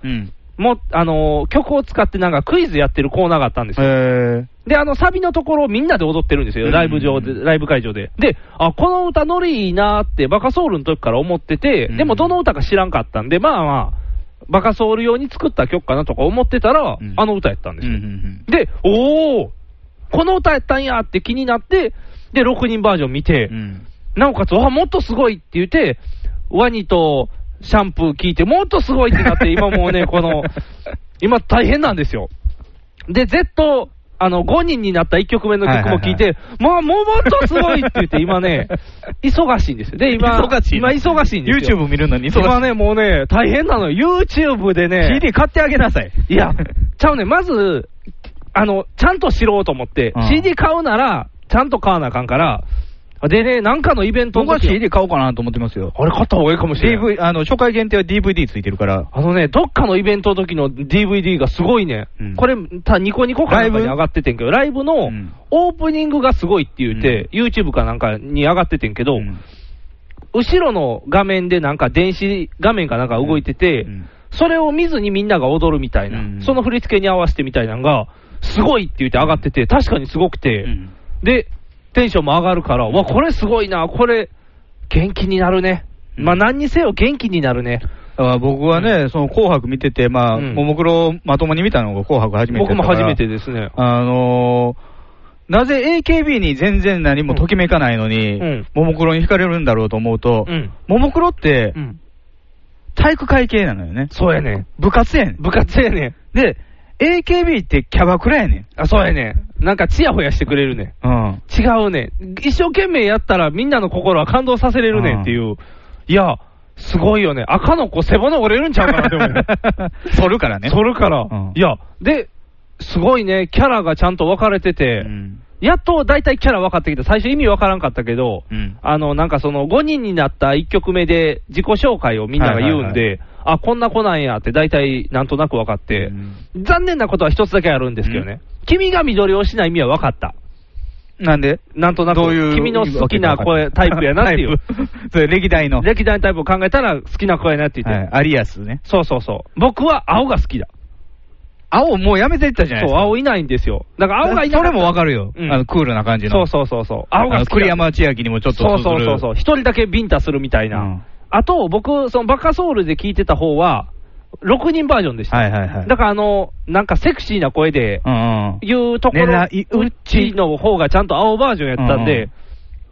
曲を使ってなんかクイズやってるコーナーがあったんですよ。で、サビのところみんなで踊ってるんですよ、ライブ会場で。で、この歌ノリいいなーってバカソウルの時から思ってて、でもどの歌か知らんかったんで、バカソウル用に作った曲かなとか思ってたら、あの歌やったんですよ。で、この歌やったんやって気になって、で、6人バージョン見て、なおかつ、もっとすごいって言って、ワニとシャンプー聞いて、もっとすごいってなって、今もうね、今大変なんですよ。で、5人になった1曲目の曲も聞いて、もっとすごいって言って、今ね、忙しいんですよ。で、今忙しいんですよ。 YouTube 見るのに今ね、もうね、大変なのよ。YouTube でね。 CD 買ってあげなさい。 いや、ちゃうね、まず、ちゃんと知ろうと思って、CD 買うなら、ちゃんと買わなあかんから、でね、なんかのイベントの時僕は CD 買おうかなと思ってますよ。 あれ買った方がいいかもしれない。 初回限定は DVD ついてるから。 どっかのイベントの時の DVD がすごいね。これ、ニコニコかなんかに上がっててんけど、ライブのオープニングがすごいって言って、YouTube かなんかに上がっててんけど、後ろの画面でなんか電子画面かなんか動いてて、それを見ずにみんなが踊るみたいな、その振り付けに合わせてみたいなのが、すごいって言って上がってて、確かにすごくて、で、テンションも上がるから、これすごいな、これ、元気になるね。何にせよ元気になるね。 僕はね、その紅白見てて、ももクロまともに見たのが紅白初めてだから。 僕も初めてですね。 なぜ AKB に全然何もときめかないのに、ももクロに惹かれるんだろうと思うと、ももクロって、体育会系なのよね。 そうやね。 部活やねん。 部活やねん。で、AKB ってキャバクラやねん。そうやねん。なんかチヤホヤしてくれるねん。違うねん。一生懸命やったらみんなの心は感動させれるねんっていう。いや、すごいよね。赤の子背骨折れるんちゃうかなって思う。 反るからね。 反るから。いや、で、すごいね、キャラがちゃんと分かれてて、やっと大体キャラ分かってきた。最初意味分からんかったけど、なんかその5人になった1曲目で自己紹介をみんなが言うんで、こんな子なんやって大体なんとなく分かって、残念なことは一つだけあるんですけどね。君が緑をしない意味は分かった。 なんでなんとなく、君の好きな声、タイプやなっていう。 それ歴代のタイプを考えたら好きな声やなって言って。 アリアスね。 そうそうそう。僕は青が好きだ。 青もうやめていったじゃないですか。 そう、青いないんですよ。だから青がいなかった。 それもわかるよ。クールな感じの。 そう。青が好き。 栗山千明にもちょっとそう。一人だけビンタするみたいな。あと、僕、そのバカソウルで聞いてた方は、6人バージョンでした。だからなんかセクシーな声で、いうところ、うちの方がちゃんと青バージョンやったんで、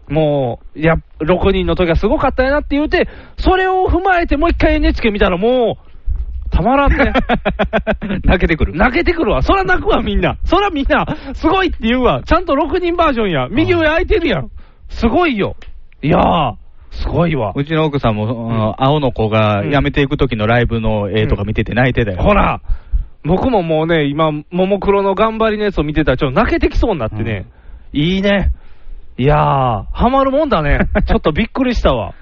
もう、6人の時はすごかったやなって言うて、それを踏まえてもう一回 NHK 見たらもう、たまらんね。 泣けてくる。 泣けてくるわ。そら泣くわ、みんな。そらみんな、すごいって言うわ。ちゃんと6人バージョンや。右上空いてるやん。すごいよ。いやー、すごいわ。 うちの奥さんも、青の子が辞めていく時のライブの絵とか見てて泣いてたよ。 ほら、僕ももうね、今、ももクロの頑張りのやつを見てたら、ちょっと泣けてきそうになってね。いいね。いやー、ハマるもんだね。ちょっとびっくりしたわ。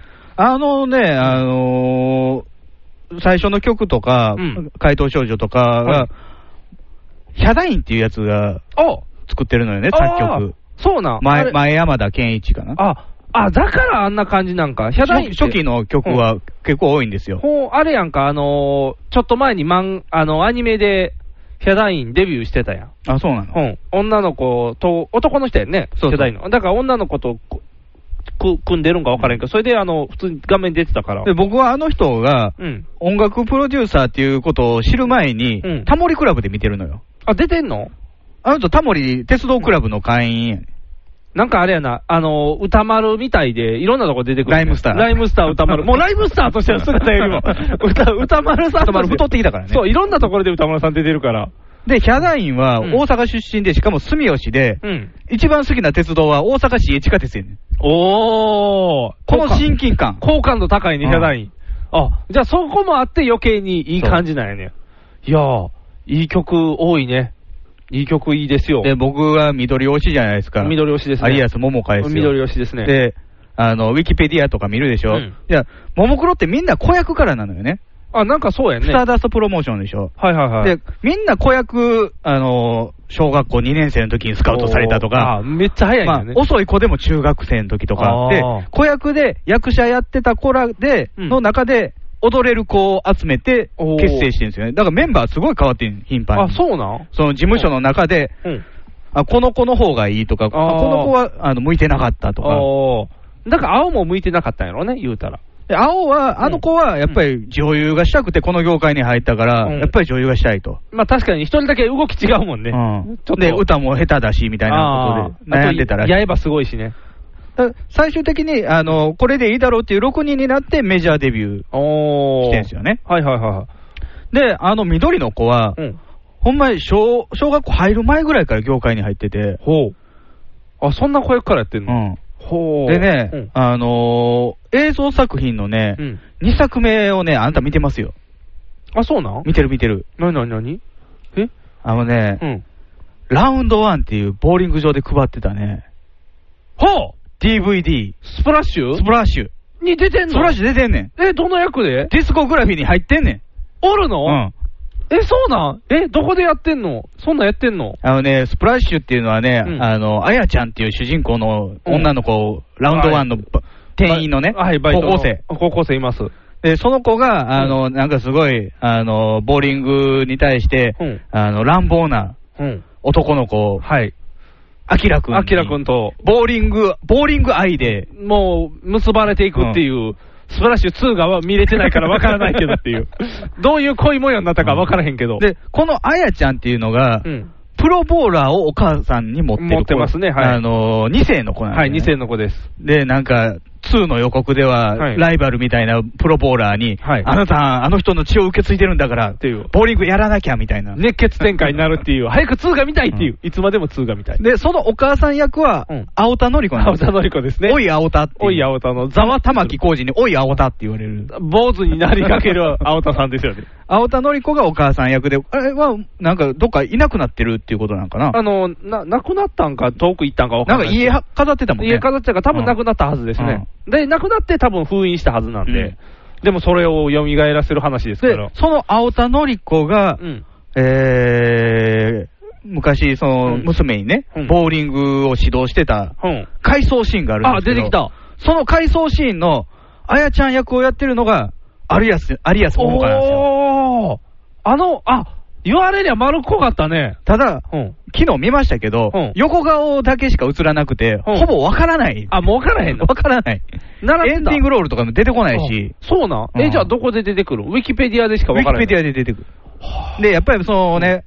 最初の曲とか、怪盗少女とかが、ヒャダインっていうやつが作ってるのよね、作曲。 そうなん。 前山田健一かな。 だからあんな感じなんか。ヒャダイン初期の曲は結構多いんですよ。 あれやんか、ちょっと前にアニメで、ヒャダインデビューしてたやん。 あ、そうなの？ 女の子と、男の人やんね、ヒャダインの。だから女の子と組んでるんか分からんけど、それで普通に画面出てたから。 で、僕はあの人が、音楽プロデューサーっていうことを知る前に、タモリクラブで見てるのよ。 あ、出てんの？ あの人タモリ鉄道クラブの会員やね。 なんかあれやな、歌丸みたいで、いろんなとこ出てくる、 ライムスター歌丸。もうライムスターとしての姿よりも、歌丸さん。 歌丸太ってきたからね。 そう、いろんなところで歌丸さん出てるから。 で、ヒャダインは大阪出身で、しかも住吉で、一番好きな鉄道は大阪市営地下鉄やねん。 この親近感。 好感度高いね、ヒャダイン。じゃあそこもあって余計にいい感じなんやね。いやー、いい曲多いね。いい曲いいですよ。 で、僕は緑推しじゃないですか。 緑推しですね。 有安桃香ですよ。 緑推しですね。 で、ウィキペディアとか見るでしょ。いや、ももクロってみんな子役からなのよね。 なんかそうやね。 スターダストプロモーションでしょ。 はいはいはい。 で、みんな子役、小学校2年生の時にスカウトされたとか。 めっちゃ早いんだね。 遅い子でも中学生の時とか。で、子役で役者やってた子らで、の中で、踊れる子を集めて結成してるんですよね。だからメンバーすごい変わってる、頻繁に。 そうなん？ その事務所の中で、この子の方がいいとか、この子は向いてなかったとか。 だから青も向いてなかったんやろうね、言うたら。 青は、あの子はやっぱり女優がしたくてこの業界に入ったから、やっぱり女優がしたいと。 まあ確かに一人だけ動き違うもんね。 で、歌も下手だし、みたいなことで悩んでたらしい。 やればすごいしね。 最終的に、これでいいだろうっていう6人になってメジャーデビューしてんすよね。 はいはいはい。 で、緑の子は、ほんまに小学校入る前ぐらいから業界に入ってて。 そんな子役からやってんの？ でね、映像作品のね、2作目をね、あんた見てますよ。 そうなん？ 見てる。 何ラウンド1っていうボーリング場で配ってたね。DVD。 スプラッシュに出てんの？ スプラッシュ出てんねん。 どの役で？ ディスコグラフィーに入ってんねん。 おるの？そうなん？どこでやってんの？そんなんやってんの？ スプラッシュっていうのはね、あやちゃんっていう主人公の女の子、ラウンド1の店員のね、 高校生います。 で、その子が、なんかすごい、ボーリングに対して、乱暴な男の子、アキラ君と、 ボーリング愛で、 もう、結ばれていくっていう、スプラッシュ2が見れてないから分からないけどっていう。どういう恋模様になったか分からへんけど。 で、このあやちゃんっていうのが、プロボーラーをお母さんに持ってますね、 2世の子なんですね。 2世の子です。 で、なんか、2の予告では、ライバルみたいなプロボーラーに、あなた、あの人の血を受け継いでるんだから、っていう、ボーリングやらなきゃみたいな。 熱血展開になるっていう、早く2が見たいっていう、いつまでも2が見たい。 で、そのお母さん役は、青田のり子なんですよ。 青田のり子ですね。 おい青田って。 おい青田の、ざわ玉木浩二に、おい青田って言われる。 坊主になりかける青田さんですよね。 青田のり子がお母さん役で、あれは、なんか、どっかいなくなってるっていうことなんかな。 亡くなったんか、遠く行ったんか分からない。 なんか家飾ってたもんね。 家飾ってたから多分亡くなったはずですね。で、亡くなって多分封印したはずなんで、でもそれを蘇らせる話ですから。 で、その青田のり子が、昔、その、娘にね、ボーリングを指導してた、回想シーンがあるんですけど、 出てきた。 その回想シーンの、あやちゃん役をやってるのが、有安桃香なんですよ。 言われりゃ丸っこかったね。 ただ、昨日見ましたけど、横顔だけしか映らなくて、ほぼわからない。 もうわからへんの？ わからない。エンディングロールとかも出てこないし。 そうなん？じゃあどこで出てくる？ウィキペディアでしかわからない。 ウィキペディアで出てくる。で、やっぱりそのね、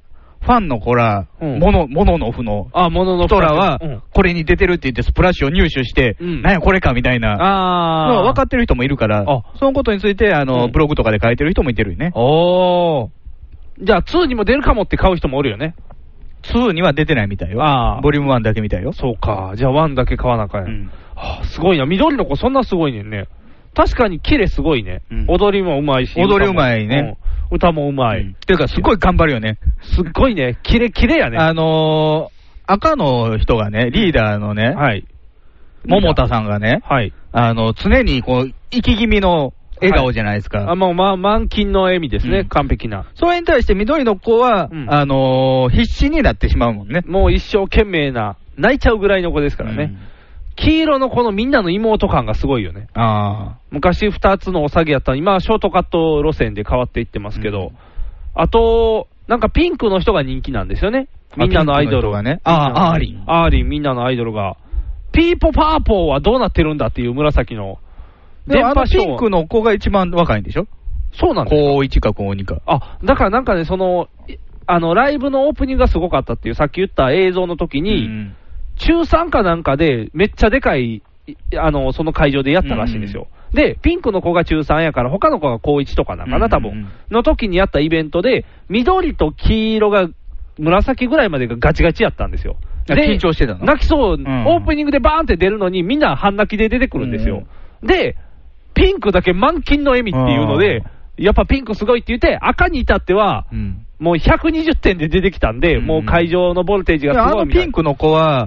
ファンの子ら、モノノフの人らは、これに出てるって言ってスプラッシュを入手して、なんやこれかみたいなのは分かってる人もいるから、そのことについてブログとかで書いてる人もいてるよね。 じゃあ2にも出るかもって買う人もおるよね。 2には出てないみたいよ。ボリューム1だけみたいよ。 そうか。じゃあ1だけ買わなあかんやん。すごいな。緑の子そんなすごいねんね。確かにキレすごいね。踊りもうまいし。 踊りうまいね。 歌もうまい。 ていうかすごい頑張るよね。 すっごいね。キレやね。 赤の人がね、リーダーのね、桃田さんがね、常にこう、生き気味の笑顔じゃないですか。 もう満金の笑みですね。完璧な。 それに対して緑の子は、必死になってしまうもんね。 もう一生懸命な、泣いちゃうぐらいの子ですからね。黄色のこのみんなの妹感がすごいよね。昔2つのお下げやったの今はショートカット路線で変わっていってますけど、あと、なんかピンクの人が人気なんですよね。みんなのアイドルがね。 アーリンみんなのアイドルが。ピーポパーポーはどうなってるんだっていう紫の。 で、ピンクの子が一番若いんでしょ？ そうなんですよ。 高1か高2か。 だからなんかね、ライブのオープニングがすごかったっていう、さっき言った映像の時に、中3かなんかでめっちゃでかい、その会場でやったらしいんですよ。で、ピンクの子が中3やから、他の子が高1とかなんかな、多分。の時にやったイベントで、緑と黄色が、紫ぐらいまでがガチガチやったんですよ。 で、緊張してたの？ 泣きそう、オープニングでバーンって出るのに、みんな半泣きで出てくるんですよ。で、ピンクだけ満金の笑みっていうので、やっぱピンクすごいって言って、赤に至っては、もう120点で出てきたんで、もう会場のボルテージがすごいみたいな。 ピンクの子は、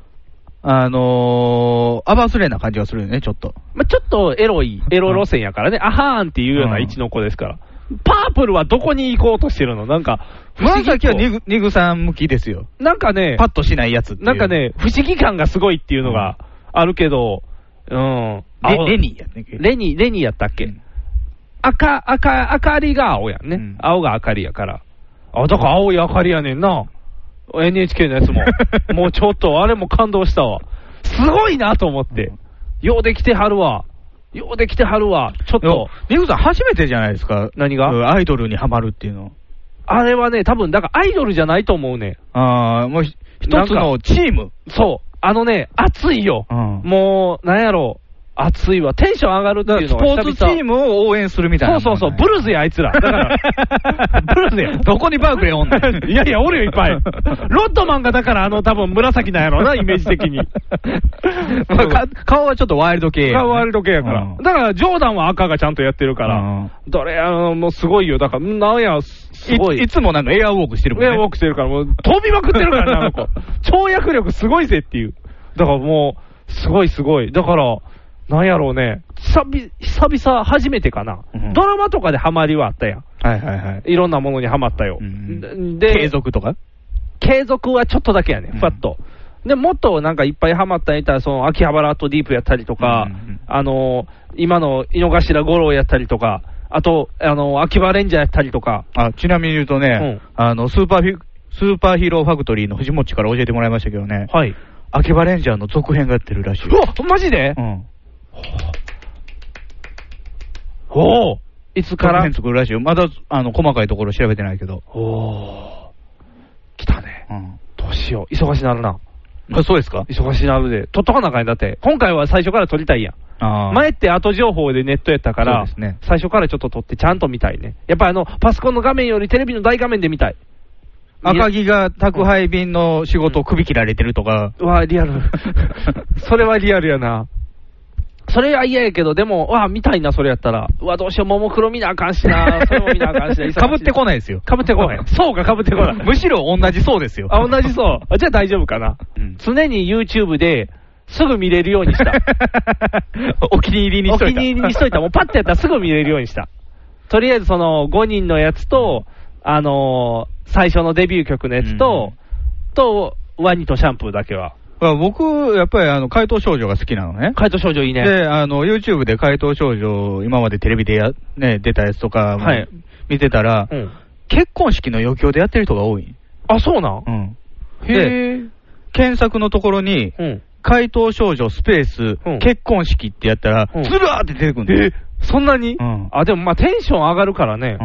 アバスレな感じがするよね、ちょっと。 ちょっとエロ路線やからね、アハーンっていうような位置の子ですから。パープルはどこに行こうとしてるの？なんか、 紫はニグさん向きですよ。 なんかね、 パッとしないやつっていう。 なんかね、不思議感がすごいっていうのがあるけど、 レニーやね。 レニーやったっけ？明かりが青やんね。青が明かりやから。だから青い明かりやねんな。NHK のやつも。もうちょっと、あれも感動したわ。すごいなと思って。ようできてはるわ。ちょっと。 ニグさん初めてじゃないですか。 何が？ アイドルにハマるっていうの。 あれはね、多分、だからアイドルじゃないと思うね。 もう一つのチーム。 そう。熱いよ。もう、なんやろう。熱いわ。テンション上がるっていうのがスポーツチームを応援するみたいな。 そう。ブルーズや、あいつら。だから、ブルーズや。 どこにバークレーおんの？ いや、おるよ、いっぱい。ロッドマンがだから、多分紫なんやろうな、イメージ的に。 顔はちょっとワイルド系。 顔ワイルド系やから。だから、ジョーダンは赤がちゃんとやってるから。もうすごいよ。だから、なんや、すごい。 いつもなんかエアウォークしてるもんね。 エアウォークしてるから、もう飛びまくってるからね、あの子。跳躍力すごいぜっていう。だからもう、すごい。だから、なんやろうね。久々初めてかな。ドラマとかでハマりはあったやん。いろんなものにハマったよ。 で、継続とか？ 継続はちょっとだけやね、ふわっと。で、もっとなんかいっぱいハマったんやったら、秋葉原アットディープやったりとか、今の井の頭五郎やったりとか、あと、秋葉レンジャーやったりとか。 ちなみに言うとね、スーパーヒーローファクトリーの藤本から教えてもらいましたけどね。秋葉レンジャーの続編がやってるらしい。 うわ、マジで？いつから？ 続編作るらしいよ。まだ、細かいところ調べてないけど。 来たね。どうしよう。忙しなるな。 そうですか？ 忙しなるで。撮っとかなあかんやん。だって、今回は最初から撮りたいやん。前って後情報でネットやったから、最初からちょっと撮ってちゃんと見たいね。やっぱりパソコンの画面よりテレビの大画面で見たい。 赤木が宅配便の仕事を首切られてるとか。 リアル。それはリアルやな。それは嫌やけど、でも、見たいな、それやったら。どうしよう、ももクロ見なあかんしな。それも見なあかんしな。 かぶってこないですよ。 かぶってこない。そうか、かぶってこない。 むしろ同じそうですよ。 同じそう。じゃあ大丈夫かな。常に YouTube ですぐ見れるようにした。 お気に入りにしといた。 お気に入りにしといた。もうパッてやったらすぐ見れるようにした。とりあえずその5人のやつと、最初のデビュー曲のやつと、ワニとシャンプーだけは。 僕、やっぱり怪盗少女が好きなのね。 怪盗少女いいね。 で、YouTube で怪盗少女、今までテレビで出たやつとか、見てたら、結婚式の余興でやってる人が多い。 そうなん？ で、検索のところに、怪盗少女スペース、結婚式ってやったら、ずらーって出てくるんだよ。 そんなに？でもテンション上がるからね。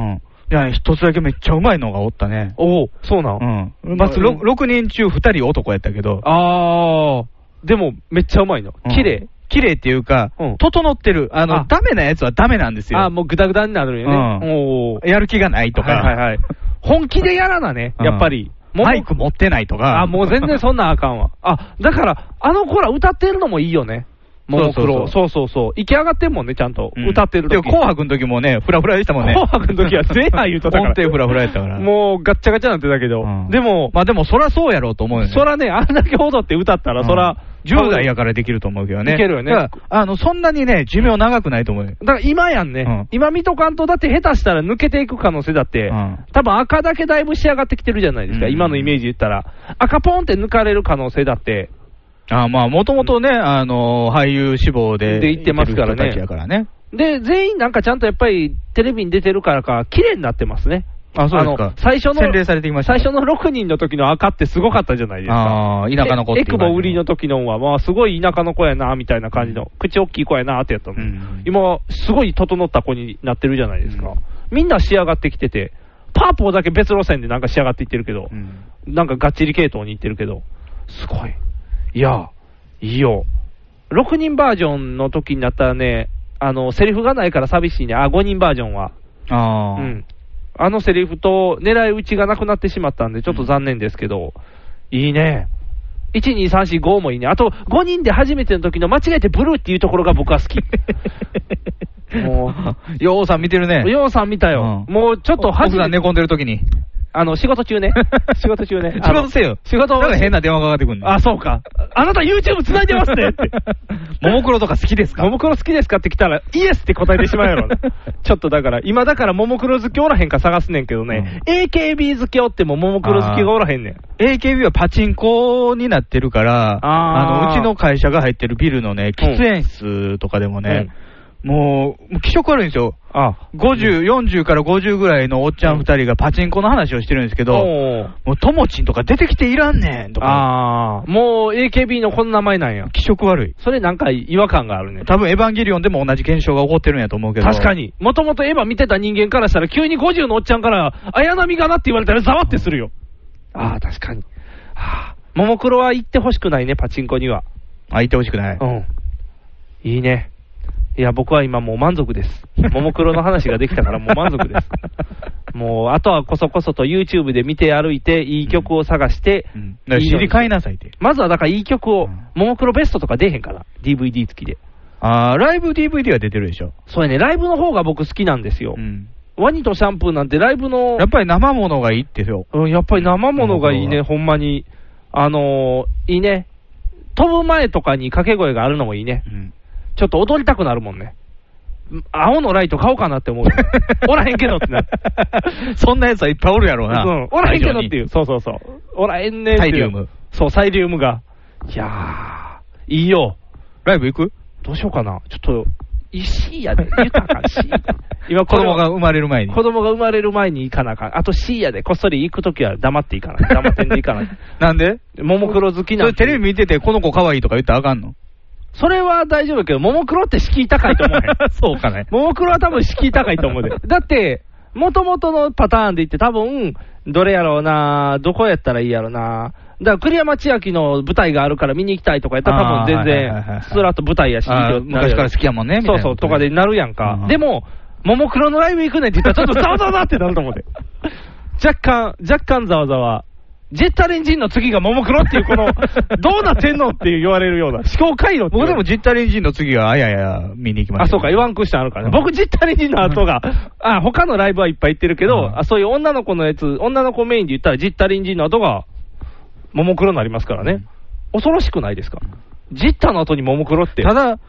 いや、一つだけめっちゃうまいのがおったね。 おお、そうなん。 うん。まず6人中2人男やったけど。 あー、でもめっちゃうまいの。綺麗。 綺麗っていうか、整ってる。ダメなやつはダメなんですよ。 もうグダグダになるよね。 やる気がないとか。 はいはいはい。本気でやらなね、やっぱり。 マイク持ってないとか。 もう全然そんなんあかんわ。だから、あの子ら歌ってるのもいいよね。ももクロ。そうそうそう。行き上がってんもんね、ちゃんと。歌ってる時。 でも紅白の時もね、フラフラでしたもんね。 紅白の時は全員言うとったから。 音程フラフラやったから。 もうガッチャガチャなってたけど。でも、 まあでもそらそうやろうと思うよね。 そらね、あんだけ踊って歌ったら、そら、 10代やからできると思うけどね。 いけるよね。 だからそんなにね、寿命長くないと思うよ。 だから今やんね。今見とかんと、だって下手したら抜けていく可能性だって、多分赤だけだいぶ仕上がってきてるじゃないですか。今のイメージ言ったら。赤ポンって抜かれる可能性だって。 まあ、もともとね、俳優志望で行ってますからね。で、全員なんかちゃんとやっぱりテレビに出てるからか、綺麗になってますね。 そうですか。 最初の、 洗礼されてきました。 最初の6人の時の赤ってすごかったじゃないですか。 田舎の子って。 エクボ売りの時のは、まあすごい田舎の子やな、みたいな感じの、口大きい子やなってやったの。今、すごい整った子になってるじゃないですか。みんな仕上がってきてて、パーポーだけ別路線でなんか仕上がっていってるけど、なんかがっちり系統にいってるけど、すごい。いや、いいよ。6人バージョンの時になったらね、セリフがないから寂しいね。5人バージョンは。セリフと狙い撃ちがなくなってしまったんで、ちょっと残念ですけど、いいね。1、2、3、4、5もいいね。あと、5人で初めての時の間違えてブルーっていうところが僕は好き。 もう、ようさん見てるね。 ようさん見たよ。もうちょっと僕が寝込んでる時に。 仕事中ね。仕事中ね。 仕事せよ。 仕事なんか変な電話がかかってくるね。 そうか。あなた YouTube 繋いでますねって。 ももクロとか好きですか？ ももクロ好きですかって来たら、イエスって答えてしまうやろね。ちょっとだから、今だからももクロ好きおらへんか探すねんけどね、AKB 好きおってもももクロ好きがおらへんねん。 AKB はパチンコになってるから、うちの会社が入ってるビルのね、喫煙室とかでもね、もう気色悪いんですよ。40から50ぐらいのおっちゃん2人がパチンコの話をしてるんですけど、もうともちんとか出てきていらんねんとか。 もう AKB のこの名前なんや。 気色悪い。 それなんか違和感があるね。 多分エヴァンゲリオンでも同じ現象が起こってるんやと思うけど。 確かに。もともとエヴァ見てた人間からしたら、急に50のおっちゃんから、綾波がなって言われたらざわってするよ。確かに。ももクロは行ってほしくないね、パチンコには。 行ってほしくない。 いいね。いや、僕は今もう満足です。ももクロの話ができたからもう満足です。もう、あとはこそこそと YouTube で見て歩いて、いい曲を探して、 知り替えなさいって。 まずはだからいい曲を、ももクロベストとか出へんから、DVD 付きで。 ライブ DVD は出てるでしょ。 そうやね、ライブの方が僕好きなんですよ。ワニとシャンプーなんてライブの。 やっぱり生ものがいいってよ。 やっぱり生ものがいいね、ほんまに。いいね。飛ぶ前とかに掛け声があるのもいいね。ちょっと踊りたくなるもんね。青のライト買おうかなって思う。おらへんけどってなる。 そんなやつはいっぱいおるやろうな。 おらへんけどっていう。そう。おらへんねんっていう。 サイリウム。 そう、サイリウムが。いやー、いいよ。 ライブ行く？ どうしようかな。ちょっと、石やで。豊かし。 今子供が生まれる前に。 子供が生まれる前に行かなあかん。あと C やで。こっそり行くときは黙っていかない。黙ってんで行かない。 なんで？ ももクロ好きなんで。テレビ見てて、この子可愛いとか言ったらあかんの？ それは大丈夫だけど、ももクロって敷居高いと思うね。 そうかね。 ももクロは多分敷居高いと思うで。だって、元々のパターンで言って多分、どれやろうな、どこやったらいいやろうな。だから栗山千明の舞台があるから見に行きたいとかやったら多分全然、スラッと舞台やし、 昔から好きやもんね、みたいな。 そう、とかでなるやんか。でも、ももクロのライブ行くねって言ったらちょっとざわざわってなると思うで。若干ざわざわ。ジェッタリンジンの次がももクロっていうこの、どうなってんのって言われるような、思考回路って。 僕でもジェッタリンジンの次があやや見に行きました。 そうか、言わんくしてあるからね。僕ジェッタリンジンの後が、他のライブはいっぱい行ってるけど、そういう女の子のやつ、女の子メインで言ったらジェッタリンジンの後が、ももクロになりますからね。恐ろしくないですか？ジェッタの後にももクロって。 ただ、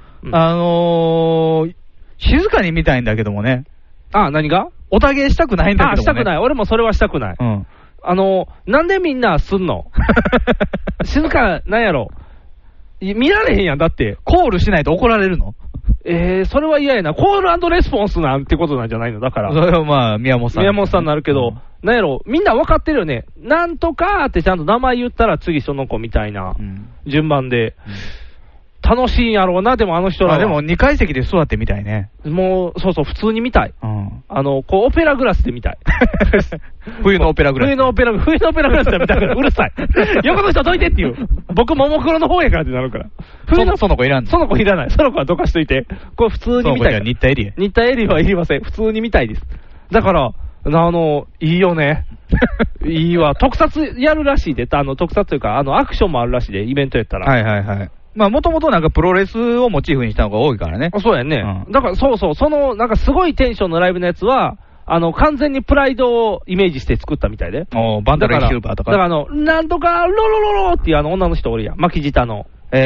静かに見たいんだけどもね。 何が？ おたげしたくないんだけどもね。 したくない。俺もそれはしたくない。なんでみんなすんの？静か、なんやろ。見られへんやん、だって。 コールしないと怒られるの？ それは嫌やな。コール&レスポンスなんてことなんじゃないの？だから。 それはまあ、宮本さんになるけど、なんやろ。みんな分かってるよね。なんとかってちゃんと名前言ったら次その子みたいな順番で。楽しいんやろうな、でもあの人らは。 でも2階席で座ってみたいね。 もう、そう、普通に見たい。 こう、オペラグラスで見たい。 冬のオペラグラス。 冬のオペラグラスで見たいから、うるさい。横の人どいてっていう。僕、ももクロの方やからってなるから。 その子いらんの？ その子いらない。その子はどかしといて。これ普通に見たい。 新田エリア。 新田エリアはいりません。普通に見たいです。だから、いいよね。いいわ。特撮やるらしいで、特撮というか、アクションもあるらしいで、イベントやったら。 はいはいはい。まあ、もともとなんかプロレスをモチーフにしたのが多いからね。 そうやね。だから、そう、なんかすごいテンションのライブのやつは、完全にプライドをイメージして作ったみたいで。 バンダレイヒルバーとか。 だからなんとか、ロロロロっていう女の人おるやん。巻き舌の。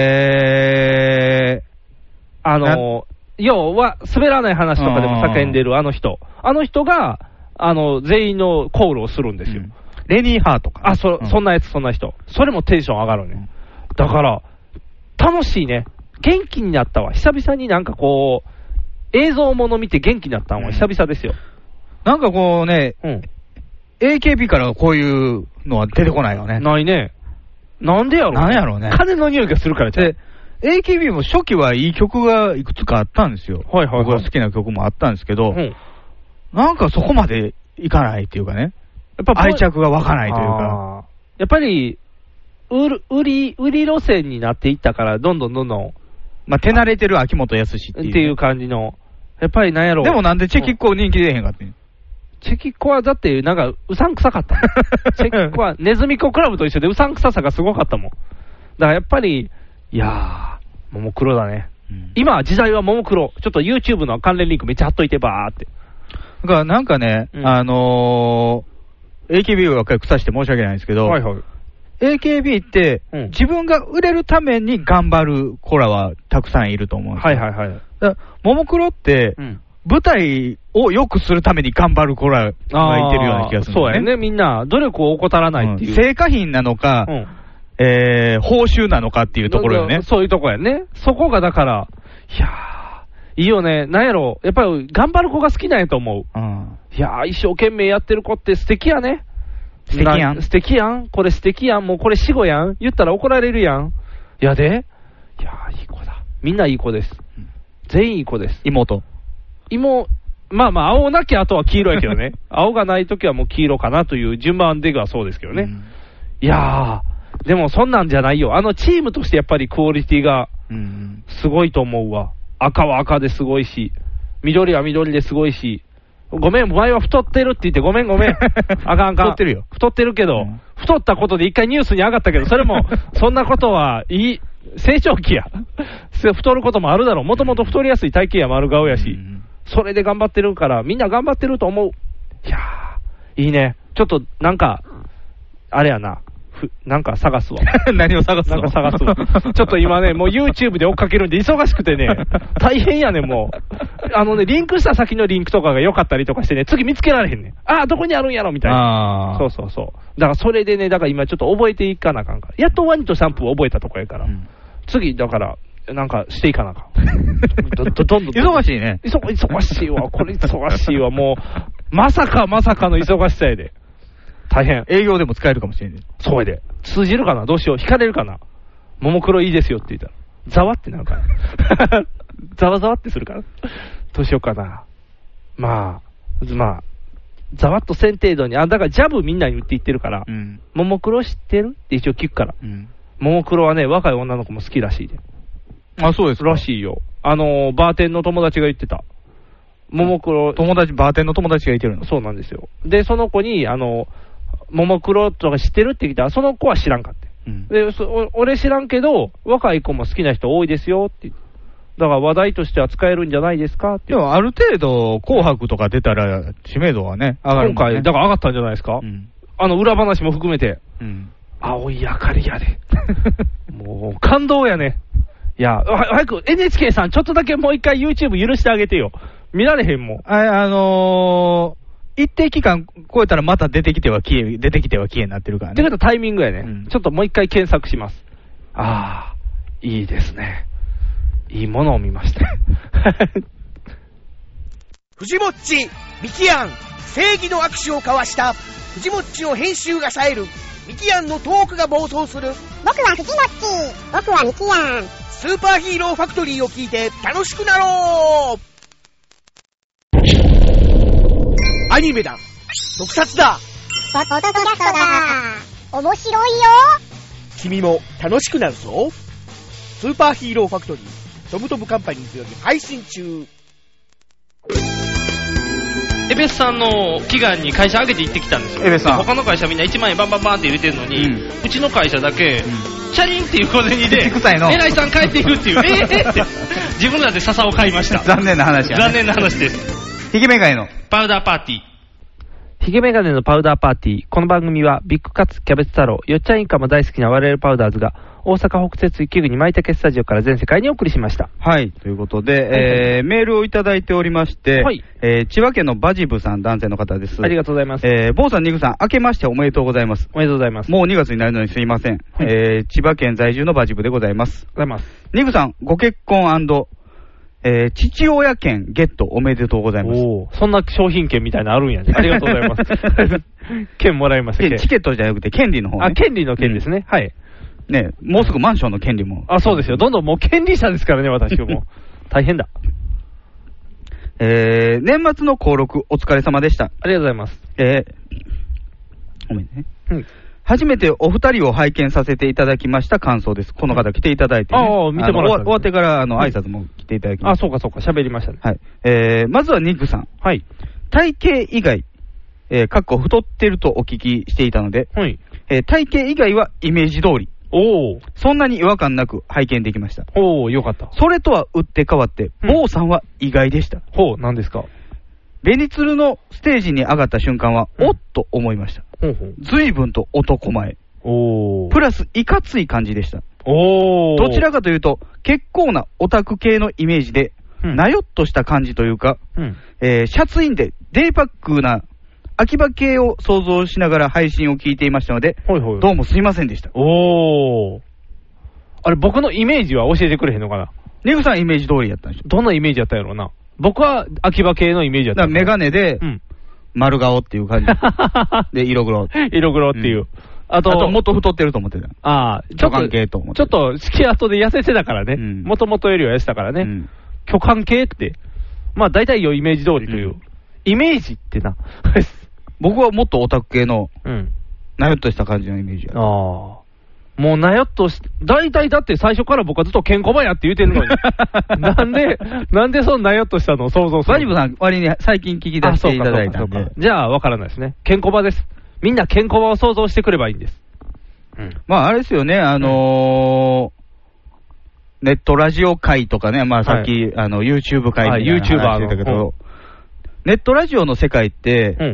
要は、滑らない話とかでも叫んでるあの人が、全員のコールをするんですよ。 レニー・ハーとか。 そんなやつ、そんな人。それもテンション上がるね。だから、楽しいね。元気になったわ。久々になんかこう、映像もの見て元気になったのは久々ですよ。 なんかこうね、AKB からこういうのは出てこないよね。 ないね。なんでやろうね。 なんやろうね。 金の匂いがするからで、AKB も初期はいい曲がいくつかあったんですよ。 はいはいはい。 僕が好きな曲もあったんですけど、なんかそこまでいかないっていうかね。やっぱ愛着が湧かないというか。 やっぱり、売り路線になっていったから、どんどん。 まあ、手慣れてる秋元康っていう感じの。やっぱりなんやろう。 でもなんでチェキッコ人気出えへんかってん。 チェキッコはだって、なんか、うさんくさかったもん。チェキッコはネズミ子クラブと一緒でうさんくささがすごかったもん。だからやっぱり、いやー、ももクロだね。今、時代はももクロ。ちょっと YouTube の関連リンクめっちゃ貼っといて、ばーって。 だからなんかね、AKB ばっかり腐して申し訳ないんですけど、AKB って、自分が売れるために頑張る子らはたくさんいると思うんですよ。だももクロって、舞台を良くするために頑張る子らがいてるような気がする、ね。 そうやね。みんな努力を怠らないっていう。 成果品なのか、報酬なのかっていうところよね。 そういうとこやね。そこがだから、いやー、いいよね。なんやろ。やっぱり頑張る子が好きなんやと思う。いやー、一生懸命やってる子って素敵やね。 素敵やん。 素敵やん。これ素敵やん。もうこれ死後やん。言ったら怒られるやん。いやで。いやー、いい子だ。みんないい子です。全員いい子です。 妹。 まあ、青なきゃあとは黄色やけどね。青がないときはもう黄色かなという順番ではそうですけどね。いやー、でもそんなんじゃないよ。チームとしてやっぱりクオリティがすごいと思うわ。赤は赤ですごいし、緑は緑ですごいし、ごめん、前は太ってるって言ってごめん。あかん。 太ってるよ。 太ってるけど、太ったことで一回ニュースに上がったけど、それも、そんなことはいい、成長期や。太ることもあるだろう。もともと太りやすい体型や丸顔やし、それで頑張ってるから、みんな頑張ってると思う。いやー、いいね。ちょっと、なんか、あれやな。なんか探すわ。 何を探すの？ なんか探すわ。ちょっと今ね、もう YouTube で追っかけるんで忙しくてね、大変やねん、もう。リンクした先のリンクとかが良かったりとかしてね、次見つけられへんねん。どこにあるんやろみたいな。そう。だからそれでね、だから今ちょっと覚えていかなあかんから。やっとワニとシャンプーを覚えたとこやから。次、だから、なんかしていかなあかん。どんどん。 忙しいね。 忙しいわ。これ忙しいわ。もう、まさかの忙しさやで。大変。 営業でも使えるかもしれない。 そうやで。通じるかな？どうしよう。引かれるかな？ももクロいいですよって言ったら。ざわってなるから。ざわざわってするから。どうしようかな。まあ、ざわっとせん程度に。だからジャブみんなに言って言ってるから。ももクロ知ってるって一応聞くから。ももクロはね、若い女の子も好きらしいで。 そうですか。 らしいよ。バーテンの友達が言ってた。ももクロ。 バーテンの友達がいてるの？ そうなんですよ。で、その子に、ももクロとか知ってるって聞いたら、その子は知らんかって。で、俺知らんけど、若い子も好きな人多いですよって言って。だから話題としては使えるんじゃないですかって。 でもある程度、紅白とか出たら、知名度はね、上がるもんね。 今回、だから上がったんじゃないですか。裏話も含めて。青い明かりやで。もう、感動やね。いや、早く NHK さん、ちょっとだけもう一回 YouTube 許してあげてよ。見られへんもん。 一定期間超えたらまた出てきては消えになってるからね。 ってことはタイミングやね。ちょっともう一回検索します。いいですね。いいものを見ました。 藤もっち、ミキアン、正義の握手を交わした藤もっちの編集が冴えるミキアンのトークが暴走する僕は藤もっち、僕はミキアン、 スーパーヒーローファクトリーを聞いて楽しくなろう。 アニメだ。特撮だ。 ポッドキャストだ。面白いよ。 君も楽しくなるぞ。スーパーヒーローファクトリー、トムトムカンパニーズより配信中。 エベスさんの祈願に会社上げて行ってきたんですよ。 エベスさん。 他の会社みんな1万円バンバンバンって入れてるのに、うちの会社だけ、チャリンっていう小銭で、偉いさん帰っていくっていう、って自分らで笹を買いました。 残念な話やね。 残念な話です。 ヒゲメガネのパウダーパーティー。ヒゲメガネのパウダーパーティー。この番組はビッグカツ、キャベツ太郎、よっちゃんインカも大好きな我々パウダーズが大阪北摂池国舞茸スタジオから全世界にお送りしました。 はい、ということで、メールをいただいておりまして、はい、千葉県のバジブさん、男性の方です。 ありがとうございます。 坊さん、ニグさん、明けましておめでとうございます。 おめでとうございます。 もう2月になるのにすいません。はい、千葉県在住のバジブでございます。 ございます。 ニグさん、ご結婚&父親券ゲットおめでとうございます。 そんな商品券みたいなのあるんやね。ありがとうございます。券もらいました。 チケットじゃなくて権利の方ね。 あ、権利の券ですね。はい。 ね、もうすぐマンションの権利も。 あ、そうですよ。どんどんもう権利者ですからね、私も。大変だ。 年末の登録お疲れ様でした。 ありがとうございます。 ごめんね。初めてお二人を拝見させていただきました感想です。この方来ていただいて、ね。 ああ、見てもらった。 終わってから挨拶も来ていただきました。 あ、そうかそうか、喋りましたね。 はい。まずはニックさん。 はい。 体型以外、かっこ太ってるとお聞きしていたので、 はい。 体型以外はイメージ通り。そんなに違和感なく拝見できました。 よかった。 それとは打って変わって、坊さんは意外でした。 何ですか？ ベニツルのステージに上がった瞬間は、おっと思いました。随分と男前。プラス、いかつい感じでした。どちらかというと、結構なオタク系のイメージで、なよっとした感じというか、シャツインでデイパックな秋葉系を想像しながら配信を聞いていましたので、どうもすいませんでした。 あれ、僕のイメージは教えてくれへんのかな？ ネグさんイメージ通りやったんでしょ？ どんなイメージやったんやろうな。僕は秋葉系のイメージやった。 メガネで、丸顔っていう感じ。で、色黒。 色黒っていう。あと、もっと太ってると思ってた。巨漢系と思ってちょっと、スキアートで痩せてたからね。もともとよりは痩せたからね。巨漢系って。まあ、大体イメージ通りという。イメージってな。 僕はもっとオタク系の、なよっとした感じのイメージや。 もうなよっと大体だって最初から僕はずっとケンコバやって言うてるのに。なんでそのなよっとしたのを想像するの？ バジブさん、割に最近聞き出していただいたんで。 じゃあ、わからないですね。ケンコバです。みんなケンコバを想像してくればいいんです。 まあ、あれですよね、ネットラジオ会とかね、まあさっき、YouTube 会みたいな話してたけど、ネットラジオの世界って、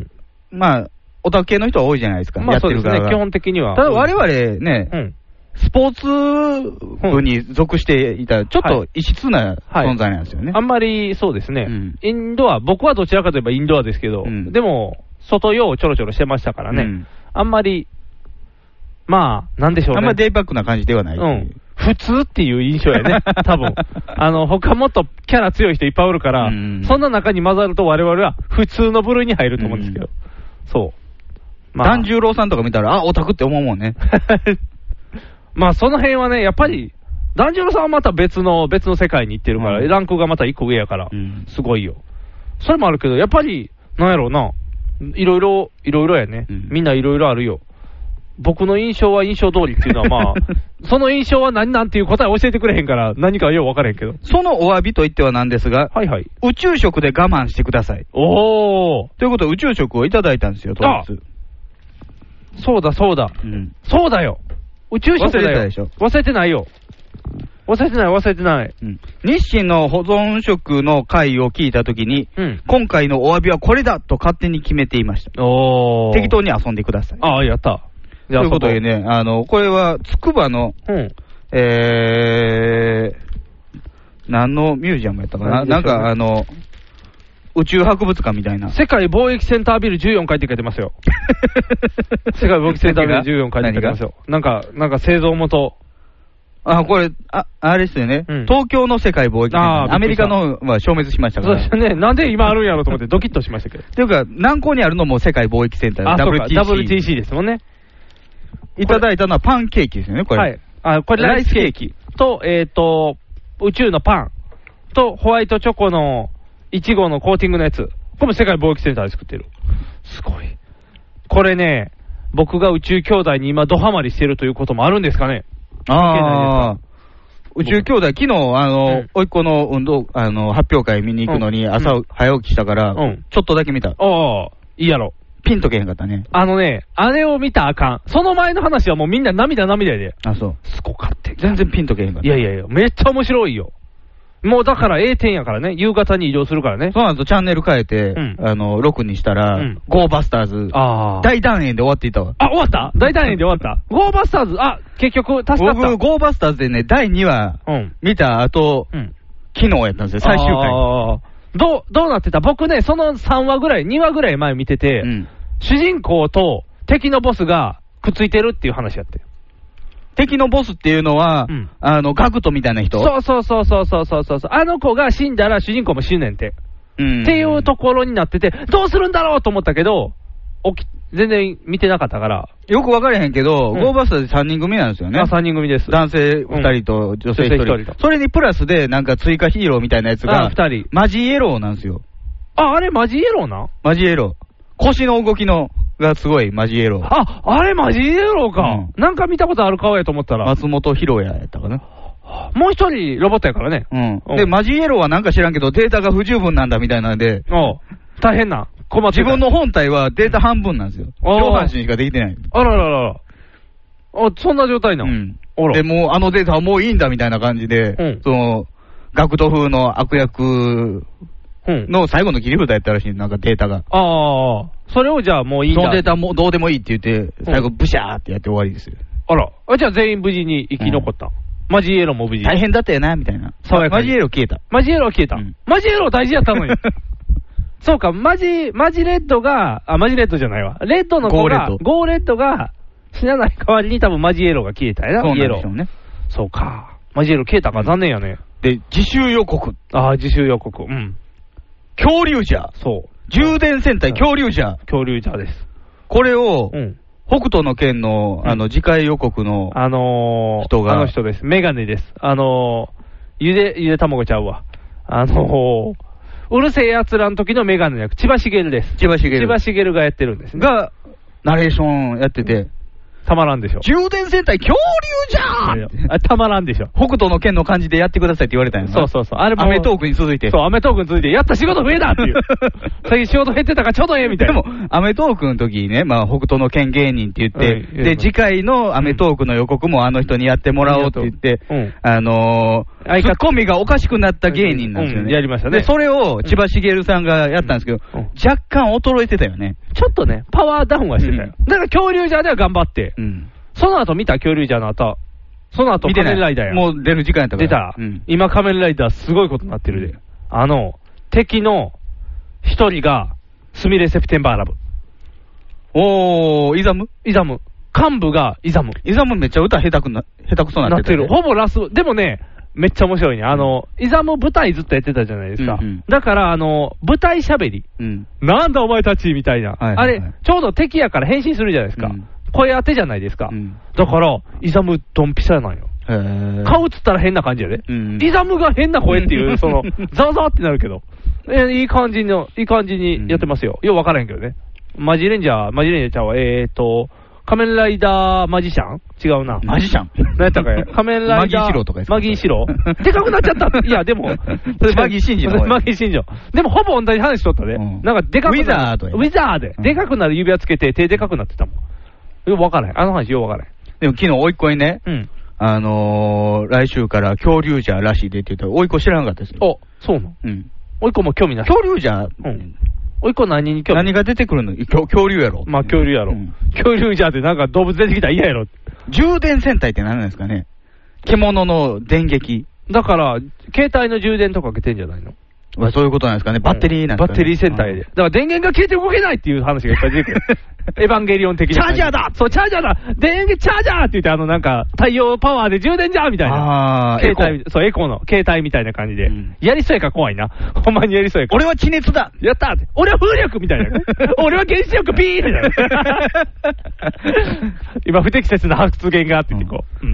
まあ、オタク系の人は多いじゃないですか。 まあそうですね、基本的には。 ただ我々ね、スポーツ部に属していた、ちょっと異質な存在なんですよね。 あんまりそうですね。インドア、僕はどちらかといえばインドアですけど、でも、外用をちょろちょろしてましたからね。あんまり、まあ、なんでしょうね。 あんまりデイパックな感じではない。 普通っていう印象やね、多分。他もっとキャラ強い人いっぱいおるから、そんな中に混ざると我々は普通の部類に入ると思うんですけど。そう。 團十郎さんとか見たら、オタクって思うもんね。 まあ、その辺はね、やっぱり、團十郎さんはまた別の世界に行ってるから、ランクがまた一個上やから、すごいよ。それもあるけど、やっぱり、なんやろうな、いろいろやね。みんないろいろあるよ。僕の印象は印象通りっていうのはまあ、その印象は何なんていう答え教えてくれへんから、何かよう分からへんけど。 そのお詫びと言ってはなんですが、宇宙食で我慢してください。ということで宇宙食をいただいたんですよ、当日。 そうだ。そうだよ。宇宙食だよ。 忘れてたでしょ。 忘れてないよ。忘れてない。 日清の保存食の回を聞いたときに、今回のお詫びはこれだと勝手に決めていました。適当に遊んでください。 やった。 ということでね、これは、つくばの、何のミュージアムやったかな、なんか宇宙博物館みたいな。 世界貿易センタービル14階って書いてますよ。世界貿易センタービル14階って書いてますよ。なんか製造元。 これ、あれですよね。東京の世界貿易センター。アメリカのは消滅しましたから。 そうですね。なんで今あるんやろと思ってドキッとしましたけど。 っていうか、南港にあるのも世界貿易センター。 WTC ですもんね。 いただいたのはパンケーキですよね、これ。 これライスケーキと、宇宙のパンとホワイトチョコのいちごのコーティングのやつ。これも世界貿易センターで作ってる。 すごい。これね、僕が宇宙兄弟に今ドハマりしてるということもあるんですかね。 ああ。宇宙兄弟、昨日、おいっ子の運動、発表会見に行くのに、朝、早起きしたから、ちょっとだけ見た。 ああ、いいやろ。 ピンとけへんかったね。 あれを見たらあかん。その前の話はもうみんな涙で。 あ、そう。 すごかった。 全然ピンとけへんかった。 いや、めっちゃ面白いよ。もうだから A 点やからね、夕方に移動するからね。 そうなんですよ、チャンネル変えて、6にしたら、ゴーバスターズ、大団円で終わっていたわ。 あ、終わった大団円で終わったゴーバスターズ、結局、助かった。 僕、ゴーバスターズでね、第2話、見た後、昨日やったんですよ、最終回。 どうなってた？僕ね、その3話ぐらい、2話ぐらい前見てて、主人公と敵のボスがくっついてるっていう話やって。 敵のボスっていうのは、ガクトみたいな人？ そう。あの子が死んだら主人公も死ぬねんて。っていうところになってて、どうするんだろうと思ったけど、全然見てなかったから。 よく分かれへんけど、ゴーバスターズ3人組なんですよね。 3人組です。 男性2人と女性1人。それにプラスで、なんか追加ヒーローみたいなやつが、 2人。 マジイエローなんですよ。 あれマジイエローな？ マジイエロー。腰の動きのがすごいマジイエロー。 あれマジイエローか。なんか見たことある顔やと思ったら。 松本博也やったかな。 もう一人ロボットやからね。 で、マジイエローはなんか知らんけど、データが不十分なんだみたいなんで。 大変な。 自分の本体はデータ半分なんですよ。上半身しかできてない。 あら。そんな状態なの？ で、もうあのデータはもういいんだみたいな感じで、ガクト風の悪役の最後の切り札やったらしい、なんかデータが。 それをじゃあもういいんだ。 そのデータもどうでもいいって言って、最後ブシャーってやって終わりですよ。 あら。じゃあ全員無事に生き残った。マジイエローも無事。 大変だったよな、みたいな。マジイエロー消えた。 マジイエロー消えた。マジイエロー大事やったのに。そうか、マジレッドが、マジレッドじゃないわ。レッドの子が、ゴーレッドが死なない代わりに多分マジイエローが消えたやな、 そうなんでしょうね。 そうか。マジイエロー消えたか、残念やね。 で、自習予告。 自習予告。 恐竜じゃ。 そう。 充電戦隊恐竜じゃ。 恐竜じゃです。 これを、北斗の拳の、次回予告の、人が。 あの人です。メガネです。ゆで卵ちゃうわ。うるせえ奴らの時のメガネの役、千葉茂です。千葉茂がやってるんですね。 が、ナレーションやってて、 たまらんでしょ。 充電戦隊恐竜じゃーたまらんでしょ。 北斗の拳の感じでやってくださいって言われたんやな。 そう。 あれもアメトークに続いて。 そう、アメトークに続いて、やった仕事増えたっていう。最近仕事減ってたからちょうどええみたいな。 でも、アメトークの時にね、北斗の拳芸人って言って、で、次回のアメトークの予告もあの人にやってもらおうって言って、ツッコミがおかしくなった芸人なんですよね。 やりましたね。 で、それを千葉茂さんがやったんですけど、若干衰えてたよね。 ちょっとね、パワーダウンはしてたよ。だから恐竜ジャーでは頑張って、その後見た恐竜ジャーの後、その後仮面ライダーや。 もう出る時間やったから。 出た。今仮面ライダーすごいことになってるで。敵の一人が、スミレセプテンバーラブ。 イザム。 幹部がイザムめっちゃ歌下手くそなってる。 ほぼラス、でもね、めっちゃ面白いね。イザム舞台ずっとやってたじゃないですか。だから、舞台喋り。なんだお前たちみたいな。あれ、ちょうど敵やから変身するじゃないですか。声当てじゃないですか。だから、イザムドンピシャなんよ。顔映ったら変な感じやで。イザムが変な声っていう、ザワザワってなるけど。いい感じにやってますよ。よう分からへんけどね。マジレンジャーちゃうわ。仮面ライダーマジシャン違うな。 マジシャン何やったかや。仮面ライダー。 マギーシローとかですか。 マギーシローでかくなっちゃった。いや、でも。 マギーシンジの。 マギーシンジ。でもほぼ同じ話しとったで。なんかでかくなる。ウィザーで。でかくなる指輪つけて手でかくなってたもん。よくわからへん。あの話よくわからへん。 でも昨日おいっ子にね、来週から恐竜じゃらしいでって言ったら、おいっ子知らなかったですよ。 そうなの？おいっ子も興味ない。 恐竜じゃおいっ子何に興味ない？ 何が出てくるの？恐竜やろ。 まあ恐竜やろ。恐竜じゃってなんか動物出てきたら嫌やろ。 充電戦隊って何なんですかね？獣の電撃。 だから、携帯の充電とかかけてんじゃないの？ そういうことなんですかね。バッテリーなんですかね。 バッテリー戦隊で。だから電源が消えて動けないっていう話がいっぱい出てくる。エヴァンゲリオン的な。 チャージャーだそう、チャージャーだ電源チャージャーって言ってなんか、太陽パワーで充電じゃーみたいな。携帯、そう、エコの携帯みたいな感じで。やりそうやから怖いな。ほんまにやりそうやから。 俺は地熱だやったーって。俺は風力みたいな。俺は原子力ピーみたいな。今不適切な発言があってこう。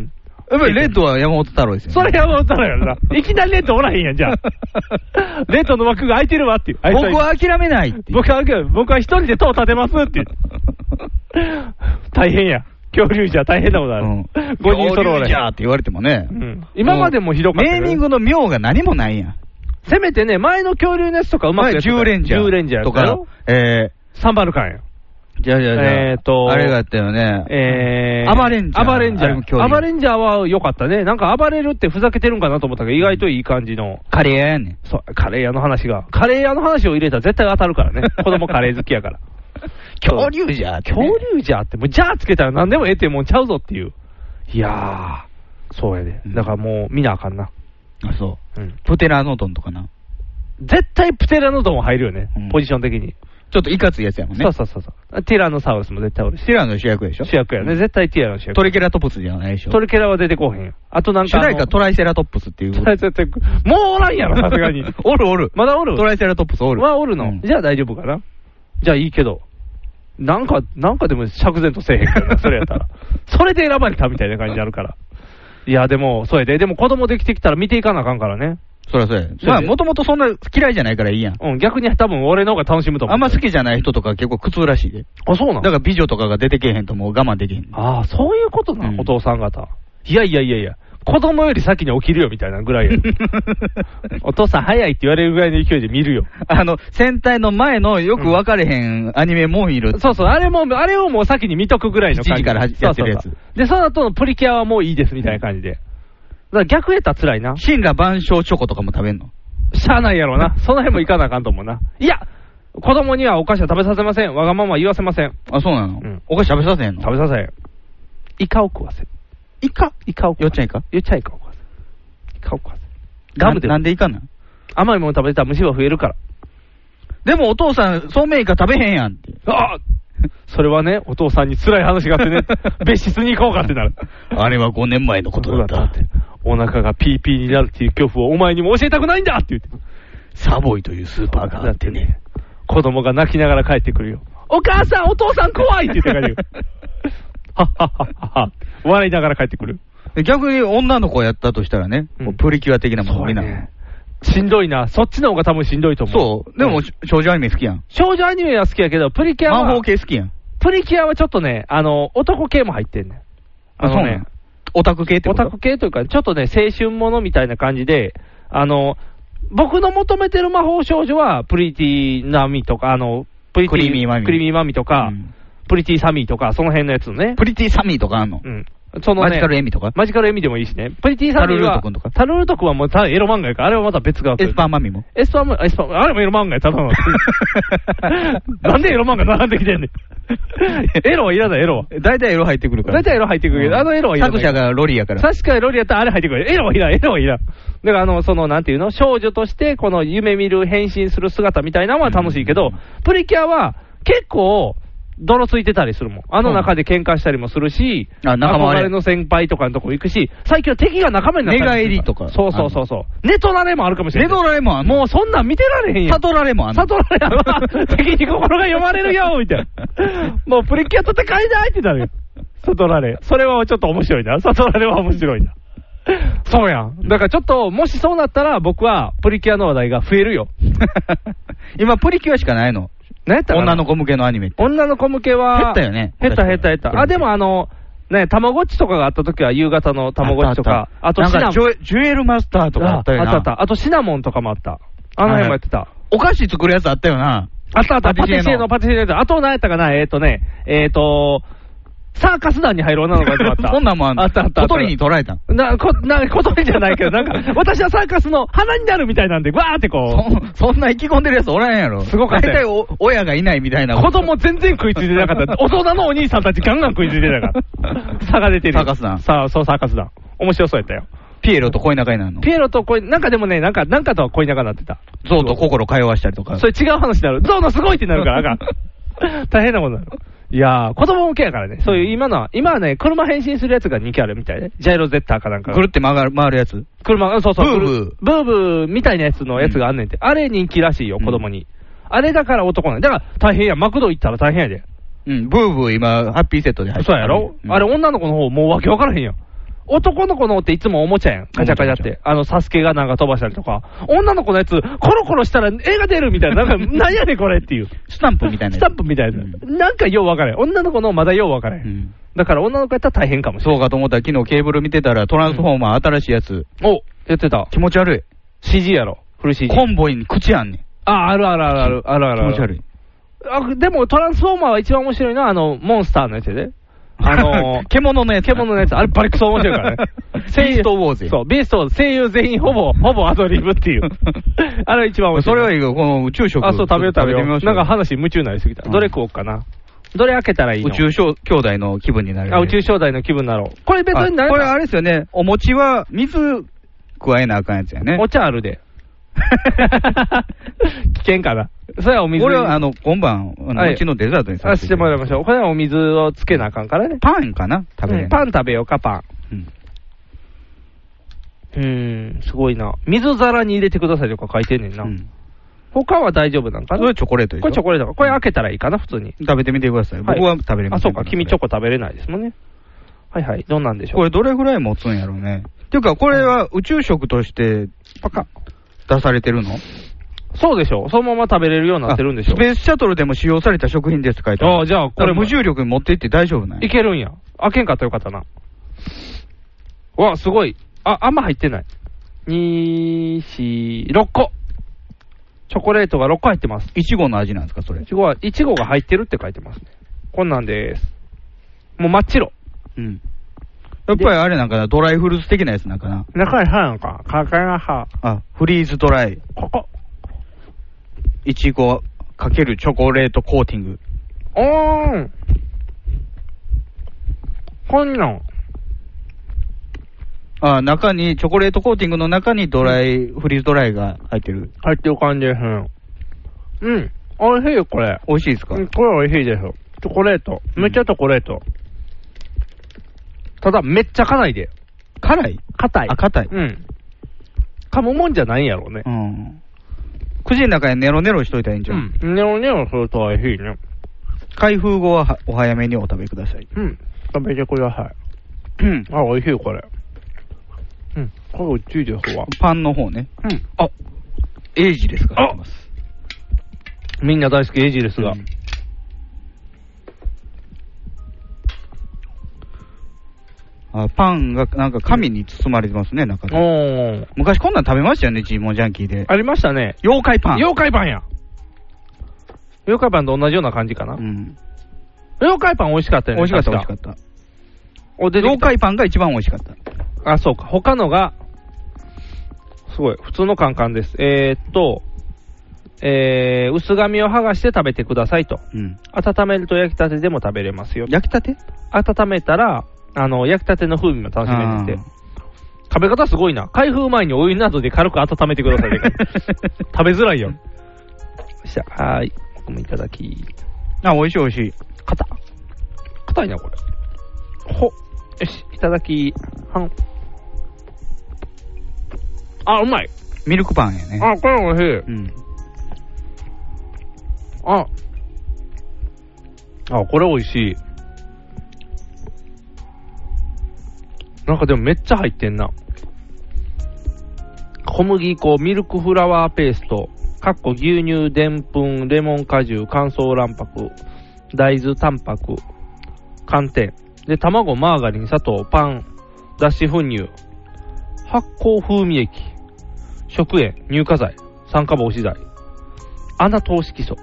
やっぱりレッドは山本太郎ですよね。 それ山本太郎やろな。いきなりレッドおらへんやん、じゃあ。レッドの枠が空いてるわっていう。 僕は諦めないって。 僕は一人で塔立てますっていう。大変や。恐竜じゃ大変なことある。5人揃われ。 恐竜じゃって言われてもね。 今までもひどかった。 ネーミングの妙が何もないやん。 せめてね、前の恐竜のやつとかうまくやってた。10 レンジャーとか、 サンバルカンや。 あれがあったよね。アバレンジャー。アバレンジャーは良かったね。なんか暴れるってふざけてるんかなと思ったけど、意外といい感じの。 カレー屋やねん。 そう、カレー屋の話を入れたら絶対当たるからね。子供カレー好きやから。 恐竜じゃーって、 恐竜じゃーって、もうじゃーつけたら何でもええってもんちゃうぞっていう。いやー、そうやで。だからもう見なあかんな。 あ、そう。プテラノドンとかな。 絶対プテラノドンは入るよね。ポジション的に。 ちょっといかついやつやもんね。 そう。ティラノサウルスも絶対おるし。 ティラノ主役でしょ。 主役やね。絶対ティラノ主役。 トリケラトプスじゃないでしょ。 トリケラは出てこうへんよ。あとなんか。 主題歌トライセラトプスっていう。 もうおらんやろ、さすがに。 おる。 まだおる。 トライセラトプスおる。 はおるの。じゃあ大丈夫かな。じゃあいいけど。なんかでも釈然とせえへんからな、それやったら。それで選ばれたみたいな感じになるから。いや、でも、それで。でも子供できてきたら見ていかなあかんからね。 そりゃそうや。まあ、もともとそんな嫌いじゃないからいいやん。 逆に多分俺の方が楽しむと思う。 あんま好きじゃない人とか結構苦痛らしいで。 あ、そうなん？ だから美女とかが出てけへんともう我慢できへん。 ああ、そういうことな、お父さん方。いや。子供より先に起きるよみたいなぐらいや。お父さん早いって言われるぐらいの勢いで見るよ。 戦隊の前のよく分かれへんアニメも見る。 そう、あれをもう先に見とくぐらいの感じ。 7時からやってるやつ。 で、その後のプリキュアはもういいですみたいな感じで。だから逆やったら辛いな。 神羅万象チョコとかも食べんの？ しゃあないやろな。その辺もいかなあかんと思うな。いや、子供にはお菓子は食べさせません。わがまま言わせません。 あ、そうなの？お菓子食べさせんの？ 食べさせん。イカを食わせる。イカを食わせる。 よっちゃんイカを食わせる。イカを食わせる。ガムで。なんでイカなん？ 甘いもの食べたら虫は増えるから。 でもお父さん、そうめんイカ食べへんやんって。 あそれはね、お父さんに辛い話があってね、別室に行こうかってなる。 あれは5年前のことだったって。 お腹がピーピーになるっていう恐怖をお前にも教えたくないんだって言って。 サボイというスーパーがあってね。 子供が泣きながら帰ってくるよ。お母さん、お父さん怖いって言って帰るよ。はっはっはっは。笑いながら帰ってくる。 逆に女の子やったとしたらね、プリキュア的なものになる。 しんどいな。そっちの方が多分しんどいと思う。 そう。でも、少女アニメ好きやん。 少女アニメは好きやけど、プリキュアは。 魔法系好きやん。 プリキュアはちょっとね、男系も入ってんねん。 そうね。オタク系ってこと？ オタク系というか、ちょっとね、青春ものみたいな感じで、僕の求めてる魔法少女は、プリティナミとか、クリーミーマミとか、プリティサミーとか、その辺のやつのね。 プリティサミーとかあんの？ そのね、 マジカルエミとかマジカルエミでもいいしね。プリティサミーは、タルルート君とか。タルルート君はもうただエロ漫画やから、あれはまた別が。 エスパーマミもエスパー、あれもエロ漫画や、ただの。なんでエロ漫画並んできてんねん。エロはいらない、エロは。 大体エロ入ってくるから。 大体エロ入ってくるけど、エロはいらない。 作者がロリやから。 確かにロリやったらあれ入ってくる。エロはいらん。だからなんていうの、少女として、この夢見る、変身する姿みたいなのは楽しいけど、プリキュアは結構、泥ついてたりするもん。中で喧嘩したりもするし、憧れの先輩とかのとこ行くし、最近は敵が仲間になったりする。 寝返りとか。 そう。ネトラレもあるかもしれない。 ネトラレもある。 もうそんなん見てられへんやん。 サトラレもある。 サトラレは、敵に心が読まれるよ、みたいな。もうプリキュアと戦いだいってなるよ。サトラレ。それはちょっと面白いな。サトラレは面白いな。そうやん。だからちょっと、もしそうなったら僕はプリキュアの話題が増えるよ。 今プリキュアしかないの？ 何やったかな？ 女の子向けのアニメって。 女の子向けは。 減ったよね。 減った。あ、でもたまごっちとかがあった時は夕方のたまごっちとか。あとシナモン。 ジュエルマスターとかあったよな。 あった。あとシナモンとかもあった。あの辺もやってた。 お菓子作るやつあったよな。 あった。パティシエのやつ。あと何やったかなサーカス団に入る女の子があった。 そんなんもあった。小鳥に捕らえた。 小鳥じゃないけど、私はサーカスの花になるみたいなんで、わーってこう。そんな意気込んでるやつおらんやろ。 すごかった。 大体親がいないみたいな。 子供全然食いついてなかった。大人のお兄さんたちガンガン食いついてたから。差が出てる。 サーカス団。 そう、サーカス団。面白そうやったよ。 ピエロと恋仲になるの？ ピエロとなんかでもね、なんかとは恋仲になってた。 ゾウと心通わしたりとか。 それ違う話になる。ゾウのすごいってなるから、あかん。大変なことになる。いやー、子供向けやからね。そういう今はね、車変身するやつが人気あるみたいね。ジャイロゼッターかなんか。 ぐるって回るやつ？ 車、そう。 ブーブーみたいなやつのやつがあんねんて。あれ人気らしいよ、子供に。あれだから男なんだから大変や。マクド行ったら大変やで。 ブーブー今、ハッピーセットで入ってる。 そうやろ？あれ女の子の方もうわけわからへんやん。 男の子のっていつもおもちゃやん。カチャカチャって。サスケがなんか飛ばしたりとか。女の子のやつ、コロコロしたら絵が出るみたいな。なんか、なんやねんこれっていう。 スタンプみたいな。 スタンプみたいな。なんかよう分かれん。女の子のまだよう分かれん。だから女の子やったら大変かもしれない。 そうかと思ったら昨日ケーブル見てたらトランスフォーマー新しいやつ。 お、やってた。 気持ち悪い。 CG やろ。フル CG。 コンボイに口あんねん。 ある。気持ち悪い。 でもトランスフォーマーは一番面白いのはモンスターのやつで。 獣のやつ。 あれバリクソ面白いからね。 ビーストウォーズ。 そう、ビーストウォーズ。声優全員ほぼアドリブっていう。あれ一番面白い。 それはいいよ、この宇宙食。 あ、そう、食べよう。なんか話夢中になりすぎた。どれ食おうかな。どれ開けたらいいの？ 宇宙兄弟の気分になる。 宇宙兄弟の気分になろう。これ別にこれあれですよね。お餅は水加えなあかんやつやね。 お茶あるで。危険かな。それはお水。 これは今晩、うちのデザートにさせてもらいましょう。これはお水をつけなあかんからね。 パンかな食べれる。 パン食べようか、パン。すごいな。水皿に入れてくださいとか書いてんねんな。他は大丈夫なんかな。 これチョコレートでしょ。 これチョコレート。これ開けたらいいかな、普通に。 食べてみてください。僕は食べれます。 あ、そうか。君チョコ食べれないですもんね。はいはい。どうなんでしょう。 これどれぐらい持つんやろうね。っていうか、これは宇宙食として、出されてるの？ そうでしょ。そのまま食べれるようになってるんでしょ。 スペースシャトルでも使用された食品ですって書いてある。 あ、じゃあ、これ無重力に持って行って大丈夫なんや。 いけるんや。開けんかったらよかったな。うわ、すごい。あんま入ってない。2、4、6個。チョコレートが6個入ってます。 いちごの味なんですか、それ。 いちごが入ってるって書いてますね。こんなんです。もう真っ白。 やっぱりあれなんかな、ドライフルーツ的なやつなんかな。 中に歯なんか、カカが歯。 フリーズドライ。いちごかけるチョコレートコーティング。 こんなん。 中に、チョコレートコーティングの中にフリーズドライが入ってる。 入ってる感じです。美味しいよ、これ。 美味しいですか？ これ美味しいですよ。チョコレート。めっちゃチョコレート。ただ、めっちゃ辛いで。 辛い？ 硬い。 硬い。 噛むもんじゃないんやろうね。 口の中にネロネロしといたらいいんじゃん。 ネロネロすると美味しいね。 開封後はお早めにお食べください。 食べてください。美味しいよ、これ。これ美味しいですわ。 パンの方ね。エイジレスが入ってます。 みんな大好きエイジレスが。 パンがなんか紙に包まれてますね、中で。昔こんなん食べましたよね、ジーモンジャンキーで。 ありましたね。 妖怪パン。 妖怪パンや。妖怪パンと同じような感じかな。妖怪パン美味しかったよね。 美味しかった。妖怪パンが一番美味しかった。 あ、そうか。他のが、すごい。普通のカンカンです。薄紙を剥がして食べてくださいと。温めると焼きたてでも食べれますよ。 焼きたて？ 温めたら、焼きたての風味も楽しめてて。食べ方すごいな。開封前にお湯などで軽く温めてください。食べづらいよ。はい。僕もいただき。 美味しい美味しい。 硬いな、これ。よし、いただき。うまい。 ミルクパンやね。 これ美味しい。これ美味しい。なんかでもめっちゃ入ってんな。小麦粉、ミルクフラワーペースト、牛乳、でんぷん、レモン果汁、乾燥卵白、大豆、タンパク、寒天。で、卵、マーガリン、砂糖、パン、脱脂粉乳、発酵風味液、食塩、乳化剤、酸化防止剤、穴通し基礎、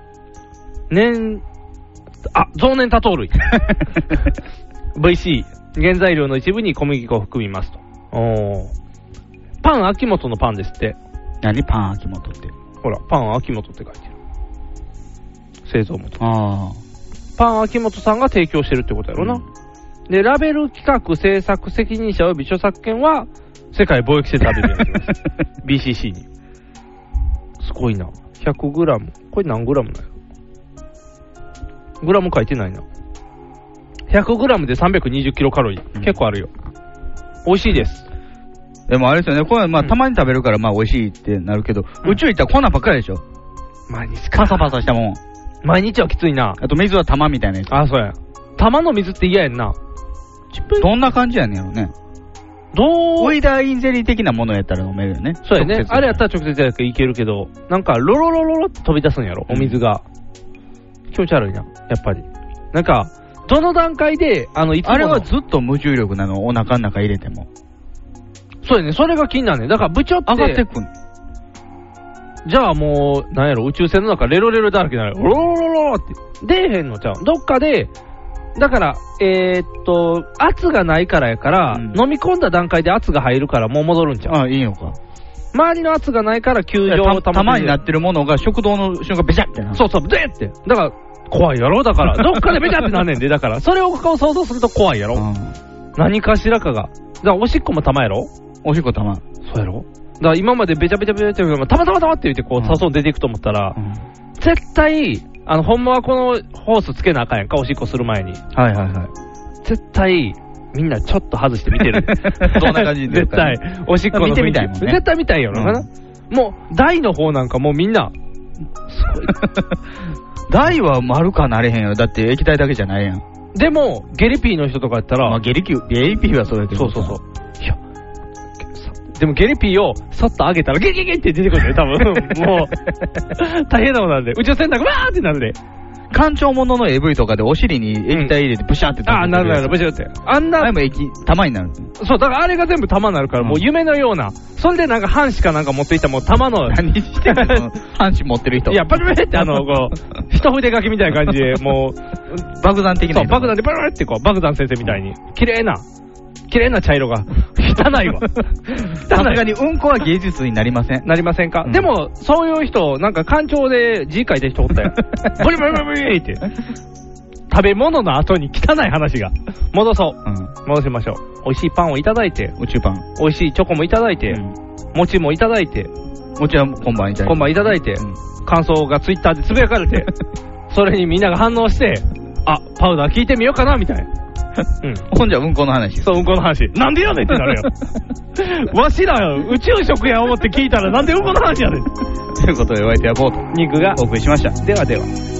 増粘多糖類。VC、原材料の一部に小麦粉を含みますと。パン秋元のパンですって。 何パン秋元って。 ほら、パン秋元って書いてる。製造元。パン秋元さんが提供してるってことやろな。で、ラベル企画制作責任者及び著作権は世界貿易センターでやってます。BCC に。すごいな。100g。これ何グラムなの？グラム書いてないな。100g で320キロカロリー。結構あるよ。美味しいです。 でもあれですよね、これたまに食べるから美味しいってなるけど、宇宙行ったらこんなんばっかりでしょ。 毎日パサパサしたもん。 毎日はきついな。 あと水は玉みたいなやつ。 そうや。玉の水って嫌やんな。 どんな感じやねんやろね。 ウイダーインゼリー的なものやったら飲めるよね。 そうやね。あれやったら直接やるからいけるけど、なんか、ロロロロロって飛び出すんやろ、お水が。気持ち悪いな、やっぱり。なんか、どの段階で、いつものあれはずっと無重力なの、お腹の中入れても。 そうやね、それが気になるね。だから、ブチョって。 上がってくん。 じゃあもう、なんやろ、宇宙船の中レロレロだらけになる。ロロロロって。出えへんのちゃう。どっかで、だから、圧がないからやから、飲み込んだ段階で圧が入るからもう戻るんちゃう。 ああ、いいのか。 周りの圧がないから球場を玉になってるものが食道の瞬間ベチャってな。 そうそう、でって。だから、怖いやろだから、どっかでベチャってなんねんで。だから、それを想像すると怖いやろ、何かしらかが。だから、おしっこも玉やろおしっこ玉。 そうやろだから今までベチャベチャベチャって、たまたまたまって言ってこう、誘う出ていくと思ったら、絶対、ほんまはこのホースつけなあかんやんか、おしっこする前に。 はいはいはい。 絶対、みんなちょっと外して見てる。 どんな感じで絶対、おしっこの見てみたいもんね。 絶対見たいよな。もう、台の方なんかもうみんな、すごい。 台は丸かなれへんよ。だって液体だけじゃないやん。 でも、ゲリピーの人とかやったら、 まあ、ゲリピーはそうやけど。 そう。いや、でもゲリピーをそっと上げたら、ゲゲゲって出てくるね、多分。もう、大変なことなんで。宇宙船なんか、わーってなるで。 干潮物の AV とかでお尻に液体入れてブシャーってああ、なる、ブシャーって。 あれも玉になる。 そう、だからあれが全部玉になるから、もう夢のような。それでなんか半紙かなんか持っていったらもう玉の。 何してんの半紙持ってる人。 いや、パルルってこう、一筆書きみたいな感じで、もう、 爆弾的な。 そう、爆弾でパルルってこう、爆弾先生みたいに。綺麗な茶色が。汚いわ。 さすがにうんこは芸術になりません。 なりませんか、でも、そういう人、なんか館長で字書いてる人おったよ。ブリブリブリブリって。食べ物の後に汚い話が。戻そう。戻しましょう。美味しいパンをいただいて。 宇宙パン。 美味しいチョコもいただいて。餅もいただいて。 餅は今晩いただいて。 今晩いただいて。感想がツイッターでつぶやかれて。それにみんなが反応して、あ、パウダー聞いてみようかなみたいな。 ほんじゃうんこの話。 そう、うんこの話。なんでやねんってなるよ。わしら宇宙食や思って聞いたらなんでうんこの話やねん。 ということでお相手はボート。 ニックがお送りしました。 ではでは。